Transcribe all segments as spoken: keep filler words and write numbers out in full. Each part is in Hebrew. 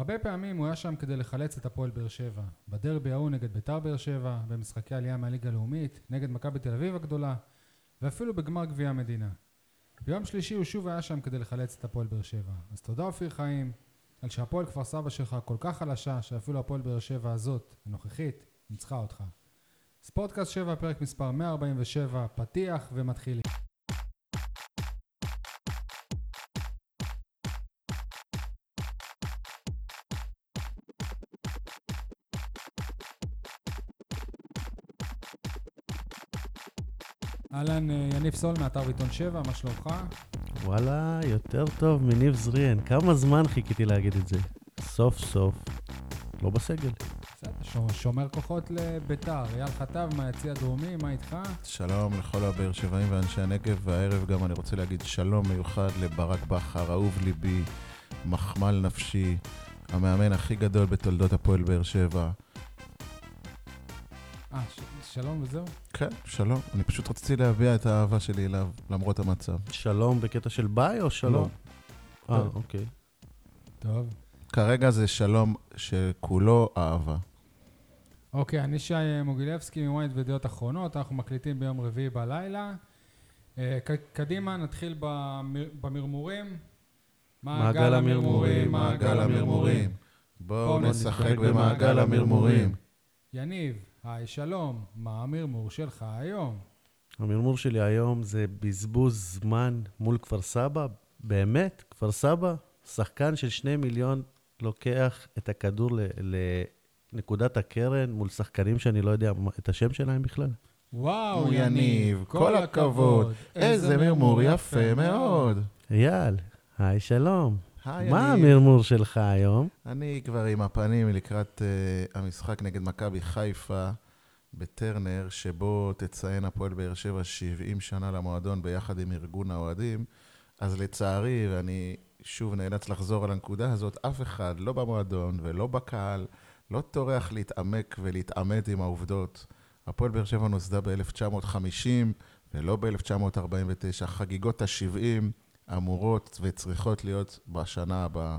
הרבה פעמים הוא היה שם כדי לחלץ את הפועל באר שבע. בדרבי ההוא נגד בית"ר באר שבע, במשחקי עלייה מהליגה הלאומית, נגד מכבי תל אביב הגדולה, ואפילו בגמר גביע המדינה. ביום שלישי הוא שוב היה שם כדי לחלץ את הפועל באר שבע. אז תודה אופיר חיים, על שהפועל כפר סבא שלך כל כך חלשה, שאפילו הפועל באר שבע הזאת, הנוכחית, ניצחה אותך. ספורטקאסט שבע, פרק מספר מאה ארבעים ושבע, פתיח ומתחילים. אהלן, יניב סול מאתר ועיתון שבע, מה שלומך? וואלה, יותר טוב מניב זריאן. כמה זמן חיכיתי להגיד את זה? סוף סוף. לא בסגל. בסדר, שומר כוחות לביתר. אייל חטב מהיציע הדרומי, מה איתך? שלום לכל הבאר שבעים ואנשי הנגב, והערב גם אני רוצה להגיד שלום מיוחד לברק בכר, אהוב ליבי, מחמל נפשי, המאמן הכי גדול בתולדות הפועל באר שבע. אה, ש- שלום וזהו? כן, שלום. אני פשוט רציתי להביע את האהבה שלי אליו, למרות המצב. שלום בקטע של ביי או שלום? לא. אה, טוב. אוקיי. טוב. כרגע זה שלום שכולו אהבה. אוקיי, אני שי מוגילבסקי מוויינט וידיעות אחרונות, אנחנו מקליטים ביום רביעי בלילה. אה, ק- קדימה, נתחיל במר- במרמורים. מעגל המרמורים, מעגל המרמורים. בואו בואו נשחק נשחק במעגל המרמורים. יניב, היי שלום, מה המרמור שלך היום? המרמור שלי היום זה בזבוז זמן מול כפר סבא. באמת, כפר סבא, שחקן של שני מיליון לוקח את הכדור ל- לנקודת הקרן מול שחקנים שאני לא יודע מה- את השם שלהם בכלל. וואו, יניב, כל הכבוד. איזה מרמור יפה מאוד. אייל, היי שלום. היי, מה יניב. המרמור שלך היום? אני כבר עם הפנים לקראת uh, המשחק נגד מכבי חיפה בטרנר, שבו תציין הפועל באר שבע שבעים שנה למועדון ביחד עם ארגון האוהדים. אז לצערי, ואני שוב נאלץ לחזור על הנקודה הזאת, אף אחד, לא במועדון ולא בקהל, לא טורח להתעמק ולהתעמת עם העובדות. הפועל באר שבע נוסדה ב-אלף תשע מאות חמישים ולא ב-אלף תשע מאות ארבעים ותשע. חגיגות ה-שבעים אמורות וצריכות להיות בשנה הבאה.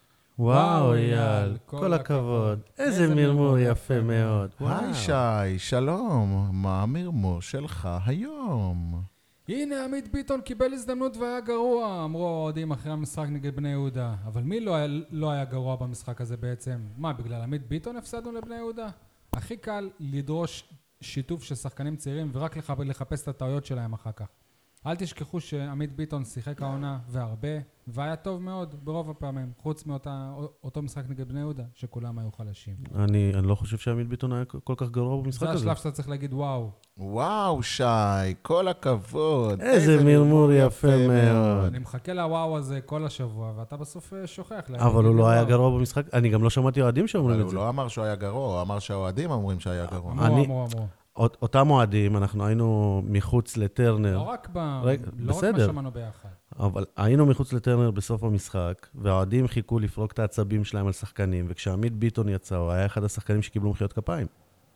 וואו, אייל, כל הכבוד. איזה מרמור יפה מאוד. היי שי, שלום, מה המרמור שלך היום? הנה, עמית ביטון קיבל הזדמנות והיה גרוע, אמרו האוהדים אחרי המשחק נגד בני יהודה. אבל מי לא היה, לא היה גרוע במשחק הזה בעצם? מה, בגלל עמית ביטון הפסדנו לבני יהודה? הכי קל לדרוש שיתוף של שחקנים צעירים ורק לח... לחפש את הטעויות שלהם אחר כך. אל תשכחו שעמית ביטון שיחק העונה והרבה, והיה טוב מאוד ברוב הפעמים, חוץ מאותו משחק נגד בני יהודה, שכולם היו חלשים. אני אני לא חושב שעמית ביטון היה כל כך גרוע במשחק זה הזה. השלב שאתה צריך להגיד וואו. וואו שי, כל הכבוד. איזה מרמור יפה מאוד. אני מחכה לוואו הזה כל השבוע, ואתה בסוף אה, שוכח. אבל הוא לא היה גרוע במשחק. אני גם לא שמעתי אוהדים שאומרים אבל את הוא זה. לא אמר שהוא היה גרוע, הוא אמר שהאוהדים אומרים שהיה גרוע. אמרו, אני- אמרו, אמרו. אות- אותם אוהדים, אנחנו היינו מחוץ לטרנר. לא רק ב... רגע, לא רק מה בסדר. שמענו ביחד. אבל היינו מחוץ לטרנר בסוף המשחק, והאוהדים חיכו לפרוק את העצבים שלהם על שחקנים, וכשעמית ביטון יצא, הוא היה אחד השחקנים שקיבלו מחיאות כפיים.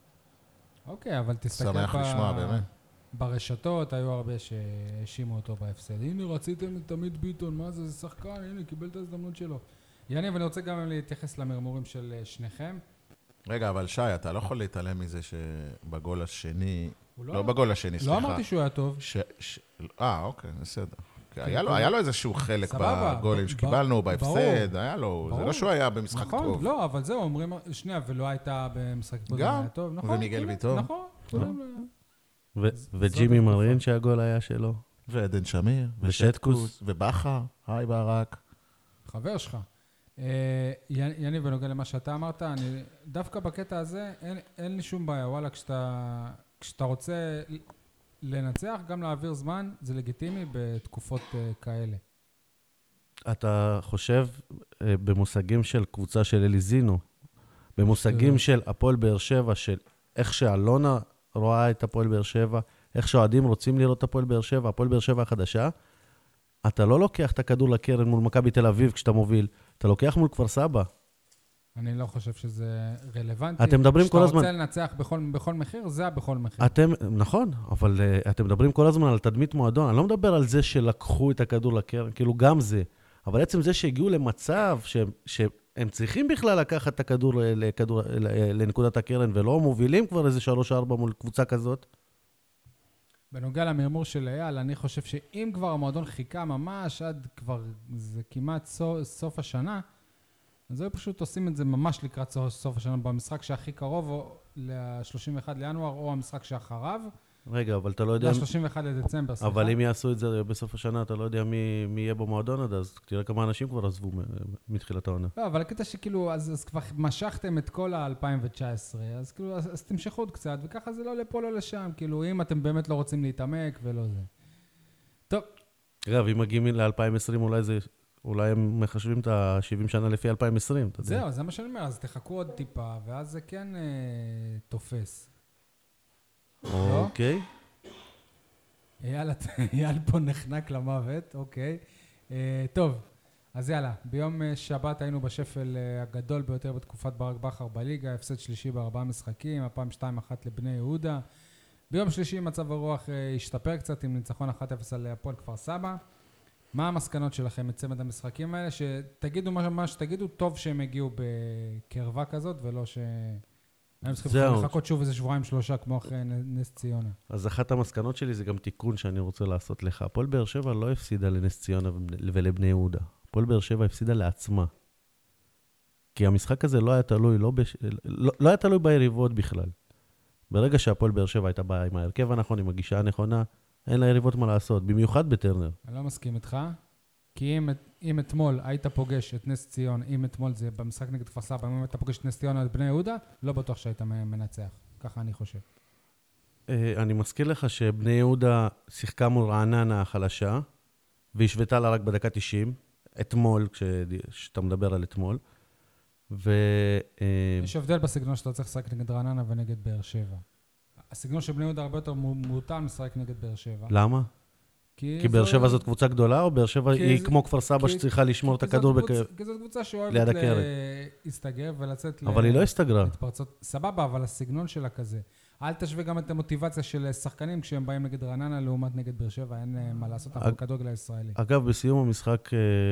אוקיי, אבל תסתכל שמח לשמוע, באמת. ברשתות היו הרבה שהאשימו אותו בהפסד. הנה, רציתם את עמית ביטון, מה זה? זה שחקן, הנה, קיבל את ההזדמנות שלו. יניב, אני רוצה גם להתייחס למרמורים של אה, שניכם. רגע, אבל שי, אתה לא יכול להתעלם מזה שבגול השני, הוא לא בגול השני, לא סליחה. אמרתי שהוא היה טוב. ש- ש- אה, אוקיי, בסדר. אוקיי, היה לו- היה לו איזשהו חלק סבבה, בגולים ב- שקיבלנו, ב- בהפסד, היה לו, זה ברור. לא שהוא היה במשחק נכון, טוב. לא, אבל זהו, אומרים, שנייה, ולא הייתה במשחק קודם, גם, היה טוב, נכון. ומיגל כולם- ויטור. נכון, כולם לא- ו- וג'ימי התקופה. מרין שהגול היה שלו. ועדן שמיר, ושטקוס. ושטקוס, ובכר, היי ברק. חבר שלך. אה, י- יניב, בנוגע למה שאתה אמרת, אני, דווקא בקטע הזה, אין, אין לי שום בעיה. וואלה, כשאתה, כשאתה רוצה לנצח, גם להעביר זמן, זה לגיטימי בתקופות אה, כאלה. אתה חושב אה, במושגים של קבוצה של אליזינו, במושגים ש- של הפועל באר שבע, של איך שאלונה רואה את הפועל באר שבע, איך שהאוהדים רוצים לראות את הפועל באר שבע, הפועל באר שבע החדשה, אתה לא לוקח את הכדור לקרן מול מכבי תל אביב כשאתה מוביל, אתה לוקח מול כפר סבא. אני לא חושב שזה רלוונטי. אתם מדברים כל הזמן- כשאתה רוצה לנצח בכל, בכל מחיר, זה היה בכל מחיר. אתם, נכון, אבל uh, אתם מדברים כל הזמן על תדמית מועדון, אני לא מדבר על זה שלקחו את הכדור לקרן, כאילו גם זה, אבל עצם זה שהגיעו למצב ש, שהם הם צריכים בכלל לקחת את הכדור לכדור, לנקודת הקרן, ולא מובילים כבר איזה שלוש ארבע מול קבוצה כזאת. בנוגע למרמור של אייל, אני חושב שאם כבר המועדון חיכה ממש עד כבר, זה כמעט סוף, סוף השנה, אז היו פשוט עושים את זה ממש לקראת סוף, סוף השנה, במשחק שהכי קרוב, או ל-שלושים ואחד לינואר, או המשחק שאחריו. רגע, אבל אתה לא יודע... ל-שלושים ואחד לדצמבר, סליחה. אבל אם יעשו את זה בסוף השנה, אתה לא יודע מי, מי יהיה במועדון עד אז. תראה כמה אנשים כבר עזבו מתחילת העונה. לא, אבל הקטע שכאילו, אז, אז כבר משכתם את כל ה-אלפיים תשע עשרה, אז כאילו, אז, אז תמשכו עוד קצת, וככה זה לא לפה, לא לשם. כאילו, אם אתם באמת לא רוצים להתעמק ולא זה. טוב. אגב, אם מגיעים ל-אלפיים ועשרים, אולי זה... אולי הם מחשבים את ה-שבעים שנה לפי אלפיים ועשרים, אתה יודע. זהו, זה מה שאני אומר, אז תחכו עוד טיפה, ואז זה כן אה, תופס. אוקיי. אייל, אייל פה נחנק למוות, אוקיי. אה, טוב, אז יאללה, ביום שבת היינו בשפל הגדול ביותר בתקופת ברק בכר בליגה, הפסד שלישי בארבעה משחקים, הפעם שתיים אחת לבני יהודה. ביום שלישי מצב הרוח אה, השתפר קצת עם ניצחון אחת אפס על הפועל כפר סבא. מה המסקנות שלכם מצמד המשחקים האלה? שתגידו מה, מה שתגידו, טוב שהם הגיעו בקרבה כזאת, ולא ש... הם צריכים לחכות שוב איזה שבועיים שלושה, כמו אחרי נס ציונה. אז אחת המסקנות שלי זה גם תיקון שאני רוצה לעשות לך. הפועל באר שבע לא הפסידה לנס ציונה ולבני יהודה. הפועל באר שבע הפסידה לעצמה. כי המשחק הזה לא היה תלוי, לא, בש... לא, לא היה תלוי ביריבות בכלל. ברגע שהפועל באר שבע הייתה באה עם ההרכב הנכון, עם הגישה הנכונה, אין לה יריבות מה לעשות, במיוחד בטרנר. אני לא מסכים איתך, כי אם, אם אתמול היית פוגש את נס ציון, אם אתמול זה במשחק נגד כפר סבא, אם היית פוגש את נס ציון או את בני יהודה, לא בטוח שהיית מנצח. ככה אני חושב. אני מזכיר לך שבני יהודה שיחקה מול רעננה החלשה, והשוותה לה רק בדקה תשעים, אתמול, כשאתה מדבר על אתמול. ו... יש הבדל בסגנון שאתה צריך לשחק נגד רעננה ונגד באר שבע. הסגנון של בני יהודה הרבה יותר מותאם לשחק נגד באר שבע. למה? כי באר שבע זאת קבוצה גדולה, או באר שבע היא כמו כפר סבא שצריכה לשמור את הכדור כי זאת קבוצה שאוהבת להסתגר ולצאת... אבל היא לא הסתגרה. סבבה, אבל הסגנון שלה כזה. אל תשווה גם את המוטיבציה של שחקנים כשהם באים נגד רעננה לעומת נגד באר שבע, אין מה לעשות על הכדורגל הישראלי. אגב, בסיום המשחק...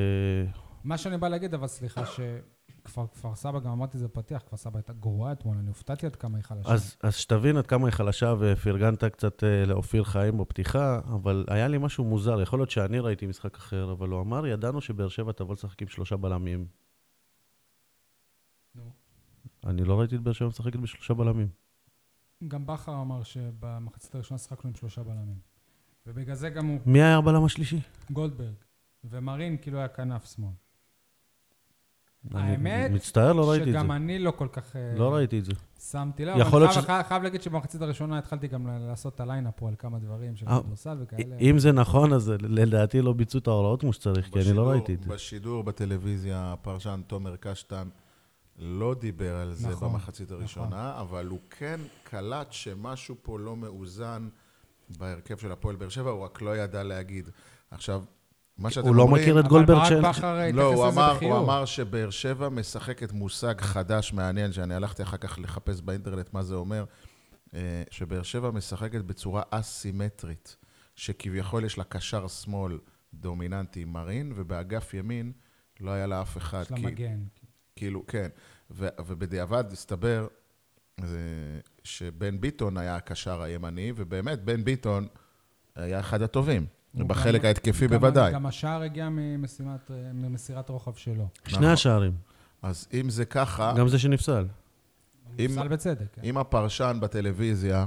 מה שאני בא להגיד, אבל סליחה ש... כפר סבא, גם אמרתי זה פתיח, כפר סבא הייתה גרועה אתמול, אני הופתעתי עד כמה היא חלשה. אז, אז שתבין עד כמה היא חלשה, ופרגנת קצת לאופיר חיים בפתיחה, אבל היה לי משהו מוזר, יכול להיות שאני ראיתי משחק אחר, אבל הוא אמר, ידענו שבאר שבע תבוא לשחק עם שלושה בלמים. נו. אני לא ראיתי את באר שבע משחקת בשלושה בלמים. גם בכר אמר שבמחצית הראשונה שחקנו עם שלושה בלמים. ובגלל זה גם הוא... מי היה הבלם השלישי? גולדברג. ומרין כאילו היה כנף שמאל. האמת, מצטער, לא ראיתי את זה. שגם אני לא כל כך... לא ראיתי את זה. שמתי לה, אבל חייב להגיד שבמחצית הראשונה התחלתי גם לעשות את הליינאפ פה על כמה דברים של כדורסל וכאלה. אם זה נכון, אז לדעתי לא ביצעו את ההוראות כמו שצריך, כי אני לא ראיתי את זה. בשידור, בטלוויזיה, הפרשן תומר קשטן לא דיבר על זה במחצית הראשונה, אבל הוא כן קלט שמשהו פה לא מאוזן בהרכב של הפועל באר שבע, הוא רק לא ידע להגיד. עכשיו, הוא לא מכיר את גולדברג של... לא, הוא אמר, הוא אמר שבאר שבע משחקת מושג חדש מעניין, שאני הלכתי אחר כך לחפש באינטרנט מה זה אומר, שבאר שבע משחקת בצורה אסימטרית, שכביכול יש לה קשר שמאל דומיננטי מרין, ובאגף ימין לא היה לה אף אחד. יש לה מגן. כאילו, כן. ובדיעבד הסתבר שבן ביטון היה הקשר הימני, ובאמת בן ביטון היה אחד הטובים. בחלק ההתקפי בוודאי. גם השער הגיע ממסירת רוחב שלו. שני השערים. אז אם זה ככה... גם זה שנפסל. נפסל בצדק. אם הפרשן בטלוויזיה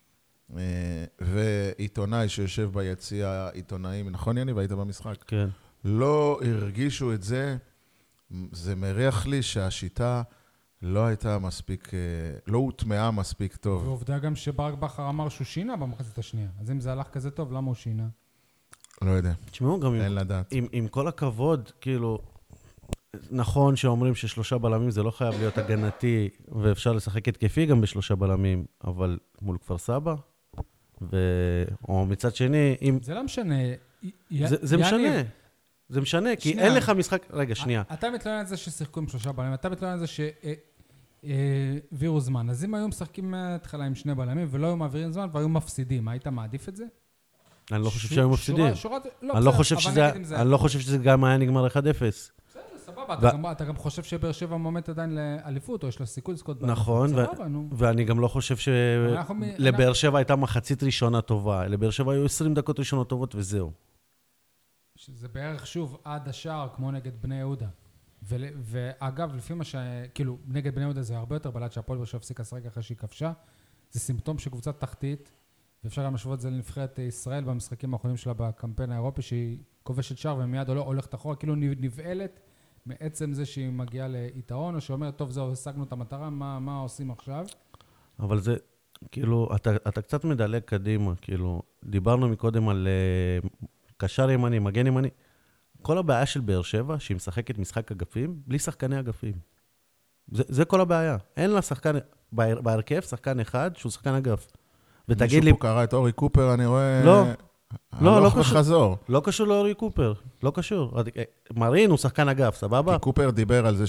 ועיתונאי שיושב ביציע עיתונאים, נכון יניב? היית במשחק? כן. לא הרגישו את זה, זה מריח לי שהשיטה לא הייתה מספיק, לא הוטמעה מספיק טוב. ועובדה גם שברק בכר אמר שהוא שינה במחצית השנייה. אז אם זה הלך כזה טוב, למה הוא שינה? לא יודע. תשמעו, גם אין לדעת. עם, עם כל הכבוד, כאילו, נכון שאומרים ששלושה בלמים זה לא חייב להיות הגנתי, ואפשר לשחק התקפי גם בשלושה בלמים, אבל מול כפר סבא, ו... או מצד שני, אם... זה לא משנה. זה, זה משנה. זה משנה, כי אין לך משחק... רגע, שנייה. אתה מתלונן על זה ששיחקו עם שלושה בלמים, אתה מתלונן על זה שהעבירו זמן. אז אם היו משחקים מההתחלה עם שני בלמים, ולא היו מעבירים זמן, והיו מפסידים, היית מעדיף את זה? אני לא חושב שהיו מפסידים. אני לא חושב שזה גם היה נגמר אחד אפס. סבבה, אתה גם- אתה גם חושב שבאר שבע מועמדת עדיין לאליפות, או יש לה סיכוי לזכות באליפות. נכון, ו- סבבה, נו. ואני גם לא חושב אנחנו מ- שלבאר שבע הייתה מחצית ראשונה טובה. לבאר שבע היו עשרים דקות ראשונות טובות וזהו. שזה בערך שוב עד השער, כמו נגד בני יהודה. ול- ואגב, לפי מה ש... כאילו, נגד בני יהודה זה הרבה יותר בלט שהפועל באר שבע הפסיקה לשחק אחרי שהיא כבשה. זה סימפטום של קבוצת תחתית, ואפשר גם לשוות את זה לנבחרת ישראל במשחקים האחרונים שלה בקמפיין האירופי, שהיא כובשת שער ומיד הולכת אחורה, כאילו נבעלת מעצם זה שהיא מגיעה ליתרון, או שאומרת, טוב, זהו, השגנו את המטרה, מה, מה עושים עכשיו? אבל זה, כאילו, אתה, אתה קצת מדלג קדימה, כאילו, דיברנו מקודם על uh, קשר ימני, מגן ימני. כל הבעיה של באר שבע, שהיא משחקת משחק אגפים, בלי שחקני אגפים. זה, זה כל הבעיה. אין לה שחקן, בהר, בהרכב, שחקן אחד שהוא שחקן אגף. ותגיד לי... מישהו פה קרא את אורי קופר, אני רואה... לא. לא, לא הלוך קשור. וחזור. לא קשור לאורי קופר, לא קשור. מרין הוא שחקן אגף, סבבה? כי קופר דיבר על זה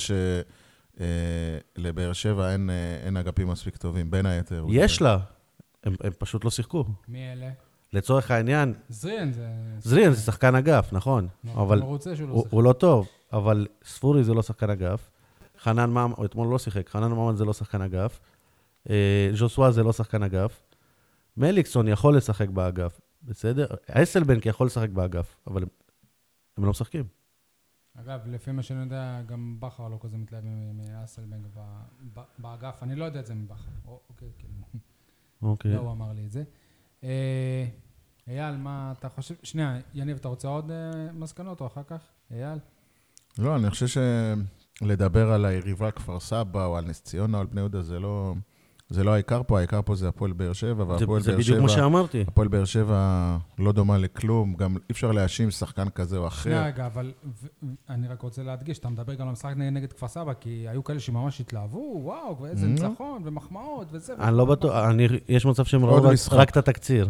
שלבאר שבע אין, אין אגפים מספיק טובים, בין היתר. יש לה, הם, הם פשוט לא שיחקו. מי אלה? לצורך העניין, זריאן זה... זריאן זה שחקן אגף, נכון, אבל הוא רוצה שהוא לא הוא, שיחק. הוא לא טוב, אבל ספורי זה לא שחקן אגף, חנן ממן, או אתמול לא שיחק, חנן ממן זה לא שחקן אגף, אה, ז'וסווה זה לא שחקן אגף, מליקסון יכול לשחק באגף, בסדר? אסלבנק יכול לשחק באגף, אבל הם, הם לא משחקים. אגב, לפי מה שאני יודע, גם בכר לא כזה מתלהב מאסלבנג ב- ב- באגף. אני לא יודע את זה מבכר. או- אוקיי, כאילו. אוקיי. לא, הוא אמר לי את זה. אה, אייל, מה אתה חושב? שנייה, יניב, אתה רוצה עוד אה, מסקנות או אחר כך? אייל? לא, אני חושב שלדבר על היריבה כפר סבא, או על נס ציונה, או על בני יהודה, זה לא... זה לא העיקר פה, העיקר פה זה הפועל באר שבע, זה, והפועל זה באר בדיוק שבע... מה שאמרתי. הפועל באר שבע לא דומה לכלום, גם אי אפשר להאשים שחקן כזה או אחר. שנייה רגע, אבל ו- אני רק רוצה להדגיש, אתה מדבר גם על המשחק נגד, נגד כפר סבא, כי היו כאלה שממש התלהבו, וואו, ואיזה Mhm. ניצחון, ומחמאות, וזה. אני לא בטוח, אני, יש מצב שהם עוד ראו רק, משחק. רק את התקציר,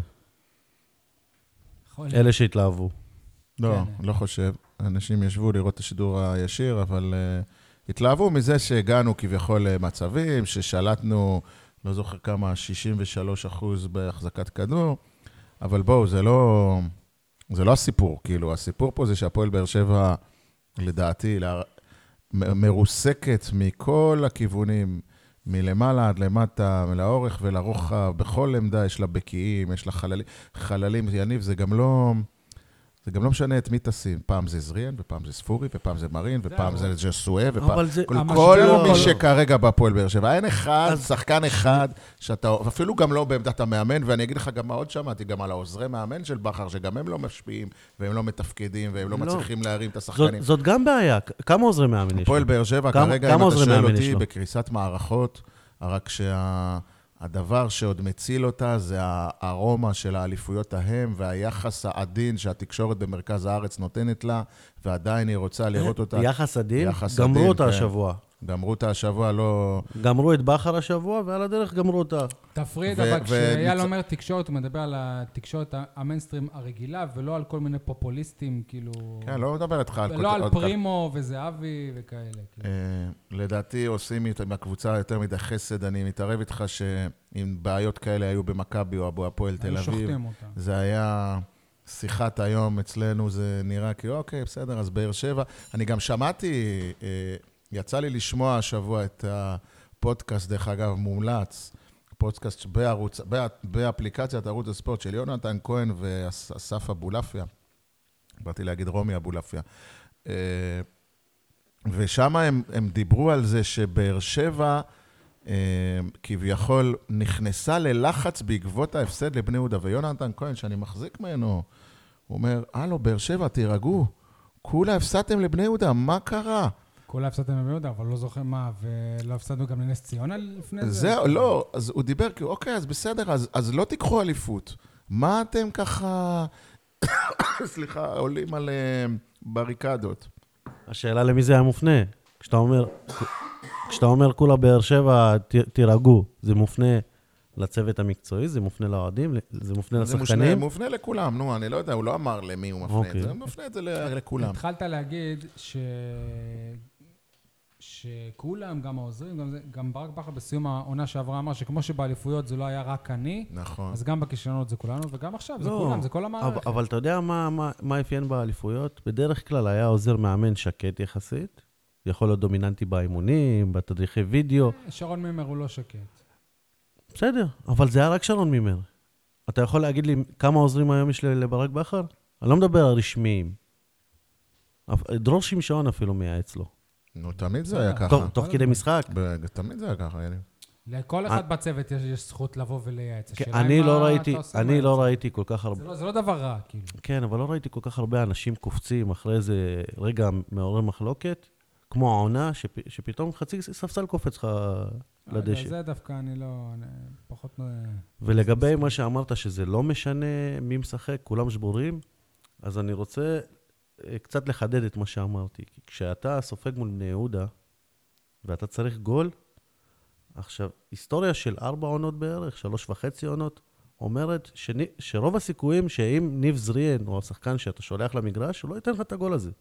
יכול להיות. אלה שהתלהבו. לא, כן. לא חושב. אנשים ישבו לראות את השידור הישיר, אבל uh, התלהבו מזה שהגענו כביכול למצבים, ששלטנו, לא זוכר כמה, שישים ושלושה אחוז בהחזקת כדור, אבל בואו, זה לא, זה לא הסיפור, כאילו, הסיפור פה זה שהפועל באר שבע, לדעתי, לה, מ- מרוסקת מכל הכיוונים, מלמעלה עד למטה, לאורך ולרוחב, בכל עמדה יש לה בקיעים, יש לה חללים, חללים, יניב, זה גם לא... זה גם לא משנה את מי תשים. פעם זה זריאן, ופעם זה ספורי, ופעם זה מרין, ופעם זה ג'סואה, ופעם... אבל זה... כל, המשבר כל הוא- מי שכרגע בהפועל באר שבע. אין אחד, אז- שחקן אחד, שאתה... אפילו גם לא בעמדת המאמן, ואני אגיד לך גם מה עוד שמעתי, גם על העוזרי מאמן של בכר, שגם הם לא משפיעים, והם לא מתפקדים, והם לא לא. מצליחים להרים את זאת, השחקנים. זאת גם בעיה. כ- כמה עוזרי מאמן יש? הפועל לו? באר שבע, כמה- כרגע, כמה אם אתה עוזרי שואל מאמן יש אותי, לו? בקריסת מערכות, רק שה... הדבר שעוד מציל אותה זה הארומה של האליפויות ההם והיחס העדין שהתקשורת במרכז הארץ נותנת לה, ועדיין היא רוצה לראות אותה. יחס עדין? יחס גמרו עדין, אותה כן. השבוע. גמרו אותה השבוע, לא... גמרו את בכר השבוע, ועל הדרך גמרו אותה. תפריד, ו- אבל ו- כשאייל מצ- אומר תקשורת, הוא מדבר על התקשורת המיינסטרים הרגילה, ולא על כל מיני פופוליסטים, כאילו... כן, לא מדבר איתך על... לא על עוד- פרימו וזהבי וכאלה. כאילו. אה, לדעתי עושים איתה- עם הקבוצה יותר מדי חסד, אני מתערב איתך שאם בעיות כאלה היו במכבי או בהפועל תל היו אביב, שוחטים אותם. זה היה שיחת היום אצלנו, זה נראה כאילו, אוקיי, בסדר, אז באר שבע. אני גם שמעתי, אה, יצא לי לשמוע השבוע את הפודקאסט, דרך אגב, מומלץ, פודקאסט בערוץ, בא- באפליקציית ערוץ הספורט של יונתן כהן ואסף אבולעפיה. באתי להגיד רומי אבולעפיה. אה, ושם הם, הם דיברו על זה שבאר שבע אה, כביכול נכנסה ללחץ בעקבות ההפסד לבני יהודה. ויונתן כהן, שאני מחזיק ממנו, הוא אומר, הלו, באר שבע, תירגעו, כולה הפסדתם לבני יהודה, מה קרה? כולה הפסדתם לבני יהודה, אבל לא זוכר מה, ולא הפסדנו גם לנס ציונה לפני זה? זהו, לא, אז הוא דיבר, כאילו, אוקיי, אז בסדר, אז, אז לא תיקחו אליפות. מה אתם ככה, סליחה, עולים על אה, בריקדות? השאלה למי זה היה מופנה. כשאתה אומר, כשאתה אומר כולה באר שבע, ת- תירגעו, זה מופנה לצוות המקצועי, זה מופנה לאוהדים, זה מופנה זה מופנה, לשחקנים. מופנה לכולם, נו, אני לא יודע, הוא לא אמר למי הוא מפנה את אוקיי. זה, הוא מפנה את זה ל- לכולם. התחלת להגיד ש... שכולם, גם העוזרים, גם, זה, גם ברק בכר בסיום העונה שעברה אמר שכמו שבאליפויות זה לא היה רק אני, נכון. אז גם בכישלונות זה כולנו, וגם עכשיו זה לא, כולם, זה כל אבל, המערכת. אבל אתה יודע מה, מה, מה אפיין באליפויות? בדרך כלל היה עוזר מאמן שקט יחסית, יכול להיות דומיננטי באימונים, בתדריכי וידאו. שרון מימר הוא לא שקט. בסדר, אבל זה היה רק שרון מימר. אתה יכול להגיד לי כמה עוזרים היום יש לברק בכר? אני לא מדבר על רשמיים. דרור שמשון אפילו מייעץ לו. נו, תמיד זה היה ככה. תוך כדי משחק. תמיד זה היה ככה, יניב. לכל אחד בצוות יש זכות לבוא ולייעץ. אני לא ראיתי, אני לא ראיתי כל כך הרבה... זה לא דבר רע, כאילו. כן, אבל לא ראיתי כל כך הרבה אנשים קופצים אחרי איזה רגע מעורר מחלוקת, כמו העונה, שפתאום חצי ספסל קופץ לך לדשא. זה דווקא אני לא... פחות... ולגבי מה שאמרת שזה לא משנה מי משחק, כולם שבורים, אז אני רוצה קצת לחדד את מה שאמרתי. כשאתה סופג מול בני יהודה, ואתה צריך גול, עכשיו, היסטוריה של ארבע עונות בערך, שלוש וחצי עונות, אומרת שני, שרוב הסיכויים שאם ניב זריאן או השחקן שאתה שולח למגרש, הוא לא ייתן לך את הגול הזה.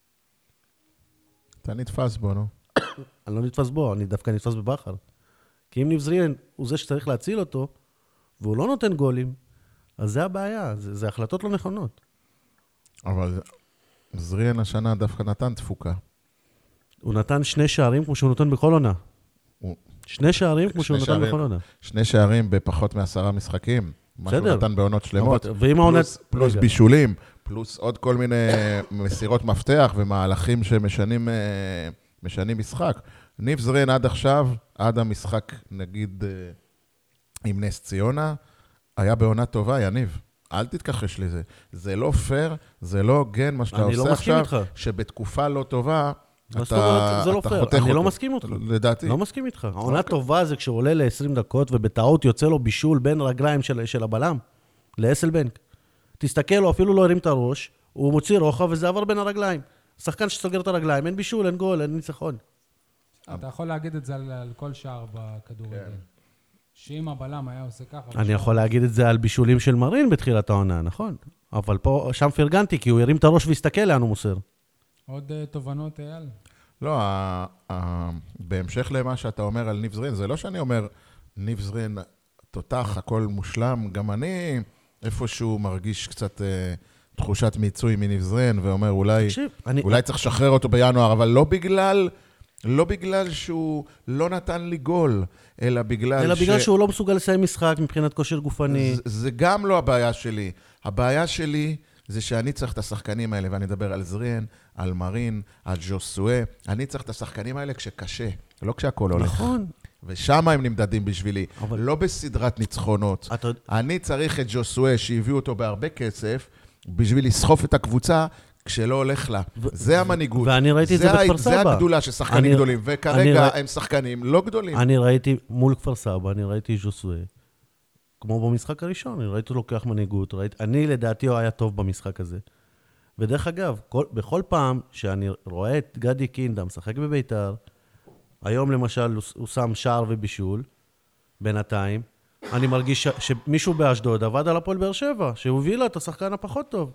אתה נתפס בו, נו. אני לא נתפס בו, אני דווקא נתפס בבחר. כי אם ניב זריאן הוא זה שצריך להציל אותו, והוא לא נותן גולים, אז זה הבעיה, זה, זה החלטות לא נכונות. אבל זריאן השנה דווקא נתן תפוקה. הוא נתן שני שערים כמו שהוא נותן בכל עונה. הוא... שני שערים כמו שהוא נתן בכל עונה. שני שערים בפחות מעשרה משחקים. מה שהוא נתן בעונות שלמות. פלוס, פלוס בישולים, פלוס עוד כל מיני מסירות מפתח ומהלכים שמשנים משנים משחק. ניב זריאן עד עכשיו, עד המשחק נגיד עם נס ציונה, היה בעונה טובה, יניב. אל תתכחש לזה. זה לא פייר, זה לא הוגן מה שאתה עושה עכשיו, שבתקופה לא טובה, אתה חותך אותו. אני לא מסכים איתך. לדעתי. לא מסכים איתך. העונה טובה זה כשהוא עולה ל-עשרים דקות, ובטעות יוצא לו בישול בין רגליים של הבלם, לאסלבנק. תסתכל לו, אפילו לא הרים את הראש, הוא מוציא רוחב וזה עבר בין הרגליים. שחקן שסוגר את הרגליים, אין בישול, אין גול, אין ניצחון. אתה יכול להגיד את זה על כל שער בכדורגל. שאם הבלם היה עושה ככה... אני יכול להגיד את זה על בישולים של מרין בתחילת העונה, נכון? אבל פה, שם פרגנתי, כי הוא הרים את הראש והסתכל לאן הוא מוסר. עוד תובנות, אייל? לא, בהמשך למה שאתה אומר על ניב זריאן, זה לא שאני אומר, ניב זריאן תותח, הכל מושלם, גם אני איפשהו מרגיש קצת תחושת מיצוי מניב זריאן, ואומר, אולי צריך לשחרר אותו בינואר, אבל לא בגלל... לא בגלל שהוא לא נתן לי גול, אלא בגלל אלא ש... בגלל שהוא לא מסוגל לסיים משחק מבחינת כושר גופני. זה, זה גם לא הבעיה שלי. הבעיה שלי זה שאני צריך את השחקנים האלה, ואני אדבר על זריאן, על מרין, על ג'וסואה. אני צריך את השחקנים האלה כשקשה, לא כשהכל הולך. נכון. ושם הם נמדדים בשבילי, אבל... לא בסדרת ניצחונות. אתה... אני צריך את ג'וסואה שהביאו אותו בהרבה כסף, בשביל לסחוף את הקבוצה, כשלא הולך לה. ו- זה המנהיגות. ואני ראיתי את זה בכפר סבא. זה הגדולה של שחקנים אני, גדולים, וכרגע ראי... הם שחקנים לא גדולים. אני ראיתי מול כפר סבא, אני ראיתי ז'וסואה, כמו במשחק הראשון, אני ראיתי לוקח מנהיגות, ראיתי, אני לדעתי הוא היה טוב במשחק הזה. ודרך אגב, כל, בכל פעם שאני רואה את גדי קינדה משחק בביתר, היום למשל הוא, הוא שם שער ובישול, בינתיים, אני מרגיש ש, שמישהו באשדוד עבד על הפועל באר שבע, שהוביל לה את השחקן הפחות טוב.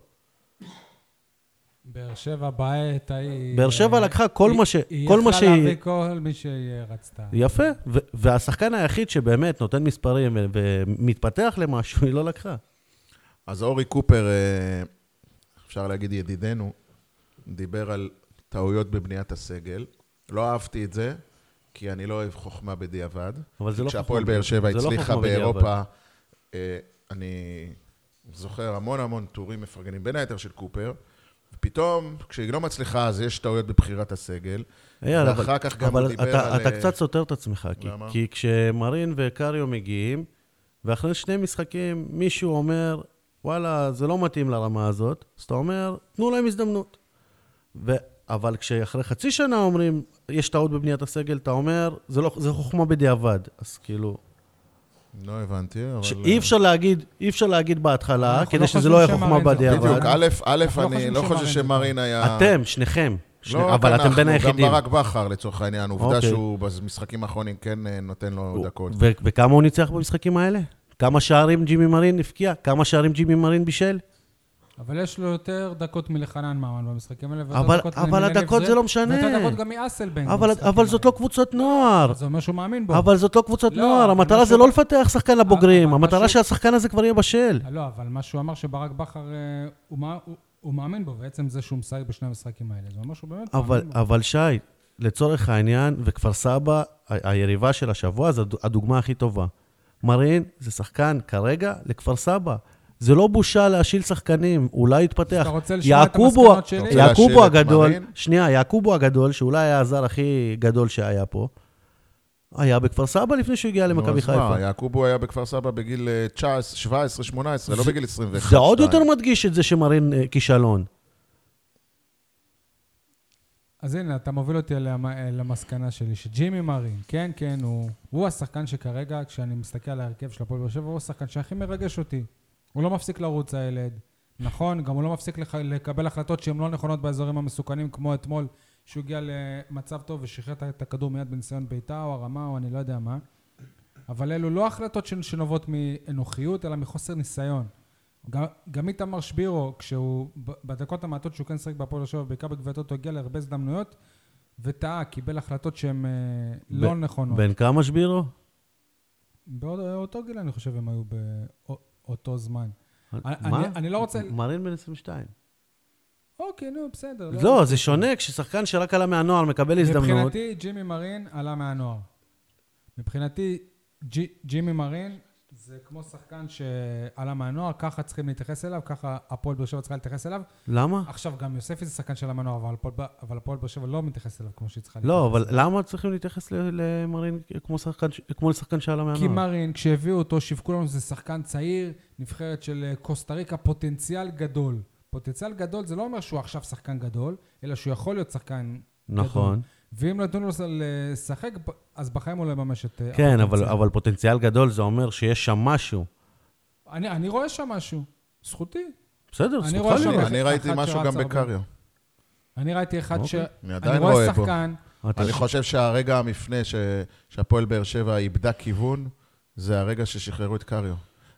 באר שבע בעת ההיא... באר שבע לקחה כל מה ש... היא יכלה להביא כל מי שרצתה. יפה, והשחקן היחיד שבאמת נותן מספרים ומתפתח למשהו, היא לא לקחה. אז אורי קופר, אפשר להגיד ידידנו, דיבר על טעויות בבניית הסגל. לא אהבתי את זה, כי אני לא אוהב חוכמה בדיעבד. אבל זה לא חוכמה. כשהפועל באר שבע הצליחה באירופה, אני זוכר המון המון טורים מפרגנים, בין היתר של קופר, ופתאום, כשהיא לא מצליחה, אז יש טעויות בבחירת הסגל, ואחר כך גם הוא דיבר על... אתה קצת סותר את עצמך, כי כשמרין וקריו מגיעים, ואחרי שני משחקים, מישהו אומר, וואלה, זה לא מתאים לרמה הזאת, אז אתה אומר, תנו להם הזדמנות. אבל כשאחרי חצי שנה אומרים, יש טעות בבניית הסגל, אתה אומר, זה חוכמה בדיעבד. אז כאילו... לא הבנתי, אבל... אי אפשר להגיד, אי אפשר להגיד בהתחלה, כדי שזה לא יהיה חוכמה בדיעבד. בדיוק, א', א', אני לא חושב שמרין היה... אתם, שניכם. אבל אתם בין היחידים. גם ברק בכר לצורך העניין, עובדה שהוא במשחקים האחרונים כן נותן לו דקות. וכמה הוא ניצח במשחקים האלה? כמה שערים ג'ימי מרין הפקיע? כמה שערים ג'ימי מרין בישל? אבל יש לו יותר דקות מלחנן מאמן במשחקים האלה. אבל הדקות זה לא משנה. ויותר דקות גם מאסלבנק. אבל זאת לא קבוצות נוער. זה אומר שהוא מאמין בו. אבל זאת לא קבוצות נוער. המטרה זה לא לפתח שחקן לבוגרים. המטרה שהשחקן הזה כבר יהיה בשל. לא, אבל מה שהוא אמר שברק בכר הוא מאמין בו, בעצם זה שהוא משחק בשני המשחקים האלה. זה אומר שהוא באמת מאמין בו. אבל שי, לצורך העניין, וכפר סבא, ה- היריבה של השבוע, זו הדוגמה הכי טובה. מרין זה שחקן כרגע לכפר סבא. זה לא בושה להשיל שחקנים, אולי יתפתח. אתה רוצה לשמוע את יעקובו, המסקנות שלי? יעקובו הגדול, מרין? שנייה, יעקובו הגדול, שאולי היה הזר הכי גדול שהיה פה, היה בכפר סבא לפני שהוא הגיע למכבי חיפה. יעקובו היה בכפר סבא בגיל תשע עשרה, שבע עשרה, שמונה עשרה, לא בגיל עשרים ואחת. זה עוד יותר מדגיש את זה שמרין אה, כישלון. אז הנה, אתה מוביל אותי למ- למסקנה שלי, שג'ימי מרין, כן, כן, הוא, הוא השחקן שכרגע, כשאני מסתכל על ההרכב של הפועל באר שבע, הוא השחקן שהכי מרגש אותי. הוא לא מפסיק לרוץ הילד. נכון, גם הוא לא מפסיק לח- לקבל החלטות שהן לא נכונות באזורים המסוכנים, כמו אתמול, שהוא הגיע למצב טוב ושחרר את הכדור מיד בניסיון ביתה או הרמה או אני לא יודע מה. אבל אלו לא החלטות ש- שנובעות מאנוכיות, אלא מחוסר ניסיון. גם, גם איתמר שבירו, כשהוא, ב- בדקות המעטות שהוא כן שחק בהפועל באר שבע, בעיקר בגביעתות, הוא הגיע להרבה הזדמנויות, וטעה, קיבל החלטות שהן אה, לא ב- נכונות. בן כמה שבירו? באותו גיל אני חושב הם היו באותו זמן. אני- מה? אני- אני לא רוצה... מרין בן עשרים ושתיים. אוקיי, נו, בסדר. לא, זה שונה, כששחקן שרק עלה מהנוער מקבל הזדמנות. מבחינתי, ג'ימי מרין עלה מהנוער. מבחינתי, ג'י- ג'ימי מרין זה כמו שחקן שעלה מהנוער, ככה צריכים להתייחס אליו, ככה הפועל באר שבע צריכה להתייחס אליו. למה? עכשיו, גם יוספי זה שחקן שעלה מהנוער, אבל הפועל ב- אבל הפועל באר שבע לא מתייחס אליו כמו שהיא צריכה לא, אבל להתייחס. למה צריכים להתייחס ל- למרין כמו שחקן ש- כמו לשחקן שעלה מהנוער? כי מרין, כשהביאו אותו, שיווקו לנו, זה שחקן צעיר, נבחרת של אה, קוסטה ריקה, פוטנציאל גדול. פוטנציאל גדול זה לא אומר שהוא עכשיו שחקן גדול, אלא שהוא יכול להיות שחקן גדול. נכון. ואם נתנו לו לשחק, אז בחיים הוא לא יממש את אה, כן, אבל, הפוטנציאל. אבל פוטנציאל גדול זה אומר שיש שם משהו. אני, אני רואה שם משהו. זכותי. בסדר, אני זכותך רואה לי. שם- אני ראיתי אחד משהו שרץ גם הרבה. בקריו. אני ראיתי אחד ש... אני אני עדיין רואה רואה בו. שחקן, אתה- אני חושב שהרגע המפנה ש- שהפועל באר שבע איבדה כיוון, זה הרגע ששחררו את קריו.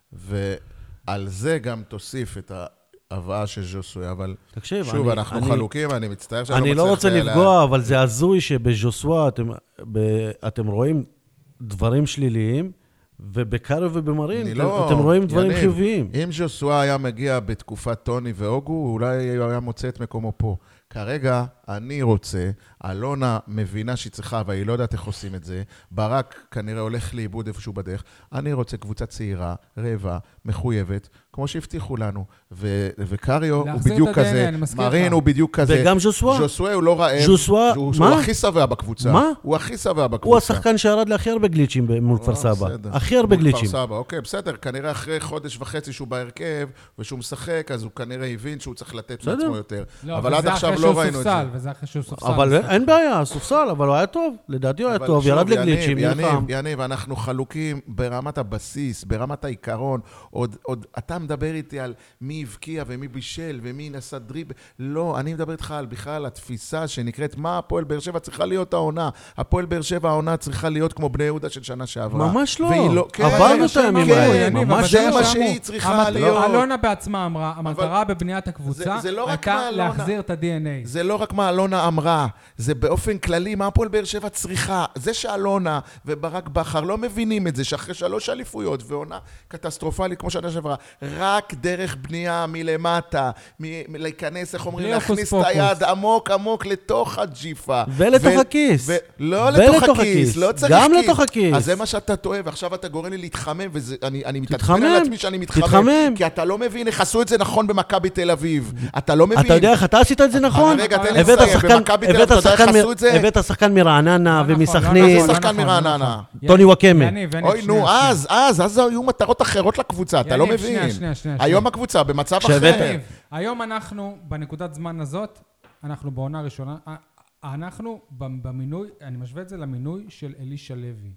ועל זה גם תוסיף את ההבאה של ז'וסוי, אבל תקשיב, שוב, אני- אנחנו אני- חלוקים, אני מצטער שאני לא אני מצליח... לא רוצה לה- לפגוע, אבל זה הזוי שבז'וסווה אתם, ב- אתם רואים דברים שליליים, ובקריו ובמרין אני אתם, לא- אתם רואים דברים יניב, חיוביים. אם ז'וסואה היה מגיע בתקופת טוני ואוגו, אולי הוא היה מוצא את מקומו פה. כרגע אני רוצה, אלונה מבינה שהיא צריכה, אבל היא לא יודעת איך עושים את זה, ברק כנראה הולך לאיבוד איפשהו בדרך, אני רוצה קבוצה צעירה, רבע, מחויבת, כמו שהבטיחו לנו, ו- וקריו הוא להחזיר בדיוק את ה-די אן איי, כזה, אני מזכיר מרין לך. הוא בדיוק כזה. וגם ז'וסווה. ז'וסואה הוא לא רעב, ז'וסווה, הוא, מה? הוא הכי שבע בקבוצה. מה? הוא הכי שבע בקבוצה. הוא השחקן שירד להכי הרבה גליצ'ים מול כפר או, סבא. בסדר. הכי הרבה מול גליצ'ים. כפר סבא, אוקיי, בסדר. כנראה אחרי חודש וחצי שהוא בהרכב, ושהוא משחק, אז הוא כנראה הבין שהוא צריך לתת בסדר. מעצמו יותר. לא, אבל וזה עד עכשיו אחרי לא שהוא ראינו את זה. סופסל, וזה אחרי שהוא סופסל. אבל משחק. אין בעיה, סופסל, אבל הוא היה טוב. לדעתי הוא היה אבל טוב, שוב, ירד יניב, לגליצ'ים, יניב, נלחם. יניב, אנחנו חלוקים ברמת הבסיס, ברמת העיקרון. עוד, עוד, אתה מדבר איתי על מי הבקיע ומי בישל ומי נסע דריב. לא, אני מדבר איתך על בכלל התפיסה שנקראת מה הפועל באר שבע צריכה להיות העונה. הפועל באר שבע העונה צריכה להיות כמו בני יהודה של שנה שעברה. ממש לא. והיא לא- כן, עברנו את כן, הימים כן, האלה, יניב, ממש אבל זה לא. מה שאמרו. שהיא צריכה המת- להיות. אלונה בעצמה אמרה, המטרה בבניית הקבוצה זה- זה לא רק הייתה מה אלונה- להחזיר את ה-די אן איי. זה לא רק מה אלונה אמרה, זה באופן כללי מה הפועל באר שבע צריכה. זה שאלונה וברק בכר לא מבינים את זה, שאחרי שלוש אליפויות ועונה קטסטרופלית כמו שנה שעברה, רק דרך בנייה מלמטה, מ- להיכנס, איך אומרים, בלי להכניס הוקוס את היד פוקוס. עמוק עמוק לתוך הג'יפה. ולתוך ו- הכיס. ו- לא ולתוך לתוך הכיס. הכיס, לא צריך גם כיס. לתוך הכיס. אז זה מה שאתה טועה, ועכשיו אתה גורם לי להתחמם, ואני מתעצבן תתחמם, על עצמי שאני מתחמם. תתחמם. כי אתה לא מבין איך עשו את זה נכון במכבי תל אביב. אתה לא מבין. אתה יודע איך אתה עשית את זה נכון? רגע, תן לי הבאת לסיים. שחקן- במכבי תל הבאת אביב, אתה יודע שחקן איך מ- עשו את זה? הבאת שחקן מרעננה לא נכון, ומסכנין. לא זה נכון, שחקן לא נכון, מרעננה. לא נכון. טוני וואקמה. יניב, יניב, אוי, שנייה, נו, שנייה. אז, אז, אז היו מטרות אחרות לקבוצה, אתה לא יניב, מבין. שנייה, שנייה, שנייה. היום הקבוצה במצב כשהבאת- אחר. יניב, היום אנחנו, בנקודת זמן הזאת, אנחנו בעונה ראשונה, אה, אנחנו במינוי, אני משווה את זה למינוי של אלישע לוי.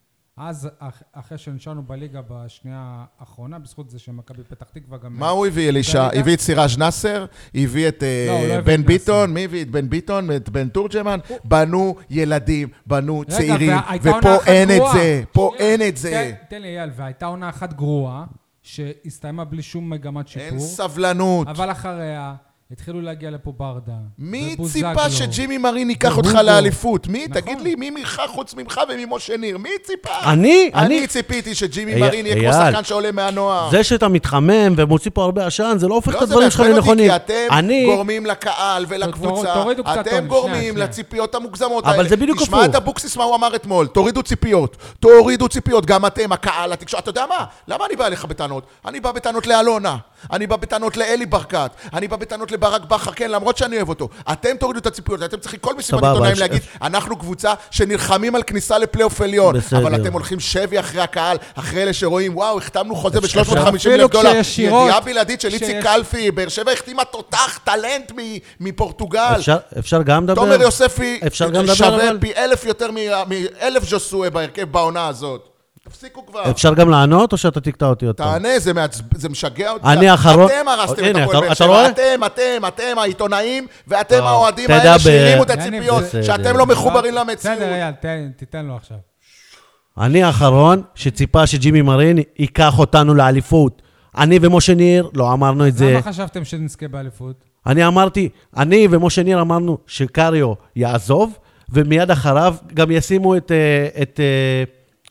אז אח- אחרי שנשארנו בליגה בשנייה האחרונה, בזכות זה שמכבי פתח תקווה גם... מה הוא הביא, אלישע? בליגה? הביא את סיראז' נאסר, הביא את אה, לא, הוא לא הביא בן את ביטון, נאסר. מי הביא את בן ביטון? את בן תורג'מן? בנו ילדים, בנו רגע, צעירים, והייתה עונה ופה אחת אין את גרועה. זה, פה שנייה, אין את זה. תן- תן לי, אייל, והייתה עונה אחת גרועה, שהסתיימה בלי שום מגמת אין שיפור, סבלנות. אבל אחריה התחילו להגיע לפה ברדה. מי ציפה שג'ימי מרין ייקח אותך לאליפות? מי? נכון. תגיד לי, מי ממך חוץ ממך וממשה ניר? מי ציפה? אני? אני ציפיתי שג'ימי מרין יהיה כמו שחקן שעולה מהנוער. זה שאתה מתחמם ומוציא פה הרבה עשן, זה לא הופך את לא, זה הדברים שלך מעצבן אותי, לנכונים. כי אתם אני... גורמים לקהל ולקבוצה, תורידו קצת אתם טון, גורמים שנייה, שנייה. לציפיות המוגזמות אבל האלה. זה בדיוק תשמע הפוך. את אבוקסיס מה הוא אמר אתמול, תורידו ציפיות, תורידו ציפיות, גם אתם, הקהל, התקשורת. אתה יודע מה? למה אני בא אליך בטענות? אני בא בטענות לאלונה, אני בא בטענות לאלי ברקת, אני בא בטענות לברק בכר, כן, למרות שאני אוהב אותו. אתם תורידו את הציפיות, אתם צריכים כל מסיבת עיתונאים להגיד, אנחנו קבוצה שנלחמים על כניסה לפלייאוף עליון, אבל אתם הולכים שבי אחרי הקהל, אחרי אלה שרואים, וואו, החתמנו חוזה ב-שלוש מאות וחמישים אלף דולר, ידיעה בלעדית של איציק קלפי, באר שבע החתימה תותח, טלנט מפורטוגל. אפשר גם לדבר? תומר יוספי שווה פי אלף יותר מאלף ז'וסואה בהרכב בעונה הזאת. תפסיקו כבר. אפשר גם לענות או שאתה תקטע אותי יותר? תענה, זה משגע אותי. אני האחרון... אתם הרסתם את הפועל באר שבע. אתם, אתם, אתם העיתונאים, ואתם האוהדים תדבר. האלה שהרימו את הציפיות, בסדר. שאתם לא מחוברים למציאות. בסדר, אייל, תן- תיתן לו עכשיו. אני האחרון שציפה שג'ימי מרין ייקח אותנו לאליפות. אני ומשה ניר לא אמרנו את זה. למה חשבתם שנזכה באליפות? אני אמרתי, אני ומשה ניר אמרנו שקריו יעזוב, ומיד אחריו גם ישימו את, אה, את, אה,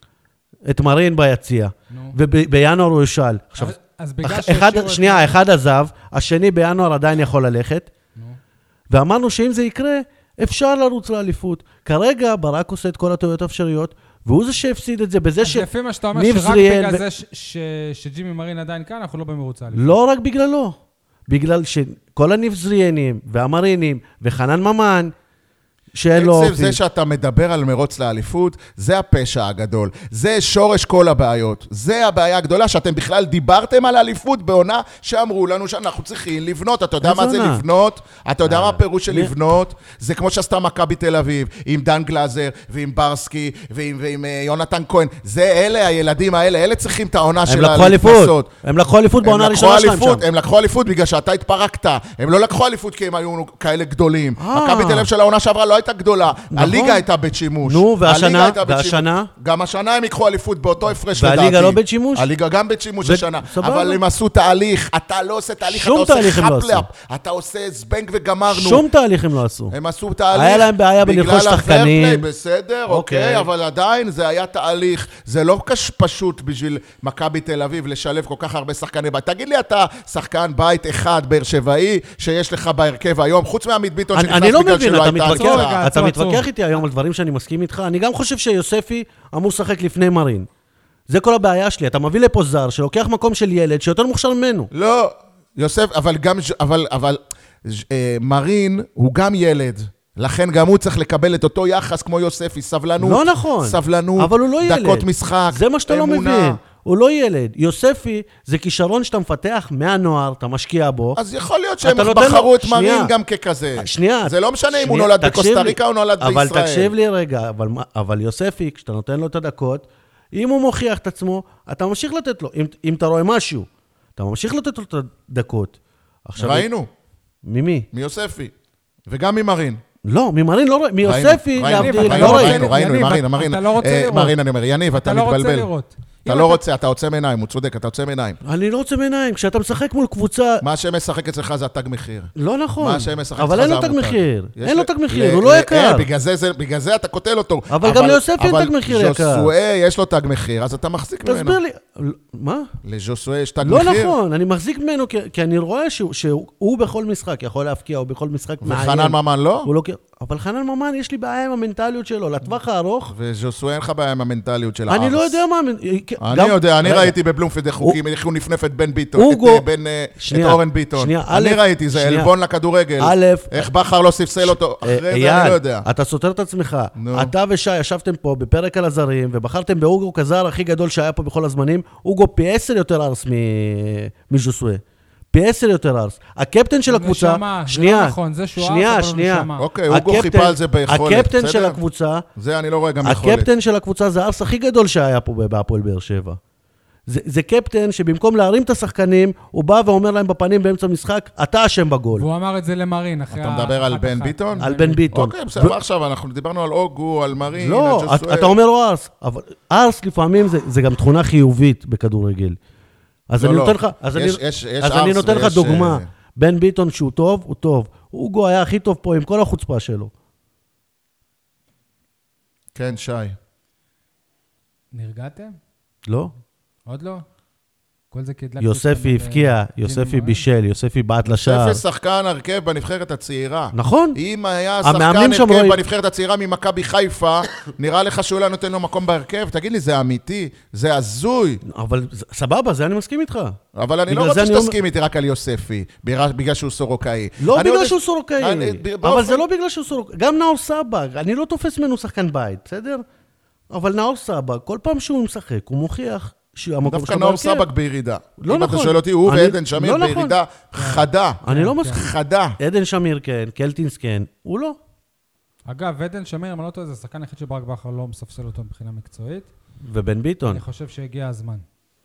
את מרין ביציע. נו. ובינואר הוא ישאל. עכשיו, אז- אז בגלל אח- שהשאירו אחד, את- שנייה, אחד עזב, השני בינואר עדיין יכול ללכת, נו. ואמרנו שאם זה יקרה, אפשר לרוץ לאליפות. כרגע ברק עושה את כל הטעויות האפשריות, והוא זה שהפסיד את זה, בזה אז ש... לפי מה שאתה אומר, ניב שרק זריאל בגלל ו- זה ש- ש- שג'ימי מרין עדיין כאן, אנחנו לא במרוצה. לא רק בגללו, בגלל שכל הניב זריאנים והמרינים וחנן ממן, שאין לו עצם אופי. זה שאתה מדבר על מרוץ לאליפות, זה הפשע הגדול. זה שורש כל הבעיות. זה הבעיה הגדולה, שאתם בכלל דיברתם על האליפות בעונה שאמרו לנו שאנחנו צריכים לבנות. אתה יודע מה זה עונה? לבנות? אתה יודע מה הפירוש של מי- לבנות? זה כמו שעשתה מכבי תל אביב, עם דן גלאזר, ועם ברסקי, ועם, ועם אה, יונתן כהן. זה אלה, הילדים האלה, אלה צריכים את העונה הם שלה לקחו אליפות. להתנסות. הם לקחו אליפות בעונה הם לקחו הראשונה שלהם אליפות, שם. הם לקחו אליפות בגלל שאתה התפרקת. הם לא לקחו אליפות כי הם היו כאלה גדולים. אה. מכבי תל אביב של העונה שעברה לא הייתה גדולה. נכון. הליגה הייתה בית שימוש. נו, והשנה? הליגה הייתה בית והשנה? שימוש. גם השנה הם יקחו אליפות באותו הפרש והליגה לדעתי. לא בית שימוש? הליגה גם בית שימוש ו- השנה. סבבה. אבל הם עשו תהליך. אתה לא עושה תהליך, אתה שום עושה תהליך הם לא עשו. חפלאפ. אתה עושה זבנג וגמרנו. שום תהליך הם לא עשו. הם עשו תהליך. היה להם בעיה בלרכוש בגלל שחקנים. הפרפליי, בסדר, אוקיי. אוקיי, אבל עדיין זה היה תהליך. זה לא קש פשוט בשביל מכבי תל אביב לשלב כל כך הרבה שחקני בית. תגיד לי, אתה שחקן בית אחד באר שבעי שיש לך בהרכב היום, חוץ מעמית ביטון אני, שנכנס אני לא בגלל מבין, שלא אתה הייתה מתווכח, הצעה. רגע, אתה עצור, מתווכח עצור. איתי היום על דברים שאני מסכים איתך. אני גם חושב שיוספי אמור לשחק לפני מרין. זה כל הבעיה שלי. אתה מביא לפה זר שלוקח מקום של ילד שיותר מוכשר ממנו. לא, יוסף, אבל גם, אבל, אבל, אה, מרין הוא גם ילד. לכן גם הוא צריך לקבל את אותו יחס כמו יוספי, סבלנות. לא נכון. סבלנות, אבל הוא לא ילד. דקות משחק, זה מה שאתה לא אמונה. מבין. הוא לא ילד. יוספי זה כישרון שאתה מפתח מהנוער, אתה משקיע בו. אז יכול להיות שהם אתה נותן בחרו לו- את מרין שנייה. גם ככזה. שנייה. זה לא משנה אם הוא שנייה, נולד תקשיב בקוסטה לי. ריקה או נולד בישראל. אבל תקשיב לי רגע, אבל, מה- אבל יוספי, כשאתה נותן לו את הדקות, אם הוא מוכיח את עצמו, אתה ממשיך לתת לו. אם, אם אתה רואה משהו, אתה ממשיך לתת לו את הדקות. עכשיו, ראינו, ממי? מיוספי. וגם ממרין. לא, ממרין לא רואה, מיוספי, ראינו, להבדיל, ראינו, לא ראינו, ראינו. ראינו, יניב, מרין, אתה- מרין. אתה לא רוצה אה, לראות. מרין, אני אומר, יניב, אתה אתה לא רוצה מתבלבל. לראות. אתה אם לא רוצה, אתה עוצם עיניים, הוא צודק, אתה עוצם עיניים. אני לא רוצה מעיניים, כשאתה משחק מול קבוצה, מה שמשחק אצלך זה התג מחיר. לא נכון, מה שהם משחק אבל אצלך אין לו זה תג המותג. מחיר, יש אין לו ל- תג מחיר, ל- הוא ל- לא יקר. אה, בגלל זה זה- בגלל זה אתה קוטל אותו. אבל גם ליוספי אין אבל תג מחיר יקר. ז'וסואה יש לו תג מחיר, אז אתה מחזיק ממנו. תסביר לי, מה? לז'וסואה יש תג לא מחיר. נכון, אני מחזיק ממנו, כי, כי אני רואה שהוא, שהוא בכל משחק יכול להפקיע, הוא בכל משחק מעניין. וחנן ממן לא? הוא לא... אבל חנן ממן, יש לי בעיה עם המנטליות שלו, לטווח הארוך. וז'וסואה אין לך בעיה עם המנטליות של הארס. אני לא יודע מה... אני גם- יודע, אני רגע, ראיתי בבלומפילד איך חוקים, איך הוא נפנף את בן ביטון, אוגו- את, אה, בן, אה, את שנייה, אורן ביטון. שנייה, אני א', ראיתי, זה שנייה. עלבון לכדורגל. א', איך בכר לא ספסל אותו, אחרי זה אני לא יודע. אתה סותר את עצמך. נו. אתה ושי ישבתם פה בפרק על הזרים, ובחרתם באוגו כזר הכי גדול שהיה פה בכל הזמנים, אוגו פי עשר יותר ארס מז'וסואה. פי עשר יותר ארס. הקפטן של הקבוצה... נשמה, זה שנייה, לא נכון, זה שהוא שנייה, ארס, אבל הוא שנייה. נשמה. אוקיי, אוגו הקפטן- חיפה על זה ביכולת, הקפטן בסדר? של הקבוצה... זה אני לא רואה גם יכולת. הקפטן של הקבוצה זה הארס הכי גדול שהיה פה בהפועל באר שבע. זה, זה קפטן שבמקום להרים את השחקנים, הוא בא ואומר להם בפנים באמצע המשחק, אתה אשם בגול. והוא אמר את זה למרין אחרי... אתה מדבר על האחת בן אחת. ביטון? על בן ביטון. אוקיי, בסדר, מה עכשיו? אנחנו דיברנו על אוגו, על מרין, לא, על אתה, ג'וסואל. אתה אומר הוא ארס, אבל ארס לפעמים זה, זה גם תכונה חיובית בכדורגל. אז לא, אני לא. נותן לך, אז יש- אני, יש- יש אז אני ארס נותן לך ויש, דוגמה. אה, בן ביטון שהוא טוב, הוא טוב. אוגו היה הכי טוב פה עם כל החוצפה שלו. כן, שי. נרגעתם? לא? עוד לא? כל זה כדלק... יוספי הפקיע, יוספי בישל, יוספי בעט לשער. יוספי שחקן הרכב בנבחרת הצעירה. נכון. אם היה שחקן הרכב בנבחרת הצעירה ממכבי חיפה, נראה לך שהוא לא נותן לו מקום בהרכב? תגיד לי, זה אמיתי? זה הזוי? אבל סבבה, זה אני מסכים איתך. אבל אני לא רוצה שתסכים איתי רק על יוספי, בגלל שהוא סורוקאי. לא בגלל שהוא סורוקאי, אבל זה לא בגלל שהוא סורוקאי. גם נאור סבג, אני לא תופס ממנו שחקן בית, בסדר? אבל נאור סבג, כל פעם שהוא משחק, הוא מוכיח דווקא נאור סבק בירידה. לא אם נכון. אתה שואל אותי, הוא ועדן שמיר בירידה חדה. אני לא מסכים. חדה. עדן שמיר כן, קלטינס כן, הוא לא. אגב, עדן שמיר, אם אני לא טועה, זה שחקן היחיד שברק בכר לא מספסל אותו מבחינה מקצועית. ובן ביטון. אני חושב שהגיע הזמן.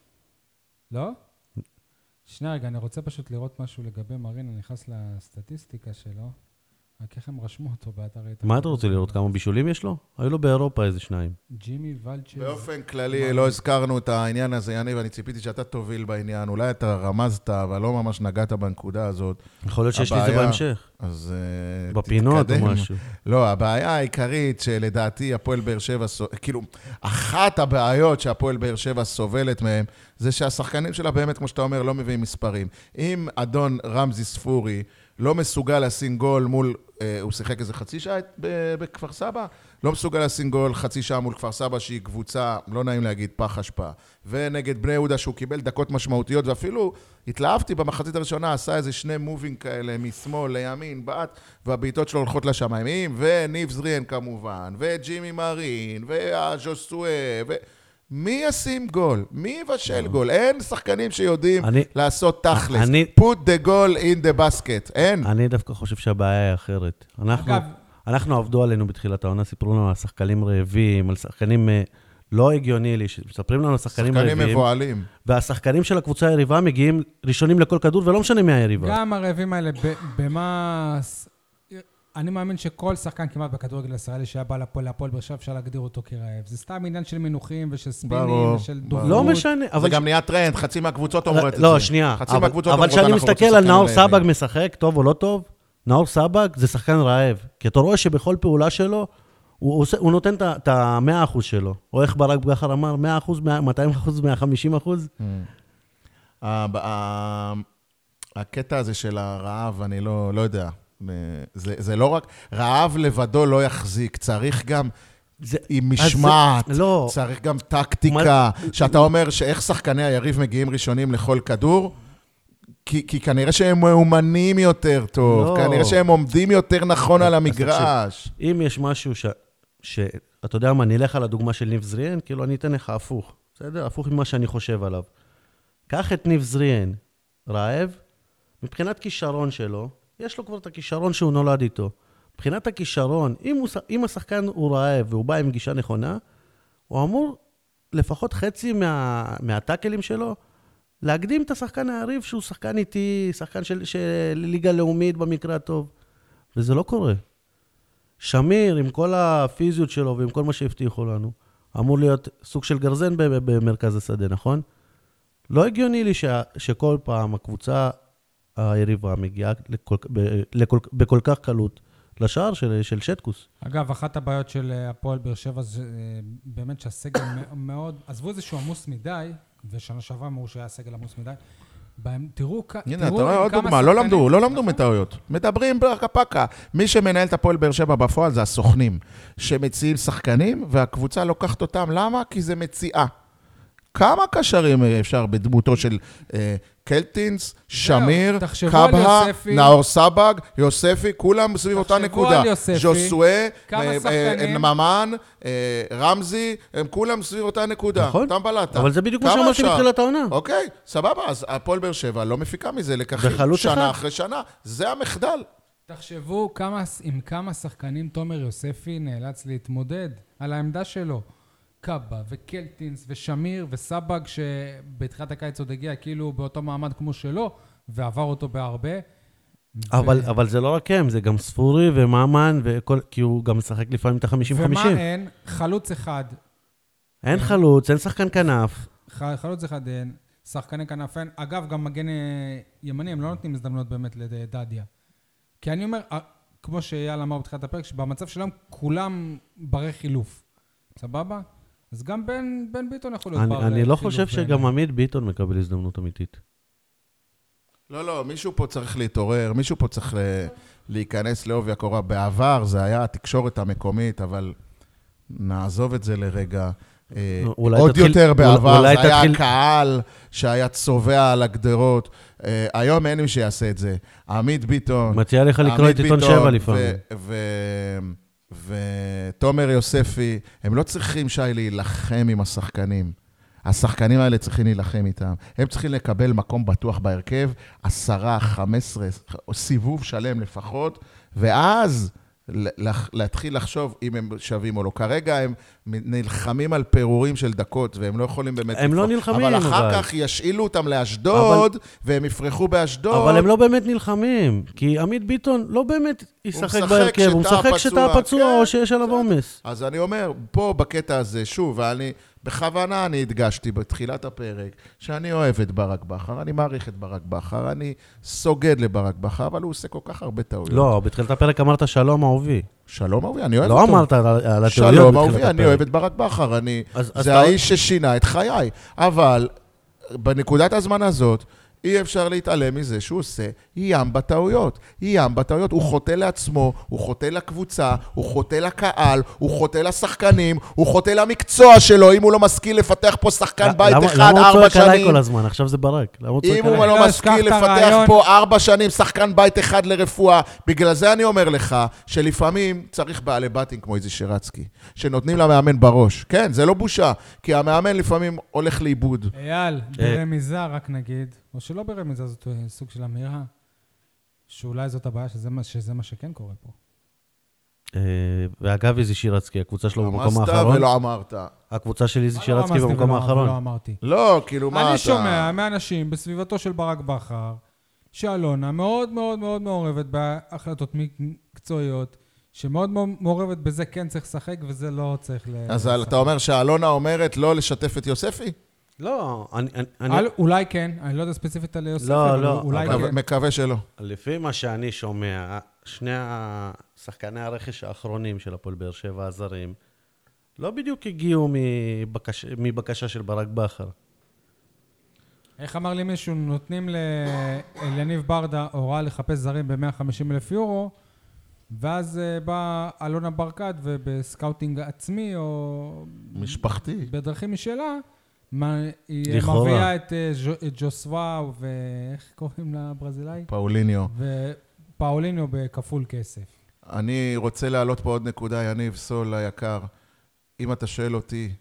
לא? שנייה רגע, אני רוצה פשוט לראות משהו לגבי מרין, אני נכנס לסטטיסטיקה שלו. רק איך הם רשמו אותו באתר... מה אתה רוצה לראות? כמה בישולים יש לו? היו לו באירופה איזה שניים. ג'ימי ולצ'ז... באופן כללי לא הזכרנו את העניין הזה, יניב, ואני ציפיתי שאתה תוביל בעניין. אולי אתה רמזת, אבל לא ממש נגעת בנקודה הזאת. יכול להיות שיש לי את זה בהמשך. אז בפינות או משהו. לא, הבעיה העיקרית שלדעתי הפועל באר שבע... כאילו, אחת הבעיות שהפועל באר שבע סובלת מהם, זה שהשחקנים שלה באמת, כמו שאתה אומר, לא מביאים מספרים. אם אדון רמזי ספורי לא מסוגל לשים גול מול, אה, הוא שיחק איזה חצי שעה בכפר סבא, לא מסוגל לשים גול חצי שעה מול כפר סבא, שהיא קבוצה, לא נעים להגיד, פח השפעה. ונגד בני יהודה שהוא קיבל דקות משמעותיות, ואפילו התלהבתי במחצית הראשונה, עשה איזה שני מובינג כאלה, משמאל לימין, בעט, והבעיטות שלו הולכות לשמיים, וניב זריאן כמובן, וג'ימי מרין, והז'וסואה, ו... מי ישים גול? מי יבשל גול? אין שחקנים שיודעים אני, לעשות תכלס. אני, put the goal in the basket. אין. אני דווקא חושב שהבעיה היא אחרת. אנחנו, אגב, אנחנו עבדו עלינו בתחילת העונה, סיפרו לנו על שחקנים רעבים, על שחקנים לא הגיוני לי, מספרים לנו על שחקנים רעבים. שחקנים מבועלים. והשחקנים של הקבוצה היריבה מגיעים ראשונים לכל כדור, ולא משנה מי היריבה. גם הרעבים האלה, במה... אני מאמין שכל שחקן כמעט בכדורגל הישראלי שהיה בא להפועל באר שבע אפשר להגדיר אותו כרעב. זה סתם עניין של מינוחים ושל ספינים ושל דוברות. לא משנה. זה גם נהיה טרנד, חצי מהקבוצות אומרות את זה. לא, שנייה. אבל כשאני מסתכל על נאור סבג משחק, טוב או לא טוב, נאור סבג זה שחקן רעב. כי אתה רואה שבכל פעולה שלו, הוא נותן את ה-מאה אחוז שלו. או איך ברק בכר אמר, מאה אחוז, מאתיים אחוז, מאה וחמישים אחוז. הקטע הזה של הרעב, אני לא יודע. זה, זה לא רק, רעב לבדו לא יחזיק, צריך גם זה, עם משמעת, זה, לא. צריך גם טקטיקה, מה... שאתה אומר שאיך שחקני היריב מגיעים ראשונים לכל כדור, כי, כי כנראה שהם מאומנים יותר טוב, לא. כנראה שהם עומדים יותר נכון על המגרש. אם יש משהו ש... ש... אתה יודע מה, נלך על הדוגמה של ניב זריאן, כאילו אני אתן לך הפוך, בסדר? הפוך ממה שאני חושב עליו. קח את ניב זריאן, רעב, מבחינת כישרון שלו, יש לו כבר את הכישרון שהוא נולד איתו. מבחינת הכישרון, אם, הוא, אם השחקן הוא רעב והוא בא עם גישה נכונה, הוא אמור לפחות חצי מה, מהטאקלים שלו, להקדים את השחקן היריב שהוא שחקן איתי, שחקן של, של ליגה לאומית במקרה הטוב. וזה לא קורה. שמיר, עם כל הפיזיות שלו ועם כל מה שהבטיחו לנו, אמור להיות סוג של גרזן במרכז השדה, נכון? לא הגיוני לי ש, שכל פעם הקבוצה היריבה מגיעה לכל, ב, לכל, בכל כך קלות לשער של, של שטקוס. אגב, אחת הבעיות של הפועל באר שבע זה באמת שהסגל מאוד, עזבו איזשהו עמוס מדי, ושנה שעברה אמרו שהיה סגל עמוס מדי, בהם, תראו, הנה, אתה רואה עוד דוגמה, לא למדו, לא למדו מטעויות. מדברים פקה. מי שמנהל את הפועל באר שבע בפועל זה הסוכנים, שמציעים שחקנים, והקבוצה לוקחת אותם. למה? כי זה מציאה. כמה קשרים אפשר בדמותו של אה, קלטינס, שמיר, קבהה, נאור סבג, יוספי, כולם סביב אותה נקודה. ז'וסואה, ממן, אה, רמזי, הם כולם סביב אותה נקודה. נכון, אותם בלטה. אבל זה בדיוק מה שאמרתי בתחילת העונה. אוקיי, סבבה, אז הפועל באר שבע לא מפיקה מזה לקחים שנה אחרי שנה. זה המחדל. תחשבו כמה, עם כמה שחקנים תומר יוספי נאלץ להתמודד על העמדה שלו. קאבה וקלטינס ושמיר וסבג שבתחילת הקיץ עוד הגיע כאילו באותו מעמד כמו שלו ועבר אותו בהרבה. אבל, ו... אבל זה לא רק הם, זה גם ספורי ומאמן, וכל, כי הוא גם משחק לפעמים את ה-חמישים חמישים. ומה אין? חלוץ אחד. אין חלוץ, אין שחקן כנף. ח... חלוץ אחד אין. שחקני כנפן. אגב, גם מגן ימני, הם לא נותנים הזדמנות באמת לדדיה. כי אני אומר, כמו שאייל אמר בתחילת הפרק, שבמצב שלהם כולם ברי חילוף. סבבה? אז גם בן, בן ביטון יכול להיות בר חילוף. אני לא חושב שגם עמית ביטון מקבל הזדמנות אמיתית. לא, לא, מישהו פה צריך להתעורר, מישהו פה צריך להיכנס לעובי הקורה. בעבר זה היה התקשורת המקומית, אבל נעזוב את זה לרגע. עוד יותר בעבר, זה היה קהל שהיה צובע על הגדרות. היום אין מי שיעשה את זה. עמית ביטון, מציע לך לקרוא את עיתון שבע לפעמים. ותומר יוספי, הם לא צריכים שי להילחם עם השחקנים. השחקנים האלה צריכים להילחם איתם. הם צריכים לקבל מקום בטוח בהרכב, עשרה, חמש עשרה, סיבוב שלם לפחות, ואז להתחיל לחשוב אם הם שווים או לא. כרגע הם נלחמים על פירורים של דקות, והם לא יכולים באמת... הם לא נלחמים. אבל אחר כך ישאילו אותם לאשדוד, והם יפרחו באשדוד. אבל הם לא באמת נלחמים, כי עמית ביטון לא באמת ישחק בהרכב, הוא משחק כשאתה פצוע או שיש עליו עומס. אז אני אומר, פה בקטע הזה, שוב, ואני... בכוונה אני הדגשתי בתחילת הפרק שאני אוהב את ברק בכר, אני מעריך את ברק בכר, אני סוגד לברק בכר, אבל הוא עושה כל כך הרבה טעויות. לא, בתחילת הפרק אמרת שלום אהובי. שלום אהובי, אני אוהב לא אותו. לא אמרת על הטעויות שלום אהובי, אני אוהב את ברק בכר, אני... אז, זה אז האיש אתה... ששינה את חיי. אבל בנקודת הזמן הזאת, אי אפשר להתעלם מזה שהוא עושה ים בטעויות. ים בטעויות. הוא חוטא לעצמו, הוא חוטא לקבוצה, הוא חוטא לקהל, הוא חוטא לשחקנים, הוא חוטא למקצוע שלו, אם הוא לא משכיל לפתח פה שחקן בית אחד, ארבע שנים. למה הוא צועק עליי כל הזמן? עכשיו זה ברק. אם הוא לא משכיל לפתח פה ארבע שנים, שחקן בית אחד לרפואה, בגלל זה אני אומר לך, שלפעמים צריך בעלי בתים כמו איזי שרצקי, שנותנים למאמן בראש. כן, זה לא בושה, כי המאמן לפעמים הולך לאיבוד. אייל, ברמיזה רק נגיד. או שלא ברמיזה, זאת סוג של אמירה, שאולי זאת הבעיה, שזה מה, שזה מה שכן קורה פה. ואגב, איזי שירצקי, הקבוצה שלו במקום האחרון. אמרת ולא אמרת. הקבוצה של איזי שירצקי במקום האחרון. לא אמרתי. לא, כאילו מה אתה... אני שומע מאנשים בסביבתו של ברק בכר, שאלונה מאוד מאוד מאוד מעורבת בהחלטות מקצועיות, שמאוד מעורבת בזה כן צריך לשחק, וזה לא צריך לשחק. אז אתה אומר שאלונה אומרת לא לשתף את יוספי? לא, אני... אולי כן, אני לא יודע ספציפית על יוספי, אבל אולי כן. מקווה שלא. לפי מה שאני שומע, שני השחקני הרכש האחרונים של הפועל באר שבע הזרים, לא בדיוק הגיעו מבקשה של ברק בכר. איך אמר לי מישהו, נותנים לאליניב ברדה הוראה לחפש זרים ב-מאה וחמישים אלף יורו, ואז בא אלונה ברקת ובסקאוטינג עצמי או... משפחתי. בדרכים משלה, היא מביאה את ג'וסוואו ואיך קוראים לה ברזילאי? פאוליניו. ופאוליניו בכפול כסף. אני רוצה להעלות פה עוד נקודה, יניב סול היקר. אם אתה שואל אותי,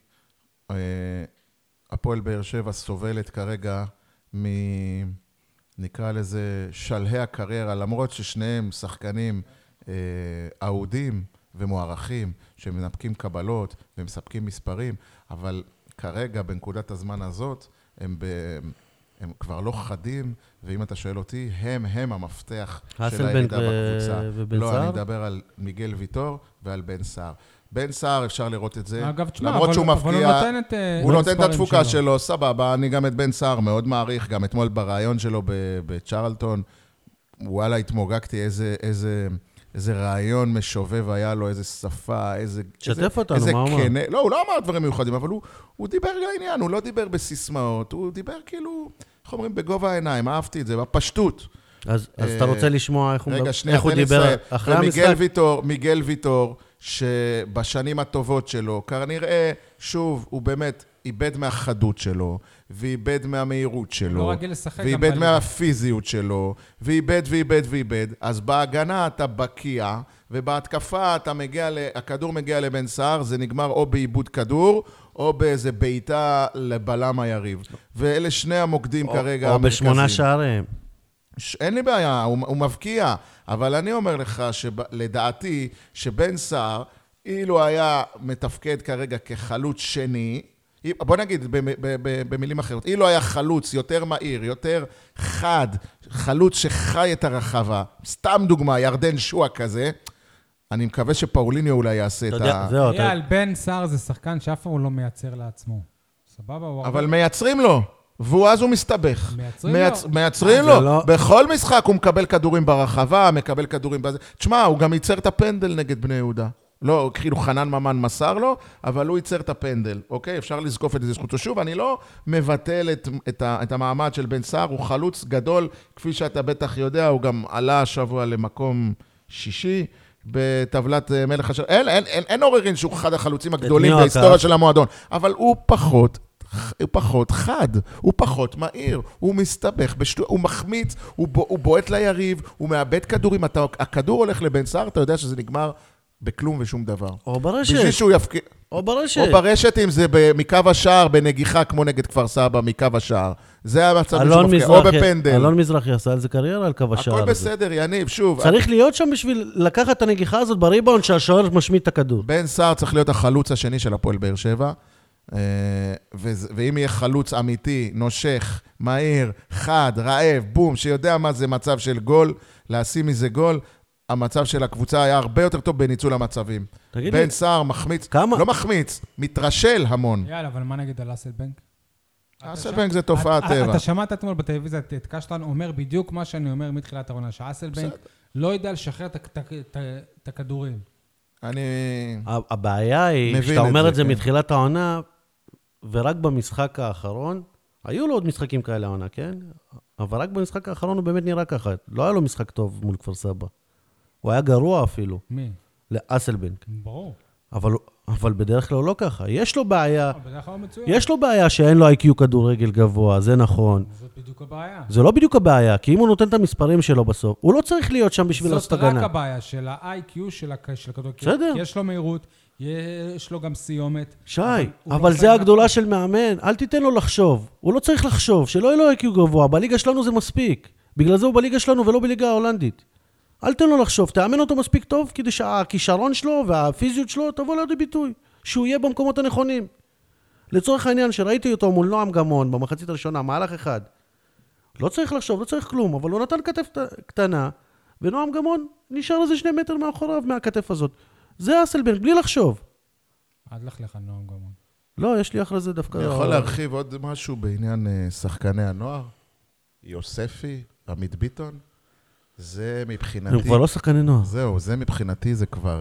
הפועל באר שבע סובלת כרגע מ... נקרא לזה שלהי הקריירה, למרות ששניהם שחקנים אהודים ומוערכים, שמנפקים קבלות ומספקים מספרים, אבל כרגע, בנקודת הזמן הזאת, הם, ב... הם כבר לא חדים, ואם אתה שואל אותי, הם, הם המפתח של הירידה בקבוצה. לא, אני מדבר על מיגל ויטור ועל בן סער. בן סער, אפשר לראות את זה. אגב, תשמע, למרות אבל, שהוא אבל מפקיע, הוא נותן את, הוא נותן את התפוקה שלו. שלו, סבבה, אני גם את בן סער מאוד מעריך, גם אתמול ברעיון שלו בצ'רלטון, וואלה, התמוגגתי איזה... איזה איזה רעיון משובב היה לו, איזה שפה, איזה... שתף אותנו, מה אמר? כנה... לא, הוא לא אמר דברים מיוחדים, אבל הוא, הוא דיבר לעניין, הוא לא דיבר בסיסמאות, הוא דיבר כאילו, איך אומרים, בגובה העיניים, אהבתי את זה, בפשטות. אז, אז אתה רוצה לשמוע איך הוא, רגע, שנייה, איך הוא דיבר אחרי המשחק? מיגל ויטור, מיגל ויטור, שבשנים הטובות שלו, כנראה, שוב, הוא באמת איבד מהחדות שלו, ואיבד מהמהירות שלו, לא רגיל לשחק ואיבד מהפיזיות שלו, ואיבד ואיבד ואיבד. אז בהגנה אתה בקיע, ובהתקפה אתה מגיע, הכדור מגיע לבן סער, זה נגמר או באיבוד כדור, או באיזה בעיטה לבלם היריב. ואלה שני המוקדים או, כרגע או המרכזיים. או בשמונה שערים. אין לי בעיה, הוא, הוא מבקיע, אבל אני אומר לך שלדעתי, שבן סער, אילו היה מתפקד כרגע כחלוץ שני, בוא נגיד במילים אחרות, אילו היה חלוץ יותר מהיר, יותר חד, חלוץ שחי את הרחבה, סתם דוגמה, ירדן שואה כזה, אני מקווה שפאוליניו אולי יעשה את ה... אייל, בן סער זה שחקן שאף פעם הוא לא מייצר לעצמו. סבבה? אבל מייצרים לו. ואז הוא מסתבך. מייצרים מייצ... לו. מייצרים אה, לו. לא... בכל משחק הוא מקבל כדורים ברחבה, מקבל כדורים בזה. תשמע, הוא גם ייצר את הפנדל נגד בני יהודה. לא, כאילו חנן ממן מסר לו, אבל הוא ייצר את הפנדל, אוקיי? אפשר לזקוף את זה זכותו. שוב, אני לא מבטל את, את, ה, את המעמד של בן סער, הוא חלוץ גדול, כפי שאתה בטח יודע, הוא גם עלה השבוע למקום שישי, בטבלת מלך השערים. אין, אין, אין, אין עוררין שהוא אחד החלוצים הגדולים בהיסטוריה של המועדון, אבל הוא פחות, הוא פחות חד, הוא פחות מהיר, הוא מסתבך, בשטו, הוא מחמיץ, הוא, בו, הוא בועט ליריב, הוא מאבד כדורים, אתה, הכדור הולך לבן סער, אתה יודע שזה נגמר בכלום ושום דבר. או ברשת. בשביל שהוא יפקיע... או ברשת. או ברשת, אם זה מקו השער, בנגיחה כמו נגד כפר סבא, מקו השער. זה המצב שהוא מפקיע, או בפנדל. אלון מזרחי עשה על זה קריירה על קו השער. הכל בסדר, יניב, שוב. צריך להיות שם בשביל לקחת את הנגיחה הזאת בריבאונד שהשוער משמיט את הכדור. בן סער צריך להיות החלוץ השני של הפועל באר שבע, ואם יהיה חלוץ אמיתי, נושך, מהיר, חד, רעב, בום, שיודע מה זה מצב של גול, להשים מזה גול, המצב של הקבוצה היה הרבה יותר טוב בניצול המצבים. בן סער מחמיץ, כמה? לא מחמיץ, מתרשל המון. יאללה, אבל מה נגיד על אסלבנק? אסלבנק זה תופעת טבע. אתה שמעת אתמול בטלוויזיה את קשטן אומר בדיוק מה שאני אומר מתחילת העונה, שאסלבנק לא יודע לשחרר את הכדורים. אני... הבעיה היא, שאתה אומר את זה מתחילת העונה, ורק במשחק האחרון, היו לו עוד משחקים כאלה העונה, כן? אבל רק במשחק האחרון הוא באמת נראה ככה. לא היה לו משחק טוב מול כפר סבא. הוא היה גרוע אפילו. מי? לאסלבנק. ברור. אבל, אבל בדרך כלל לא ככה. יש לו בעיה. בדרך כלל הוא מצוין. יש לו בעיה שאין לו איי קיו כדורגל גבוה, זה נכון. זאת בדיוק הבעיה. זה לא בדיוק הבעיה, כי אם הוא נותן את המספרים שלו בסוף, הוא לא צריך להיות שם בשביל לעשות הגנה. זאת רק הבעיה של ה-איי קיו של הכדורגל. בסדר. יש לו מהירות, יש לו גם סיומת. שי, אבל, אבל זה הגדולה של מאמן. אל תיתן לו לחשוב. הוא לא צריך לחשוב, שלא יהיה לו איי קיו גבוה. בליגה שלנו זה מספיק. בגלל זה הוא בליגה שלנו ולא בליגה ההולנדית. אל תן לו לחשוב, תאמן אותו מספיק טוב, כדי שהכישרון שלו והפיזיות שלו תבוא לידי ביטוי, שהוא יהיה במקומות הנכונים. לצורך העניין, שראיתי אותו מול נועם גמון במחצית הראשונה, מהלך אחד. לא צריך לחשוב, לא צריך כלום, אבל הוא נתן כתף קטנה, ונועם גמון נשאר איזה שני מטר מאחוריו מהכתף הזאת. זה אסלבנק, בלי לחשוב. עד לך לך נועם גמון. לא, יש לי אחרי זה דווקא... אני יכול להרחיב עוד משהו בעניין שחקני הנוער? יוספי, עמית ביטון? זה מבחינתי... הם כבר לא שחקני נוער. זהו, זה מבחינתי, זה כבר...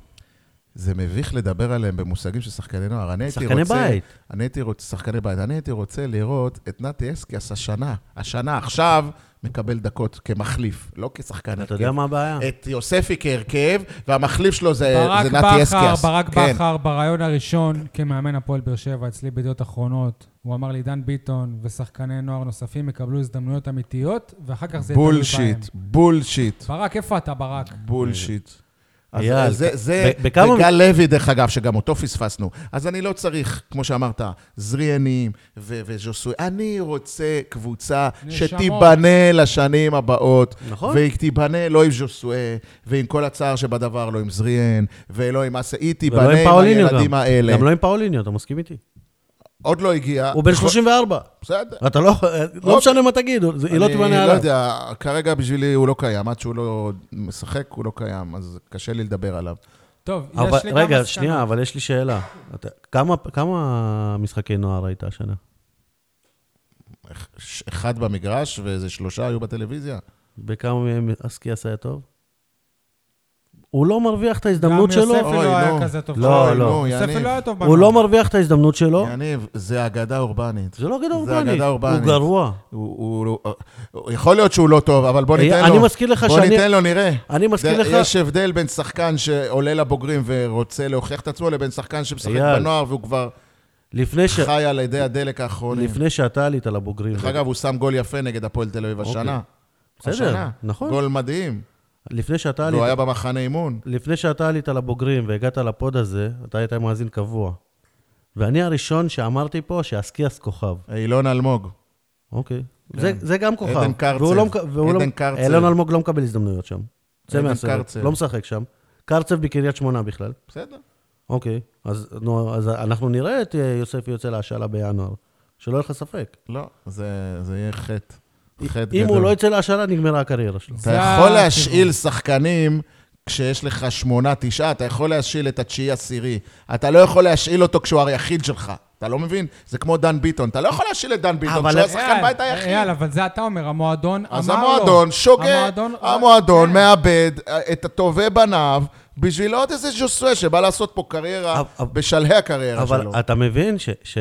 זה מביך לדבר עליהם במושגים של שחקני נוער. שחקני בית. אני הייתי רוצה, שחקני בית. אני הייתי רוצה לראות את נתי אסקיאס השנה. השנה, עכשיו, מקבל דקות כמחליף, לא כשחקן הרכב. אתה יודע מה הבעיה? את יוספי כהרכב, והמחליף שלו זה נתי אסקיאס. ברק בכר, ברעיון הראשון, כמאמן הפועל באר שבע, אצלי בידיעות אחרונות, הוא אמר לי, דן ביטון ושחקני נוער נוספים יקבלו הזדמנויות אמיתיות, ואחר כך זה... בולשיט, בולשיט. ברק, איפה אתה, ברק? בולשיט. אז יאל, זה, זה, ב- בכמה... וגל לוי, דרך אגב, שגם אותו פספסנו. אז אני לא צריך, כמו שאמרת, זריאנים ו- וז'וסוי. אני רוצה קבוצה נשמות. שתיבנה לשנים הבאות. נכון. והיא תיבנה לא עם ז'וסוי, ועם כל הצער שבדבר, לא עם זריאן, ולא עם אסה, היא תיבנה עם הילדים גם. האלה. גם לא עם פאוליניו, אתה מסכים איתי? עוד לא הגיע. הוא בן שלושים וארבע. בסדר. אתה לא, לא משנה מה תגיד, היא לא תיבנה עליו. אני לא יודע, כרגע בשבילי הוא לא קיים, עד שהוא לא משחק, הוא לא קיים, אז קשה לי לדבר עליו. טוב, אבל, יש לי רגע, כמה שנייה, סקנות. אבל יש לי שאלה. אתה, כמה, כמה משחקי נוער היית השנה? אחד במגרש, ואיזה שלושה היו בטלוויזיה. בכמה מהם אסקיאס היה טוב? הוא לא מרוויח את ההזדמנות שלו? גם יוספי לא היה כזה טוב. לא, לא. יוספי לא היה טוב. הוא לא מרוויח את ההזדמנות שלו? יניב, זה אגדה אורבנית. זה לא אגדה אורבנית. זה אגדה אורבנית. הוא גרוע. יכול להיות שהוא לא טוב, אבל בוא ניתן לו. אני מזכיר לך בוא שאני... ניתן לו, נראה. אני מזכיר לך... יש הבדל בין שחקן שעולה לבוגרים ורוצה להוכיח את עצמו, לבין שחקן שמשחק בנוער והוא כבר חי על ידי הדלק האחרונים. לפני שאתה עלית לבוגרים. דרך אגב, הוא שם גול יפה נגד הפועל תל אביב השנה. בסדר, נכון. גול מדהים. לפני שאתה עלית... הוא היה במחנה אימון. לפני שאתה עלית לבוגרים והגעת לפוד הזה, אתה היית מאזין קבוע. ואני הראשון שאמרתי פה שאסקיאס כוכב. אילון אלמוג. אוקיי. זה, זה גם כוכב. עדן קרצב. לא, עדן קרצב. אילון אלמוג לא מקבל הזדמנויות שם. עדן קרצב. לא משחק שם. קרצב בקריית שמונה בכלל. בסדר. אוקיי. אז, נו, אז אנחנו נראה את יוספי יוצא להשאלה בינואר. שלא יהיה לך ספק. לא, זה, זה יהיה חטא. אם הוא לא יצא להשאלה, נגמרה הקריירה שלו. אתה יכול להשאיל שחקנים כשיש לך שמונה, תשעה, אתה יכול להשאיל את התשיעי עשירי. אתה לא יכול להשאיל אותו כשהוא היחיד שלך. אתה לא מבין? זה כמו דן ביטון. אתה לא יכול להשיל את דן ביטון, שהוא השחקן בית היחיד. אייל, אבל זה אתה אומר, המועדון אמר לו. אז המועדון שוגע, המועדון מאבד את הטובי בניו, בשביל עוד איזה ז'וסווה שבא לעשות פה קריירה, בשלהי הקריירה שלו. אבל אתה מבין ש...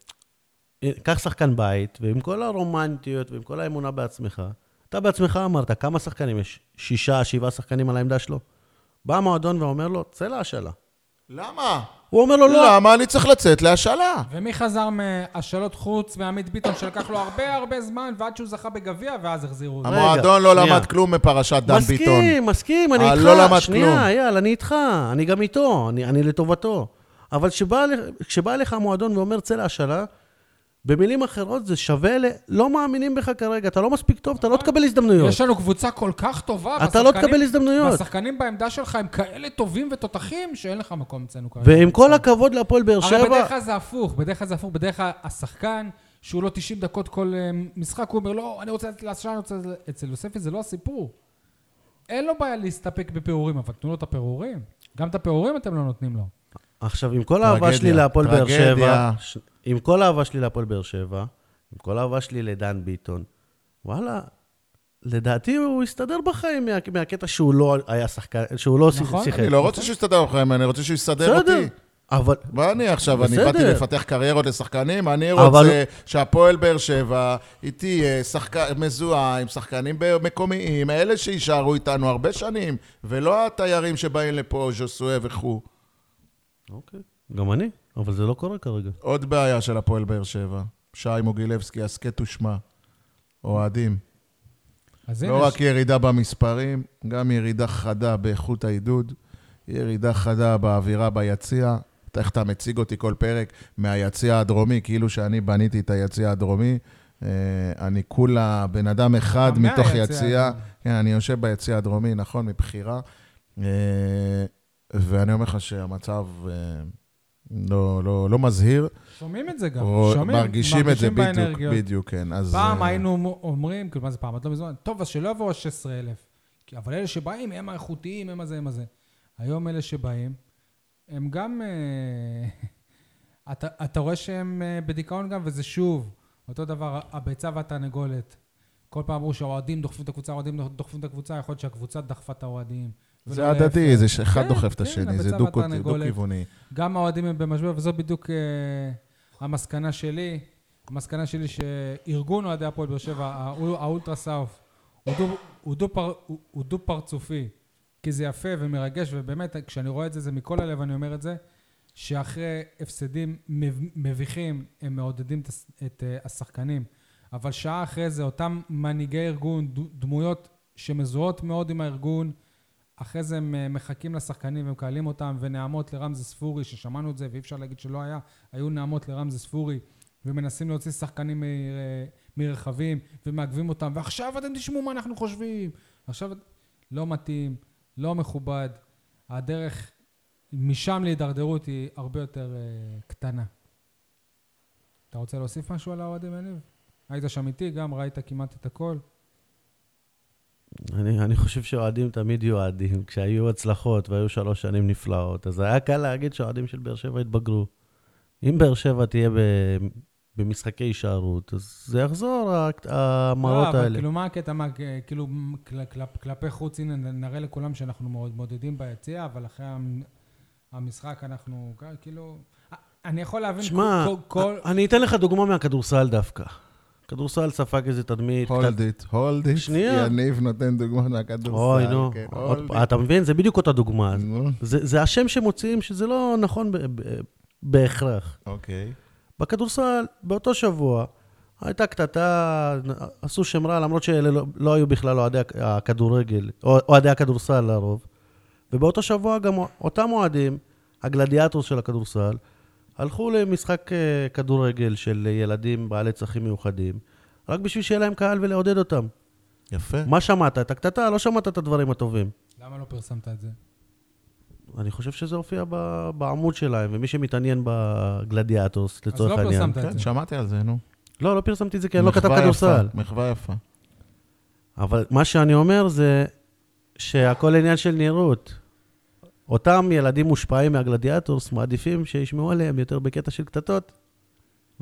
קח שחקן בית, ועם כל הרומנטיות, ועם כל האמונה בעצמך, אתה בעצמך אמרת, כמה שחקנים יש? שישה, שבעה שחקנים על העמדה שלו? בא המועדון ואומר לו, צא להשאלה. למה? הוא אומר לו, לא. למה אני צריך לצאת להשאלה? ומי חזר מהשאלות חוץ מעמית ביטון, שלקח לו הרבה הרבה זמן, ועד שהוא זכה בגביע, ואז החזירו. המועדון לא למד כלום מפרשת דן ביטון. מסכים, מסכים, אני איתך. לא למד כלום. שנייה, יאללה, אני איתך, אני גם איתו, אני לטובתו. אבל כשבא אליך המועדון ואומר, צא להשאלה, במילים אחרות זה שווה ל... לא מאמינים בך כרגע, אתה לא מספיק טוב, אתה לא תקבל הזדמנויות. יש לנו קבוצה כל כך טובה. אתה לא תקבל הזדמנויות. והשחקנים בעמדה שלך הם כאלה טובים ותותחים, שאין לך מקום אצלנו כרגע. ועם כל הכבוד להפועל באר שבע... הרי בדרך כלל זה הפוך, בדרך כלל זה הפוך, בדרך כלל השחקן, שהוא לא תשעים דקות כל משחק, הוא אומר, לא, אני רוצה להשאלה, אני רוצה... אצל יוספי זה לא הסיפור. אין לו בעיה להסתפק בפירורים, אבל תנו לו את הפירורים. גם את הפירורים אתם לא נותנים לו. עכשיו, עם כל האהבה שלי להפועל באר שבע, עם כל האהבה שלי להפועל באר שבע, עם כל האהבה שלי לדן ביטון, וואלה, לדעתי הוא הסתדר בחיים מהקטע שהוא לא היה שחקן, שהוא לא שיחק. אני לא רוצה שהוא יסתדר בחיים, אני רוצה שהוא יסתדר אותי. אבל... מה אני עכשיו, אני באתי לפתח קריירות לשחקנים, אני רוצה שהפועל באר שבע איתי מזוהה עם שחקנים מקומיים, אלה שישארו איתנו הרבה שנים, ולא התיירים שבאים לפה, ז'וסווה וכו'. אוקיי, גם אני, אבל זה לא קורה כרגע. עוד בעיה של הפועל באר שבע, שי מוגילבסקי, הסקט ושמה, אוהדים. לא רק ירידה במספרים, גם ירידה חדה באיכות העידוד, ירידה חדה באווירה ביציע, איך אתה מציג אותי כל פרק מהיציע הדרומי, כאילו שאני בניתי את היציע הדרומי, אני כולה בן אדם אחד מתוך יציע, אני יושב ביציע הדרומי, נכון, מבחירה, ואני אומר לך שהמצב לא, לא, לא מזהיר. שומעים את זה גם. שומעים, מרגישים את זה בדיוק, בדיוק, כן. אז פעם היינו אומרים, כאילו מה זה פעם, את לא מזמן, טוב, אז שלא יבואו ה-שש עשרה אלף. אבל אלה שבאים, הם האיכותיים, הם הזה, הם הזה. היום אלה שבאים, הם גם, אתה, אתה רואה שהם בדיכאון גם, וזה שוב, אותו דבר, הביצה והתרנגולת. כל פעם אמרו שהאוהדים דוחפים את הקבוצה, האוהדים דוחפים את הקבוצה, יכול להיות שהקבוצה דחפה את האוהדים. זה הדדי, זה שאחד דוחף את השני, זה דו-כיווני. גם האוהדים הם במשבר, וזו בדיוק המסקנה שלי. המסקנה שלי שארגון אוהדי הפועל באר שבע, האולטרה סאוף, הוא דו-פרצופי, כי זה יפה ומרגש, ובאמת, כשאני רואה את זה, זה מכל הלב, אני אומר את זה, שאחרי הפסדים מביכים, הם מעודדים את השחקנים, אבל שעה אחרי זה, אותם מנהיגי ארגון, דמויות שמזוהות מאוד עם הארגון, אחרי זה הם מחכים לשחקנים ומקהלים אותם, ונעמות לרמזי ספורי, ששמענו את זה, ואי אפשר להגיד שלא היה, היו נעמות לרמזי ספורי, ומנסים להוציא שחקנים מרחבים, ומעגבים אותם, ועכשיו אתם תשמעו מה אנחנו חושבים. עכשיו לא מתאים, לא מכובד, הדרך משם להידרדרות היא הרבה יותר קטנה. אתה רוצה להוסיף משהו על האוהדים, יניב? היית שם איתי, גם ראית כמעט את הכל. אני, אני חושב שאוהדים תמיד יהיו אוהדים. כשהיו הצלחות והיו שלוש שנים נפלאות, אז היה קל להגיד שאוהדים של באר שבע התבגרו. אם באר שבע תהיה ב, במשחקי הישארות, אז זה יחזור, המראות לא, האלה. אבל כאילו מה הקטע, מה, כאילו כל, כל, כלפי חוץ, הנה נראה לכולם שאנחנו מאוד מודדים ביציע, אבל אחרי המשחק אנחנו כאילו... אני יכול להבין... שמה, כל, כל... אני אתן לך דוגמה מהכדורסל דווקא. כדורסל ספג איזה תדמית. הולד איט, הולד איט. שנייה. יניב נותן דוגמה מהכדורסל. אוי, נו. אתה מבין? זה בדיוק אותה דוגמה. זה השם שמוציאים שזה לא נכון בהכרח. אוקיי. בכדורסל, באותו שבוע, הייתה קטטה, עשו שם רע, למרות שאלה לא היו בכלל אוהדי הכדורגל, אוהדי הכדורסל לרוב. ובאותו שבוע גם אותם אוהדים, הגלדיאטור של הכדורסל, הלכו למשחק כדורגל של ילדים בעלי צרכים מיוחדים, רק בשביל שיהיה להם קהל ולעודד אותם. יפה. מה שמעת? את הקטטה? לא שמעת את הדברים הטובים. למה לא פרסמת את זה? אני חושב שזה הופיע בעמוד שלהם, ומי שמתעניין בגלדיאטורס, לצורך העניין. אז לא פרסמת את זה. שמעתי על זה, נו. לא, לא פרסמתי את זה, כי אני לא כתב כדורסל. מחווה יפה. אבל מה שאני אומר זה שהכל עניין של נראות. אותם ילדים מושפעים מהגלדיאטורס, מעדיפים שישמעו עליהם יותר בקטע של קטטות,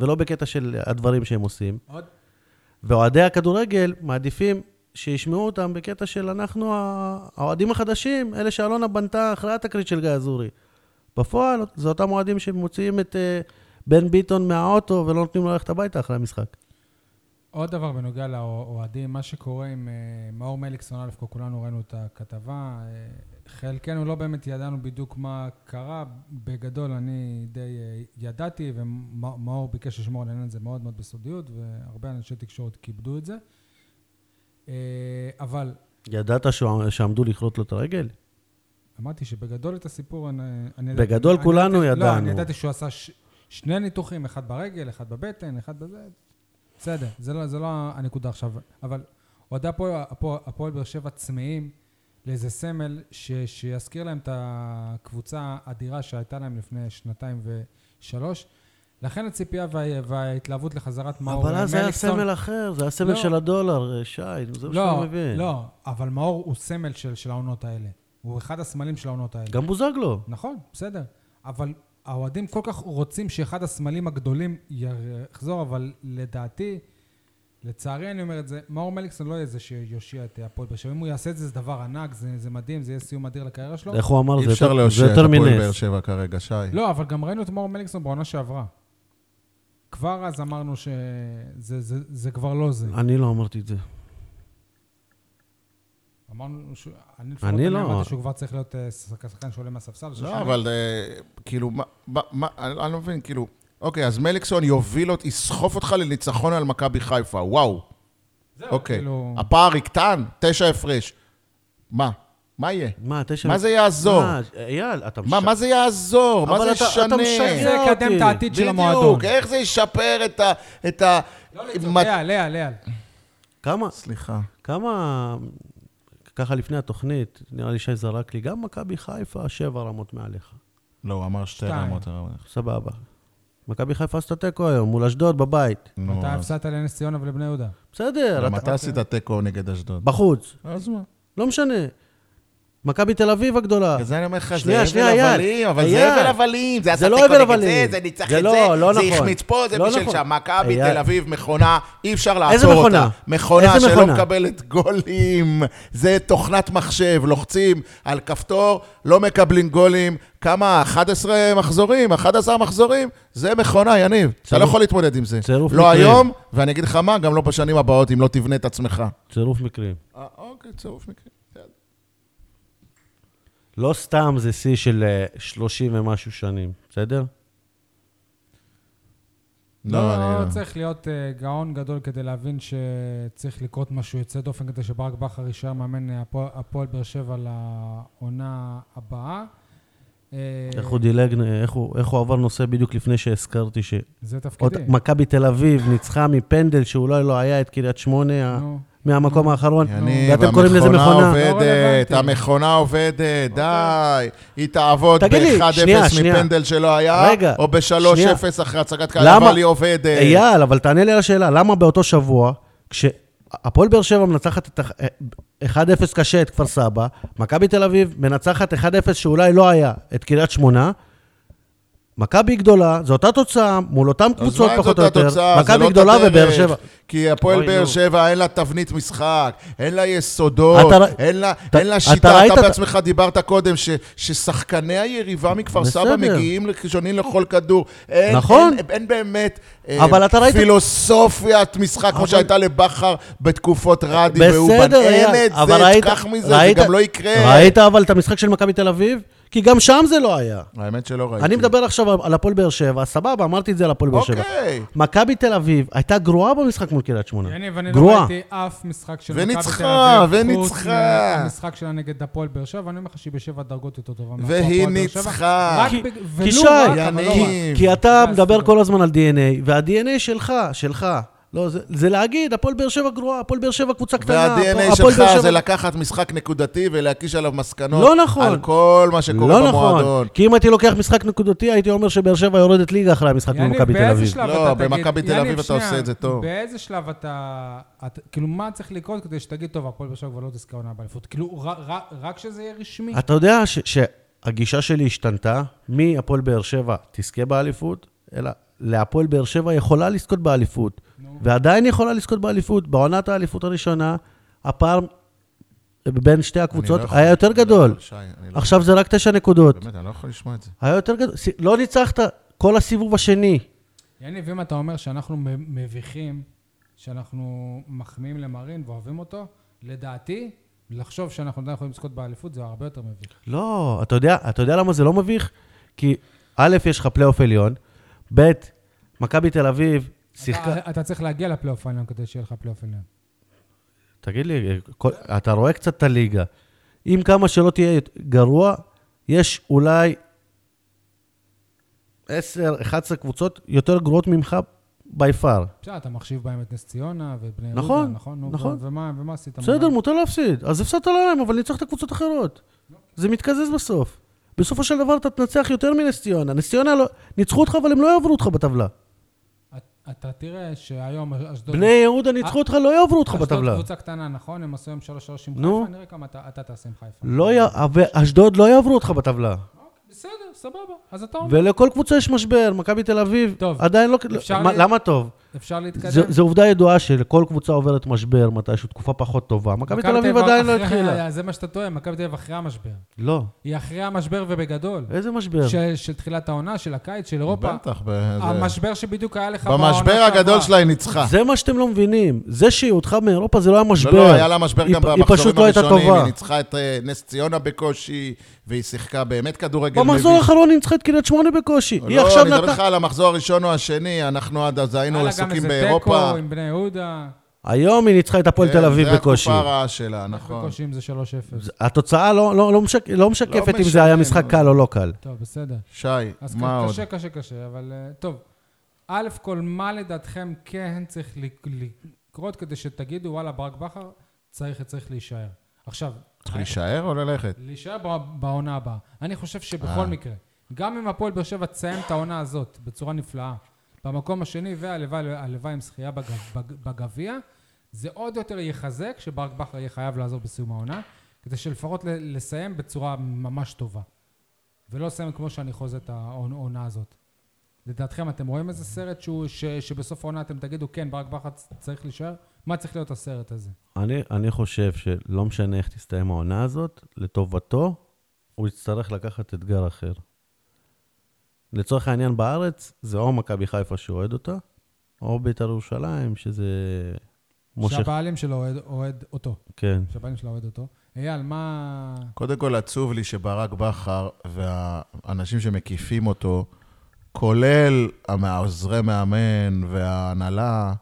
ולא בקטע של הדברים שהם עושים. עוד? ואוהדי הכדורגל מעדיפים שישמעו אותם בקטע של אנחנו האוהדים החדשים, אלה שאלונה בנתה אחרי התקרית של גיא אזורי. בפועל, זה אותם אוהדים שמוציאים את uh, בן ביטון מהאוטו ולא נותנים לו ללכת הביתה אחרי המשחק. עוד דבר בנוגע לאוהדים, מה שקורה עם uh, מאור מליקסון, א' כל כולנו ראינו את הכתבה, uh, חלקנו לא באמת ידענו בדיוק מה קרה, בגדול אני די uh, ידעתי, ומאור ביקש לשמור על העניין הזה מאוד מאוד בסודיות, והרבה אנשי תקשורת כיבדו את זה. Uh, אבל... ידעת שעמדו לכרות לו את הרגל? אמרתי שבגדול את הסיפור, אני, אני בגדול אני, כולנו אני ידעתי, ידענו. לא, אני ידעתי שהוא עשה ש, שני ניתוחים, אחד ברגל, אחד בבטן, אחד בזה. בסדר, זה לא, זה לא הנקודה עכשיו. אבל עוד הפועל באר שבע צמאים לאיזה סמל ש, שיזכיר להם את הקבוצה האדירה שהייתה להם לפני שנתיים ושלוש. לכן הציפייה וה, וההתלהבות לחזרת מאור אבל אז זה היה סמל אחר, זה היה סמל לא, של הדולר, שי, זה מה שאתה מבין. לא, אבל מאור הוא סמל של, של העונות האלה. הוא אחד הסמלים של העונות האלה. גם בוזגלו. נכון, בסדר. אבל האוהדים כל כך רוצים שאחד הסמלים הגדולים יחזור, אבל לדעתי, לצערי אני אומר את זה, מאור מליקסון לא יהיה זה שיושיע את הפועל באר שבע. אם הוא יעשה את זה, זה דבר ענק, זה, זה מדהים, זה יהיה סיום אדיר לקריירה שלו. איך הוא אמר, זה יותר מנס. אפשר להושיע את הפועל באר שבע כרגע, שי. לא, אבל גם ראינו את מאור מליקסון בעונה שעברה. כבר אז אמרנו שזה זה, זה כבר לא זה. אני לא אמרתי את זה. אמרנו, אני לפחות אני אני לא. אמרתי שהוא כבר צריך להיות שחקן שעולה מהספסל. לא, אבל כאילו, אני לא מבין, כאילו, אוקיי, אז מליקסון יוביל אותי, יסחוף אותך לניצחון על מכבי חיפה, וואו. אוקיי, הפער יקטן, תשע הפרש. מה? מה יהיה? מה, תשע... מה זה יעזור? אייל, אתה... מה, מה זה יעזור? מה זה ישנה? זה יקדם את העתיד של המועדון. בדיוק, איך זה ישפר את ה... לא לצור, ליאל, ליאל, ליאל. כמה? סליחה. כמה... ככה לפני התוכנית, נראה לי שי זרק לי, גם מכבי חיפה, שבע רמות מעליך. לא, הוא אמר שתי רמות. סבבה. מכבי חיפה עשתה תיקו היום, מול אשדוד בבית. אתה הפסדת לנס ציונה ולבני יהודה. בסדר. מתי עשית תיקו נגד אשדוד? בחוץ. אז מה? לא משנה. מכבי תל אביב הגדולה. אז אני אומר לך, זה הבל הבלים, אבל זה הבל הבלים. זה עשה תיקו נגד זה, זה ניצח את זה, זה יחמיץ פה, זה בשביל שם. מכבי תל אביב מכונה, אי אפשר לעצור אותה. מכונה שלא מקבלת גולים. זה תוכנת מחשב, לוחצים על כפתור, לא מקבלים גולים. כמה? אחד עשר מחזורים, אחד עשר מחזורים. זה מכונה, יניב. אתה לא יכול להתמודד עם זה. לא היום, ואני אגיד לך מה, גם לא בשנים הבאות, אם לא תבנה את עצמך. צירוף מקרים. אוקיי, צירוף מקרים. לא סתם זה שיא של שלושים ומשהו שנים, בסדר? לא, לא צריך להיות גאון גדול כדי להבין שצריך לקרות משהו יוצא דופן כדי שברק בכר יישאר מאמן הפועל באר שבע לעונה הבאה. איך הוא דילג, איך הוא עבר נושא בדיוק לפני שהזכרתי ש... זה תפקידי. מכבי תל אביב ניצחה מפנדל שאולי לא היה את קריית שמונה מהמקום האחרון. ואתם קוראים לזה מכונה. עובדת, המכונה עובדת, די. היא תעבוד ב-אחד אפס מפנדל שלא היה, או ב-שלוש אפס אחרי הצגת קהל, אבל היא עובדת. אייל, אבל תענה לי על השאלה, למה באותו שבוע, כשהפועל באר שבע מנצחת את אחד אפס קשה את כפר סבא, מכבי תל אביב מנצחת אחד אפס שאולי לא היה את קריית שמונה, מכבי גדולה, זו אותה תוצאה, מול אותם קבוצות פחות או יותר, מכבי גדולה ובאר שבע. כי הפועל באר שבע אין לה תבנית משחק, אין לה יסודות, אין לה שיטה. אתה בעצמך דיברת קודם ששחקני היריבה מכפר סבא מגיעים ראשונים לכל כדור. נכון. אין באמת פילוסופיית משחק כמו שהייתה לבחר בתקופות רדי ואובן. אין את זה, כך מזה, זה גם לא יקרה. ראית אבל את המשחק של מכבי תל אביב? כי גם שם זה לא היה. האמת שלא ראיתי. אני מדבר עכשיו על הפועל באר שבע, סבבה, אמרתי את זה על הפועל באר שבע. מכבי תל אביב הייתה גרועה במשחק מול קריית שמונה. יניב, אני לא ראיתי אף משחק של מכבי תל אביב. וניצחה, וניצחה. המשחק שלה נגד הפועל באר שבע, אני אומר לך שהיא בשבע דרגות יותר טובה. והיא ניצחה. כי שי, כי אתה מדבר כל הזמן על די אן איי, וה-די אן איי שלך, שלך. לא, זה, זה להגיד, הפועל באר שבע גרועה, הפועל באר שבע קבוצה קטנה. וה-די אן איי שלך שבע... זה לקחת משחק נקודתי ולהקיש עליו מסקנות. לא נכון. על כל מה שקורה לא במועדון. נכון. כי אם הייתי לוקח משחק נקודתי, הייתי אומר שבאר שבע יורדת ליגה אחרי המשחק במכבי תל אביב. לא, במכבי תל אביב אתה עושה את זה טוב. באיזה שלב אתה, אתה כאילו מה צריך לקרות כדי שתגיד טוב, הפועל באר שבע כבר לא תזכה עונה באליפות? כאילו רק שזה יהיה רשמי. אתה יודע שהגישה שלי השתנתה, מהפועל באר שבע תזכה באליפות, אלא להפועל באר שבע יכולה לזכות באליפות, ועדיין יכולה לזכות באליפות. בעונת האליפות הראשונה, הפער בין שתי הקבוצות היה יותר גדול. עכשיו זה רק תשע נקודות. באמת, אני לא יכול לשמוע את זה. היה יותר גדול. לא ניצחת כל הסיבוב השני. יניב, אם אתה אומר שאנחנו מביכים, שאנחנו מחמיאים למרין ואוהבים אותו, לדעתי, לחשוב שאנחנו עדיין יכולים לזכות באליפות, זה הרבה יותר מביך. לא, אתה יודע, אתה יודע למה זה לא מביך? כי א', יש לך פלייאוף עליון, ב', מכבי תל אביב, שיחקה... אתה, אתה צריך להגיע לפלייאוף עליון כדי שיהיה לך פלייאוף עליון. תגיד לי, כל, אתה רואה קצת את הליגה. אם כמה שלא תהיה גרוע, יש אולי עשר, אחת עשרה קבוצות יותר גרועות ממך ביפר. בסדר, אתה מחשיב בהם את נס ציונה ובני יהודה, נכון, נכון? נכון. ומה, ומה עשית? בסדר, מותר להפסיד. אז הפסדת להם, אבל ניצח את הקבוצות אחרות. זה מתקזז בסוף. בסופו של דבר אתה תנצח יותר מנס ציונה. נס ציונה לא, ניצחו אותך, אבל הם לא יעברו אותך בטבלה. אתה תראה שהיום אשדוד... בני יהודה ניצחו אותך, לא יעברו אותך בטבלה. אשדוד קבוצה קטנה, נכון? הם עשו עם שלוש שלוש עם חיפה, נראה כמה אתה תעשה עם חיפה. לא, אשדוד לא יעברו אותך בטבלה. בסדר, סבבה. אז אתה אומר. ולכל קבוצה יש משבר, מכבי תל אביב, עדיין לא... למה טוב? אפשר להתקדם? זו עובדה ידועה שלכל קבוצה עוברת משבר, מתישהו תקופה פחות טובה. מכבי תל אביב עדיין לא התחילה. זה מה שאתה טועה, מכבי תל אביב אחרי המשבר. לא. היא אחרי המשבר ובגדול. איזה משבר? של תחילת העונה, של הקיץ, של אירופה. בטח. המשבר שבדיוק היה לך בעונה במשבר הגדול שלה היא ניצחה. זה מה שאתם לא מבינים. זה שהיא הודחה מאירופה זה לא היה משבר. לא, לא, היה לה משבר גם במחזורים הראשונים. היא ניצחה את נס ציונה בקושי, והיא שיחקה באמת כדורגל מביש. במחזור האחרון היא ניצחה את קריית שמונה בקושי. לא, אני מדבר לך על המחזור הראשון או השני, אנחנו עד אז היינו עסוקים באירופה. עם בני יהודה. היום היא ניצחה את הפועל תל אביב בקושי. זה התקופה הרעה שלה, נכון. בקושי אם זה שלוש אפס. התוצאה לא משקפת אם זה היה משחק קל או לא קל. טוב, בסדר. שי, מה עוד? אז קשה, קשה, קשה, אבל טוב. א' כל, מה לדעתכם כן צריך לקרות כדי שתגידו, וואלה, ברק בכר צריך, צריך להישאר. עכשיו... צריך להישאר או ללכת? להישאר בעונה הבאה. אני חושב שבכל מקרה, גם אם הפועל באר שבע תסיים את העונה הזאת בצורה נפלאה, במקום השני והלוואי עם זכייה בגביע, זה עוד יותר יחזק שברק בכר יהיה חייב לעזור בסיום העונה, כדי שלפחות לסיים בצורה ממש טובה. ולא לסיים כמו שאני חוזה את העונה הזאת. לדעתכם, אתם רואים איזה סרט שהוא, ש, שבסוף העונה אתם תגידו, כן, ברק בכר צריך להישאר? מה צריך להיות הסרט הזה? אני, אני חושב שלא משנה איך תסתיים העונה הזאת, לטובתו, הוא יצטרך לקחת אתגר אחר. לצורך העניין בארץ, זה או מכבי חיפה שאוהד אותה, או בית"ר ירושלים, שזה מושך. שהבעלים שלו אוהד, אוהד אותו. כן. שהבעלים שלו אוהד אותו. אייל, מה... קודם כל, עצוב לי שברק בכר והאנשים שמקיפים אותו, כולל העוזרי מאמן וההנהלה,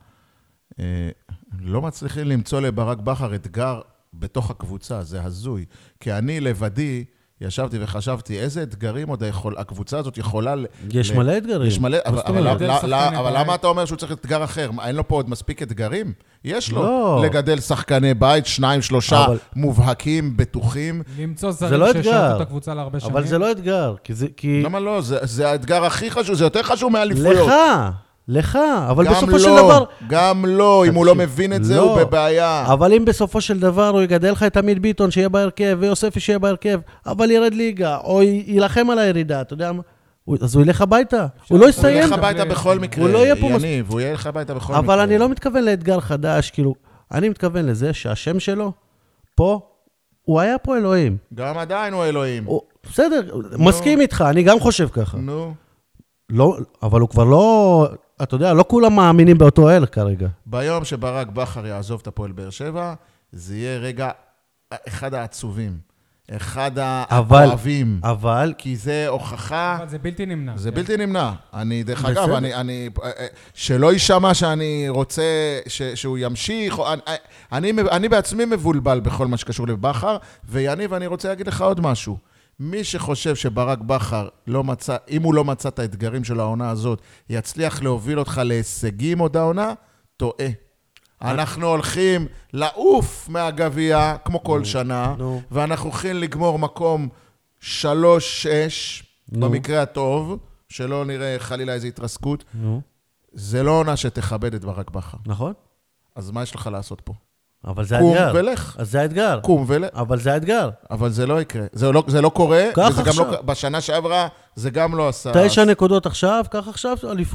לא מצליחים למצוא לברק בכר אתגר בתוך הקבוצה, זה הזוי. כי אני לבדי ישבתי וחשבתי, איזה אתגרים עוד יכול, הקבוצה הזאת יכולה... יש מלא אתגרים. יש מלא, אבל למה אתה אומר שהוא צריך אתגר אחר? אין לו פה עוד מספיק אתגרים? יש לו לגדל שחקני בית, שניים, שלושה מובהקים, בטוחים. למצוא זרים ששרתו את הקבוצה להרבה שנים. אבל זה לא אתגר. למה לא? זה האתגר הכי חשוב, זה יותר חשוב מאליפויות. לך! לך, אבל בסופו של דבר... גם לא, אם הוא לא מבין את זה, הוא בבעיה. אבל אם בסופו של דבר הוא יגדל לך את עמית ביטון שיהיה בהרכב, ויוספי שיהיה בהרכב, אבל ירד ליגה, או ילחם על הירידה, אתה יודע מה? אז הוא ילך הביתה, הוא לא יסיים. הוא ילך הביתה בכל מקרה, יניב, הוא ילך הביתה בכל מקרה. אבל אני לא מתכוון לאתגר חדש, כאילו, אני מתכוון לזה שהשם שלו, פה, הוא היה פה אלוהים. גם עדיין הוא אלוהים. בסדר, מסכים איתך, אני גם חושב ככה. נו. לא, אבל הוא כבר לא, אתה יודע, לא כולם מאמינים באותו אל כרגע. ביום שברק בכר יעזוב את הפועל באר שבע, זה יהיה רגע אחד העצובים, אחד הכואבים. אבל, כי זה הוכחה... אבל זה בלתי נמנע. זה בלתי נמנע. אני, דרך אגב, אני, אני, שלא יישמע שאני רוצה שהוא ימשיך, אני, אני, אני בעצמי מבולבל בכל מה שקשור לבכר, ויניב, אני רוצה להגיד לך עוד משהו. מי שחושב שברק בכר לא מצא, אם הוא לא מצא את האתגרים של העונה הזאת, יצליח להוביל אותך להישגים עוד העונה, טועה. אנחנו הולכים לעוף מהגביע, כמו כל שנה, ואנחנו הולכים לגמור מקום שלוש שש, במקרה הטוב, שלא נראה חלילה איזו התרסקות. זה לא עונה שתכבד את ברק בכר. נכון. אז מה יש לך לעשות פה? אבל זה האתגר. קום ולך. אז זה האתגר. קום ולך. אבל זה האתגר. אבל זה לא יקרה. זה לא, זה לא קורה. כך וזה עכשיו. גם לא, בשנה שעברה זה גם לא עשה. תשע נקודות עכשיו, כך עכשיו אליפות.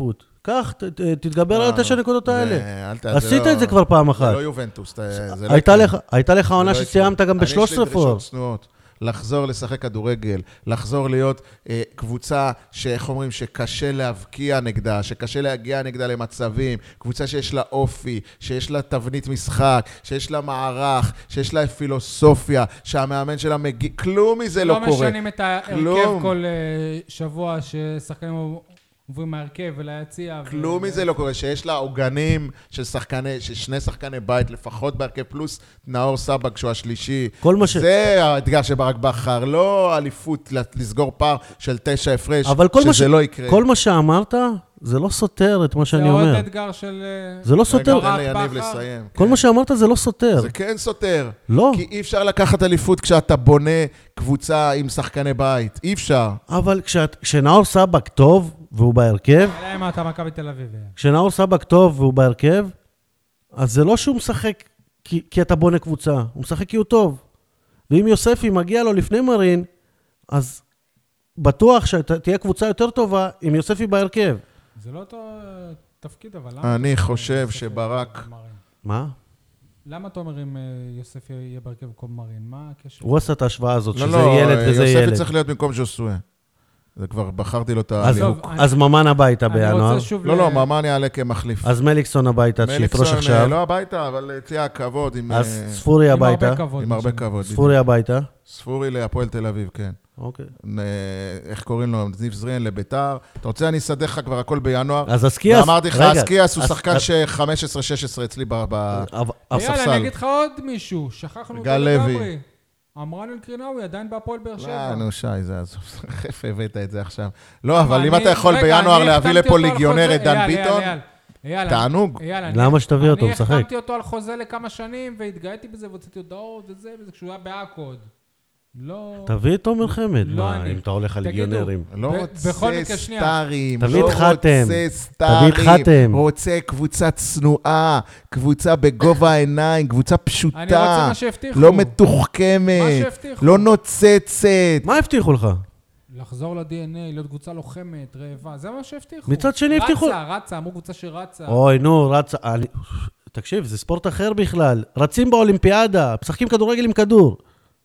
קח, ת- ת- תתגבר על התשע נקודות האלה. זה- אל ת- זה עשית לא- את זה כבר פעם זה אחת. לא יובנטוס, זה זה לא הייתה יקרה. לך- הייתה לך עונה זה לא שסיימת יקרה. גם ב-שלוש עשרה אני יש לי פור. דרישות צנועות. לחזור לשחק כדורגל, לחזור להיות אה, קבוצה שאיך אומרים, שקשה להבקיע נגדה, שקשה להגיע נגדה למצבים, קבוצה שיש לה אופי, שיש לה תבנית משחק, שיש לה מערך, שיש לה פילוסופיה, שהמאמן שלה מגיע, כלום מזה לא, לא קורה. משנים את ההרכב כלום. כל אה, שבוע ששחקנים עוברים מהרכב וליציע. ו- כלום מזה לא קורה, שיש לה עוגנים של שחקני, של שני שחקני בית, לפחות בהרכב פלוס נאור סבג, שהוא השלישי. כל מה ש- זה האתגר של ברק בכר, לא אליפות לסגור פער של תשע הפרש, אבל כל מה ש- שזה לא יקרה. כל מה שאמרת, זה לא סותר את מה שאני זה אומר. עוד אתגר של... אה, זה לא רגע, סותר. תן ברק ליניב בכר. לסיים. כל מה שאמרת זה לא סותר. זה כן סותר. לא. כי אי אפשר לקחת אליפות כשאתה בונה קבוצה עם שחקני בית. אי אפשר. אבל כשאת- כשנאור סבק טוב והוא בהרכב, אלא אם אתה מכבי תל אביב. כשנאור סבק טוב והוא בהרכב, אז זה לא שהוא משחק כי, כי אתה בונה קבוצה, הוא משחק כי הוא טוב. ואם יוספי מגיע לו לפני מרין, אז בטוח שתהיה קבוצה יותר טובה עם יוספי בהרכב. זה לא אותו אה, תפקיד, אבל למה... אני אתה אומר חושב יוסף שברק- יהיה במרין? מה? למה אתה אומר אם אה, יוסף יהיה בהרכב במקום מרין? מה הקשר? הוא עשה את ההשוואה הזאת, לא, שזה לא, ילד וזה ילד. יוספי צריך להיות במקום ז'וסואה. זה כבר בחרתי לו את אז, הליהוק. טוב, אז ממן הביתה אני בינואר. רוצה שוב... לא, ל- לא, ממן יעלה כמחליף. אז מליקסון הביתה, שיפרוש מליקסון, עכשיו. לא הביתה, אבל תהיה הכבוד עם... אז אה, ספורי עם הביתה. הרבה כבוד. עם הרבה מה שאני- כבוד. ספורי הביתה. ספורי להפועל תל אביב, כן. אוקיי. אה, איך קוראים לו? זיו זריאן לביתר. אתה רוצה, אני אסדר לך כבר הכל בינואר. אז אסקיאס... ואמרתי לך, רגע, אסקיאס הוא אז- שחקן ש-חמש עשרה שש עשרה אצלי ב- ב- אבל- יאללה, אני בספסל. אגיד לך עוד מישהו. שכחנו אותו גל לוי. לגמרי. עמרן אלקרינאוי עדיין בהפועל באר שבע. לא, נו, שי, זה עזוב. איפה הבאת את זה עכשיו? לא, אבל אם אני- אתה יכול רגע, בינואר אני להביא החתמתי לפה אותו על ליגיונר חוזה- את דן אייל, ביטון, אייל, אייל, תענוג. אייל, אני- למה שתביא אותו? אני משחק. החתמתי אותו על חוזה לכמה שנים, והתגאיתי בזה, והוצאתי הודעות וזה, וזה כשהוא היה בעכו עוד. לא... תביא את תומר חמד. לא מה, אני. אם אתה הולך על תגידו. ליגיונרים. לא ב- רוצה בכל מקרה, שנייה. סטארים, תביא לא את חתם. רוצה סטארים, תביא את חתם. רוצה קבוצה צנועה, קבוצה בגובה העיניים, קבוצה אני רוצה פשוטה, מה שהבטיחו. לא מה מתוחכמת, שהבטיחו. לא נוצצת. מה הבטיחו לך? לחזור ל-די אן איי, להיות קבוצה לוחמת, רעבה, זה מה שהבטיחו. מצד שני הבטיחו- רצה, רצה, אמרו קבוצה שרצה. אוי, נו, רץ... אני... תקשיב, זה ספורט אחר בכלל. רצים באולימפיאדה, משחקים כדורגל עם כדור.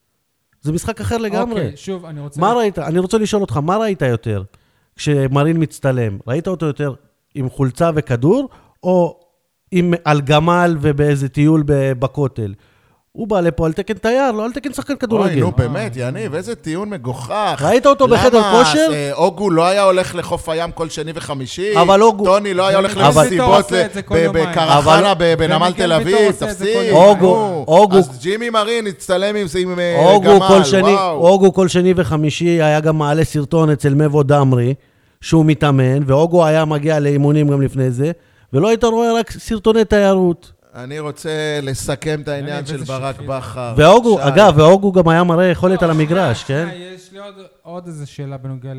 זה משחק אחר לגמרי. אוקיי, שוב, אני רוצה... מה ראית? אני רוצה לשאול אותך, מה ראית יותר כשמרין מצטלם? ראית אותו יותר עם חולצה וכדור, או עם על גמל ובאיזה טיול ב- בכותל? הוא בא לפה על תקן תייר, לא על תקן שחקן אוי, כדורגל. נו באמת, יניב, איזה טיעון מגוחך. ראית אותו בחדר כושר? למה? אה, אוגו לא היה הולך לחוף הים כל שני וחמישי? אבל אוגו- טוני לא היה הולך אבל- למסיבות עושה את זה כל יומיים. בקרחנה ב- בנמל ומיקל תל ויטור אביב, עושה את זה כל תפסיק. יומיים. אוגו, נו. אוגו. אז ג'ימי מרין הצטלם עם זה עם אה, אוגו גמל, כל שני, וואו. אוגו כל שני וחמישי היה גם מעלה סרטון אצל מבו דמרי, שהוא מתאמן, ואוגו היה מגיע לאימונים גם לפני זה, ולא היית רואה רק סרטוני תיירות. אני רוצה לסכם את העניין יניב, של איזה ברק שפי. בכר. ואוגו, שי. אגב, ואוגו גם היה מראה יכולת על לא, המגרש, שנייה, כן? שנייה, יש לי עוד, עוד איזו שאלה בנוגע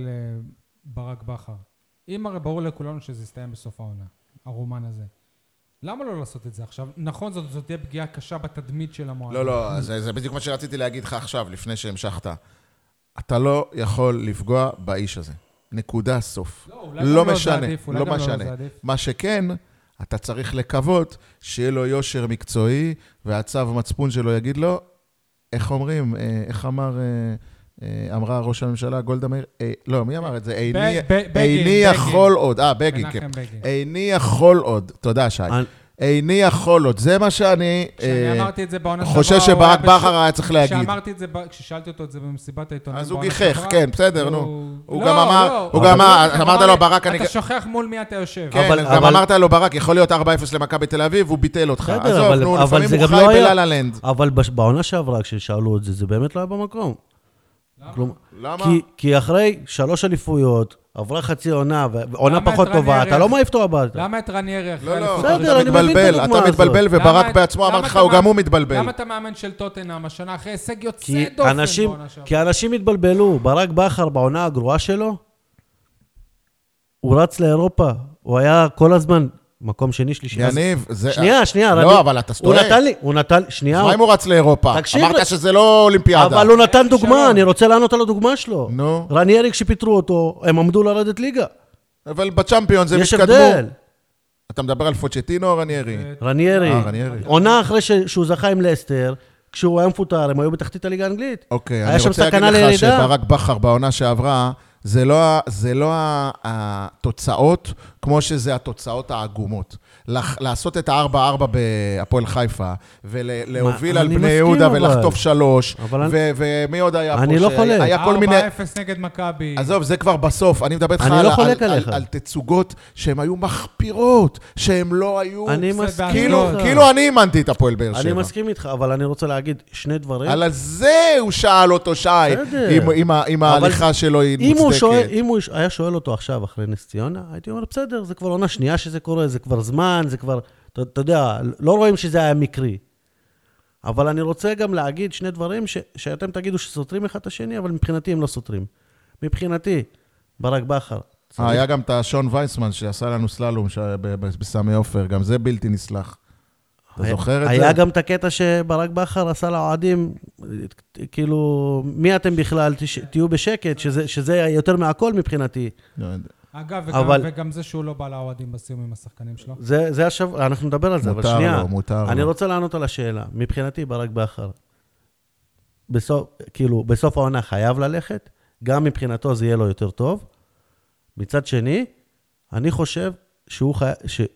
לברק בכר. אם הרי ברור לכולנו שזה יסתיים בסוף העונה, הרומן הזה. למה לא לעשות את זה עכשיו? נכון, זאת, זאת תהיה פגיעה קשה בתדמית של המועד. לא, לא, זה, זה בדיוק מה שרציתי להגיד לך עכשיו, לפני שהמשכת. אתה לא יכול לפגוע באיש הזה. נקודה סוף. לא, אולי גם לא לא משנה, זה עדיף, אולי לא גם לא משנה. זה עדיף. מה שכן, אתה צריך לקוות שיהיה לו יושר מקצועי, והצו מצפון שלו יגיד לו, איך אומרים, אה, איך אמר, אה, אה, אמרה ראש הממשלה, גולדה מאיר, אה, לא, מי אמר את זה? איני, ב- ב- בגין, איני בגין. יכול עוד, אה, בגין, כן. מנחם בגין. איני יכול עוד, תודה שי. אני- איני יכול עוד, זה מה שאני כשאני אה, אמרתי את זה בעונה חושב שעברה, הוא היה שברק בשוק. בכר היה צריך להגיד. כשאמרתי את זה, ב- כששאלתי אותו את זה במסיבת העיתונאים. אז הוא בעונה גיחך, שעברה, כן, בסדר, הוא- נו. הוא לא, גם אמר, לא, הוא אבל גם אמר, הוא אמרת אמר לו, לי, ברק, אני... אתה שוכח מול מי אתה יושב. כן, אבל- אז אבל- גם אמרת לו, ברק, יכול להיות ארבע אפס למכבי תל אביב, והוא ביטל אותך. בסדר, עזוב, אבל- נו, אבל לפעמים זה הוא גם חי לא היה- בלה לנד. אבל בש- בעונה שעברה, כששאלו את זה, זה באמת לא היה במקום. כלומר, למה? כי, כי אחרי שלוש אליפויות, עברה חצי עונה, ועונה למה פחות את רני טובה, אתה ירח? לא מעיף אותו הביתה. למה את רני ירח? לא, לא, בסדר, אתה אני מבין את מתבלבל, הדוגמה אתה מתבלבל, הזאת. וברק למה- בעצמו למה אמר לך, אתה הוא מה- גם הוא מתבלבל. למה אתה מאמן של טוטנהאם השנה אחרי הישג יוצא כי דופן אנשים, בעונה שעברה? כי אנשים התבלבלו. ברק בכר בעונה הגרועה שלו, הוא רץ לאירופה. הוא היה כל הזמן מקום שני, שלישי. אז- יניב, זה... שנייה, שנייה. לא, רני- אבל אתה הוא טועה. נתן לי, הוא נתן, שנייה. מה אם הוא רץ לאירופה? תקשיב אמרת לי. שזה לא אולימפיאדה. אבל הוא נתן שלום. דוגמה, אני רוצה לענות על הדוגמה שלו. נו. רני אריק שפיטרו אותו, הם עמדו לרדת ליגה. אבל בצ'אמפיונס הם יש התקדמו. הבדל. אתה מדבר על פוצ'טינו או רניירי? רניירי. אה, רניירי. עונה אחרי ש- שהוא זכה עם לסטר, כשהוא היה מפוטר, הם היו בתחתית הליגה האנגלית. אוקיי, היה אני שם רוצה להגיד סכנה לך לירידה. שברק בכר בעונה שעברה, זה לא, ה- זה לא ה- התוצאות כמו שזה התוצאות העגומות. לח- לעשות את ה-ארבע ארבע בהפועל חיפה, ולהוביל על אני בני מסכים, יהודה אבל. ולחטוף שלוש, אבל אני- ו- ומי עוד היה פה? אני לא שהיה- חולק. היה כל מיני... ארבע אפס נגד מכבי. עזוב, זה כבר בסוף. אני מדבר איתך אני על, לא חולק על, עליך. על, על תצוגות שהן היו מחפירות, שהן לא היו... אני זה מסכים כאילו, איתך. כאילו אני אימנתי את הפועל באר שבע. אני מסכים איתך, אבל אני רוצה להגיד שני דברים. על זה הוא שאל אותו שי, בסדר. אם, אם, ה- אם אבל ההליכה שלו היא אם הוא, מוצדקת. שואל, אם הוא היה שואל אותו עכשיו אחרי נס ציונה, הייתי אומר, בסדר, זה כבר עונה שנייה שזה קורה, זה כבר זמן, זה כבר, אתה, אתה יודע, לא רואים שזה היה מקרי. אבל אני רוצה גם להגיד שני דברים ש, שאתם תגידו שסותרים אחד את השני, אבל מבחינתי הם לא סותרים. מבחינתי, ברק בכר. אה, היה גם את השון וייסמן שעשה לנו סללום ש- ב- ב- בסמי עופר, גם זה בלתי נסלח. אתה היה- זוכר את זה? היה גם את הקטע שברק בכר עשה לאוהדים, כאילו, מי אתם בכלל, תש- תהיו בשקט, שזה, שזה יותר מהכל מבחינתי. לא יודע. אגב, וגם, אבל- וגם זה שהוא לא בא לאוהדים בסיום עם השחקנים שלו. זה, זה השב... אנחנו נדבר על זה, אבל מותר שנייה. לו, מותר אני לו. רוצה לענות על השאלה. מבחינתי, ברק בכר, בסוף, כאילו, בסוף העונה חייב ללכת, גם מבחינתו זה יהיה לו יותר טוב. מצד שני, אני חושב שהוא חי...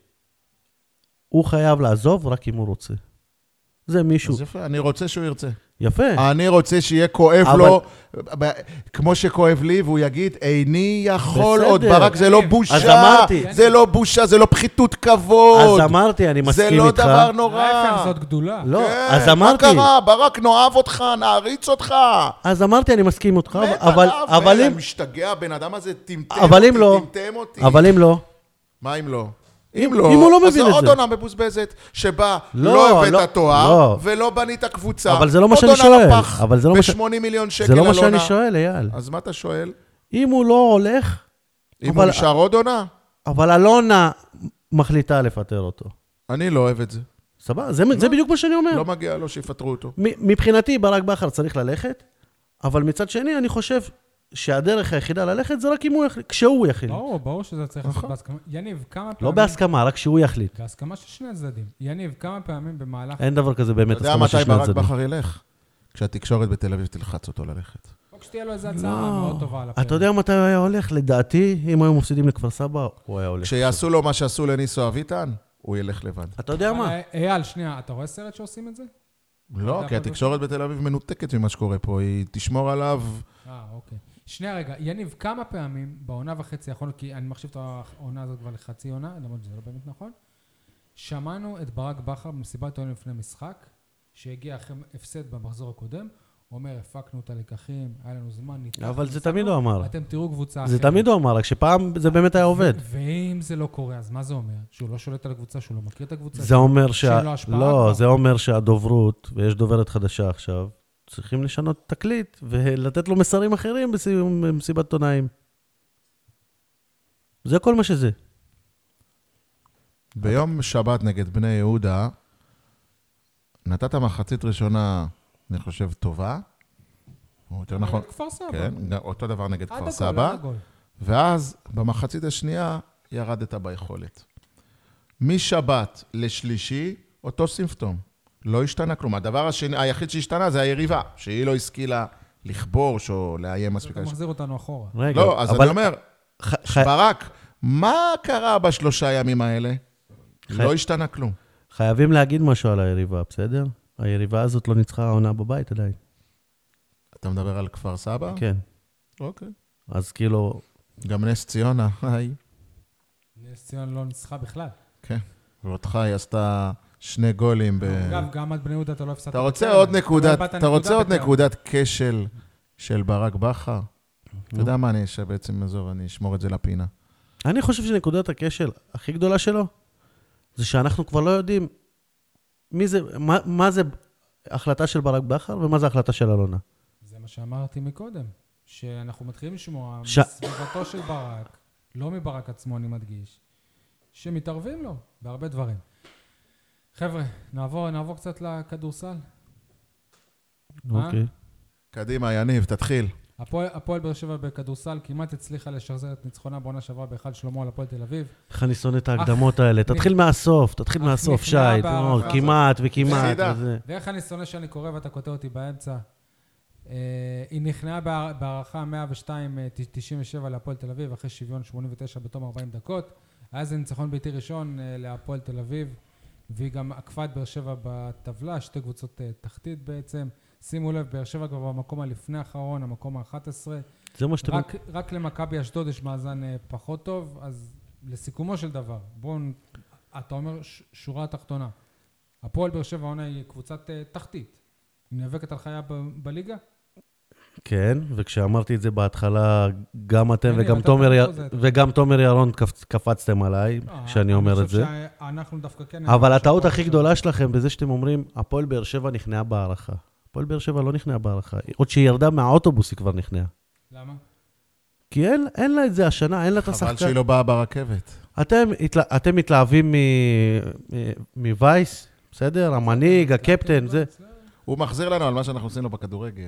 שהוא חייב לעזוב רק אם הוא רוצה. זה מישהו. אז יפה, אני רוצה שהוא ירצה. יפה. אני רוצה שיהיה כואב אבל- לו, ב- כמו שכואב לי, והוא יגיד, איני יכול בסדר. עוד, ברק זה לא יניב, בושה, אז אמרתי. זה לא בושה, זה לא פחיתות כבוד. אז אמרתי, אני זה מסכים לא איתך. דבר נורא. ההפך, זאת גדולה. לא, כן, אז אמרתי. מה קרה? ברק, נאהב אותך, נעריץ אותך. אז אמרתי, אני מסכים איתך, מת אבל, עליו, אבל מת, אם, משתגע, הבן אדם הזה טמטם אבל אותי, אם לא, טמטם אותי. אבל אם לא, מה אם לא? אם- אם לא, אם הוא לא אז מבין זו את עוד זה. עונה מבוזבזת, שבה לא, לא הבאת לא, תואר, לא. ולא בנית קבוצה. אבל זה לא מה שאני עוד שואל. עונה לפח, אבל זה לא מה ש- ב-שמונים מיליון שקל זה על לא עונה. מה שאני שואל, אייל. אז מה אתה שואל? אם הוא לא הולך, אם אבל- הוא נשאר עוד עונה? אבל אלונה מחליטה לפטר אותו. אני לא אוהב את זה. סבבה? זה, זה בדיוק מה שאני אומר. לא מגיע לו שיפטרו אותו. מ- מבחינתי, ברק בכר צריך ללכת, אבל מצד שני, אני חושב שהדרך היחידה ללכת זה רק אם הוא יחליט, כשהוא יחליט. ברור, ברור שזה צריך לעשות בהסכמה. יניב, כמה פעמים... לא בהסכמה, רק כשהוא יחליט. בהסכמה של שני הצדדים. יניב, כמה פעמים במהלך... אין דבר כזה באמת אתה יודע הסכמה של מתי שני ברק הצדדים. בכר ילך? כשהתקשורת בתל אביב תלחץ אותו ללכת. או כשתהיה לו איזו הצעה מאוד טובה על הפרק. לא. אתה יודע מתי הוא היה הולך? לדעתי, אם היו מפסידים לכפר סבא, הוא היה הולך. כשיעשו לו מה שעשו לניסו אביטן, הוא ילך לבד. אתה יודע מה? אה, אייל, שנייה, אתה רואה סרט שעושים את זה? לא, אתה כי יכול התקשורת בתל אביב מנותקת ממה שקורה פה, היא תשמור עליו. אה, אוקיי. שנייה רגע, יניב, כמה פעמים בעונה וחצי האחרונה, כי אני מחשיב את העונה הזאת כבר לחצי עונה, למרות שזה לא באמת נכון, שמענו את ברק בכר במסיבת עונה לפני משחק, שהגיע אחרי הפסד במחזור הקודם, הוא אומר, הפקנו את הלקחים, היה לנו זמן, ניתחנו, אבל זה ניסחנו, תמיד הוא אמר. אתם תראו קבוצה אחרת. זה תמיד הוא אמר, רק שפעם זה באמת היה עובד. ואם זה לא קורה, אז מה זה אומר? שהוא לא שולט על הקבוצה, שהוא לא מכיר את הקבוצה? זה אומר שה... שאין לו השפעה לא, כבר? זה אומר שהדוברות, ויש דוברת חדשה עכשיו, צריכים לשנות תקליט ולתת לו מסרים אחרים בסיום- במסיבת עיתונאים. זה כל מה שזה. ביום שבת נגד בני יהודה, נתת מחצית ראשונה, אני חושב, טובה. או יותר נכון, נגד כפר סבא. כן, אותו דבר נגד עד כפר הגול, סבא. עד הגול. ואז במחצית השנייה ירדת ביכולת. משבת לשלישי, אותו סימפטום. לא השתנה כלום. הדבר השני, היחיד שהשתנה זה היריבה, שהיא לא השכילה לכבוש או לאיים מספיק. אתה מחזיר אותנו אחורה. רגע, לא, אז אבל אני אומר, ח- ח- ברק, מה קרה בשלושה ימים האלה? לא השתנה כלום. חייבים להגיד משהו על היריבה, בסדר? היריבה הזאת לא ניצחה העונה בבית עדיין. אתה מדבר על כפר סבא? כן. אוקיי. אז כאילו, גם נס ציונה, היי. נס ציון לא ניצחה בכלל. כן. ואותך היא עשתה שני גולים ב... אגב, גם עד בני יהודה אתה לא הפסדת. אתה רוצה בטרנר. עוד לא נקודת, איבדת אתה רוצה נקודה עוד בטרנר. נקודת כשל של ברק בכר? אתה יודע מה אני אשב בעצם, עזוב, אני אשמור את זה לפינה. אני חושב שנקודת הכשל הכי גדולה שלו, זה שאנחנו כבר לא יודעים מי זה, מה, מה זה החלטה של ברק בכר ומה זה החלטה של אלונה. זה מה שאמרתי מקודם, שאנחנו מתחילים לשמוע ש- מסביבתו של ברק, לא מברק עצמו אני מדגיש, שמתערבים לו בהרבה דברים. חבר'ה, נעבור, נעבור קצת לכדורסל. אוקיי. קדימה, יניב, תתחיל. הפועל, הפועל באר שבע בכדורסל כמעט הצליחה לשחזר את ניצחונה בעונה שעברה בהיכל שלמה על הפועל תל אביב. איך אני שונא את ההקדמות האלה? תתחיל מהסוף, תתחיל מהסוף, שי. כמעט וכמעט. ואיך אני שונא שאני קורא ואתה קוטע אותי באמצע. היא נכנעה בהערכה מאה ושתיים תשעים ושבע להפועל תל אביב, אחרי שוויון שמונים ותשע בתום ארבעים דקות. היה זה ניצחון ביתי ראשון להפועל תל אביב, והיא גם עקפה את באר שבע בטבלה, שתי קבוצות תחתית בעצם. שימו לב, באר שבע כבר במקום הלפני האחרון, המקום ה-אחת עשרה. זה מה שאתם... רק, רק למכבי אשדוד יש מאזן פחות טוב, אז לסיכומו של דבר, בואו, אתה אומר שורה התחתונה. הפועל באר שבע העונה היא קבוצת תחתית. היא נאבקת על חיה ב- בליגה? כן, וכשאמרתי את זה בהתחלה, גם אתם וגם תומר, וגם תומר ירון קפצתם עליי, כשאני אומר את זה. אנחנו דווקא כן... אבל הטעות הכי גדולה שלכם בזה שאתם אומרים, הפועל באר שבע נכנעה בהערכה. הפועל באר שבע לא נכנעה בהערכה. עוד שהיא ירדה מהאוטובוס היא כבר נכנעה. למה? כי אין, אין לה את זה השנה, אין לה את השחקן. חבל שהיא לא באה ברכבת. אתם, אתם מתלהבים מווייס, בסדר? המנהיג, הקפטן, זה... הוא מחזיר לנו על מה שאנחנו עושים לו בכדורגל.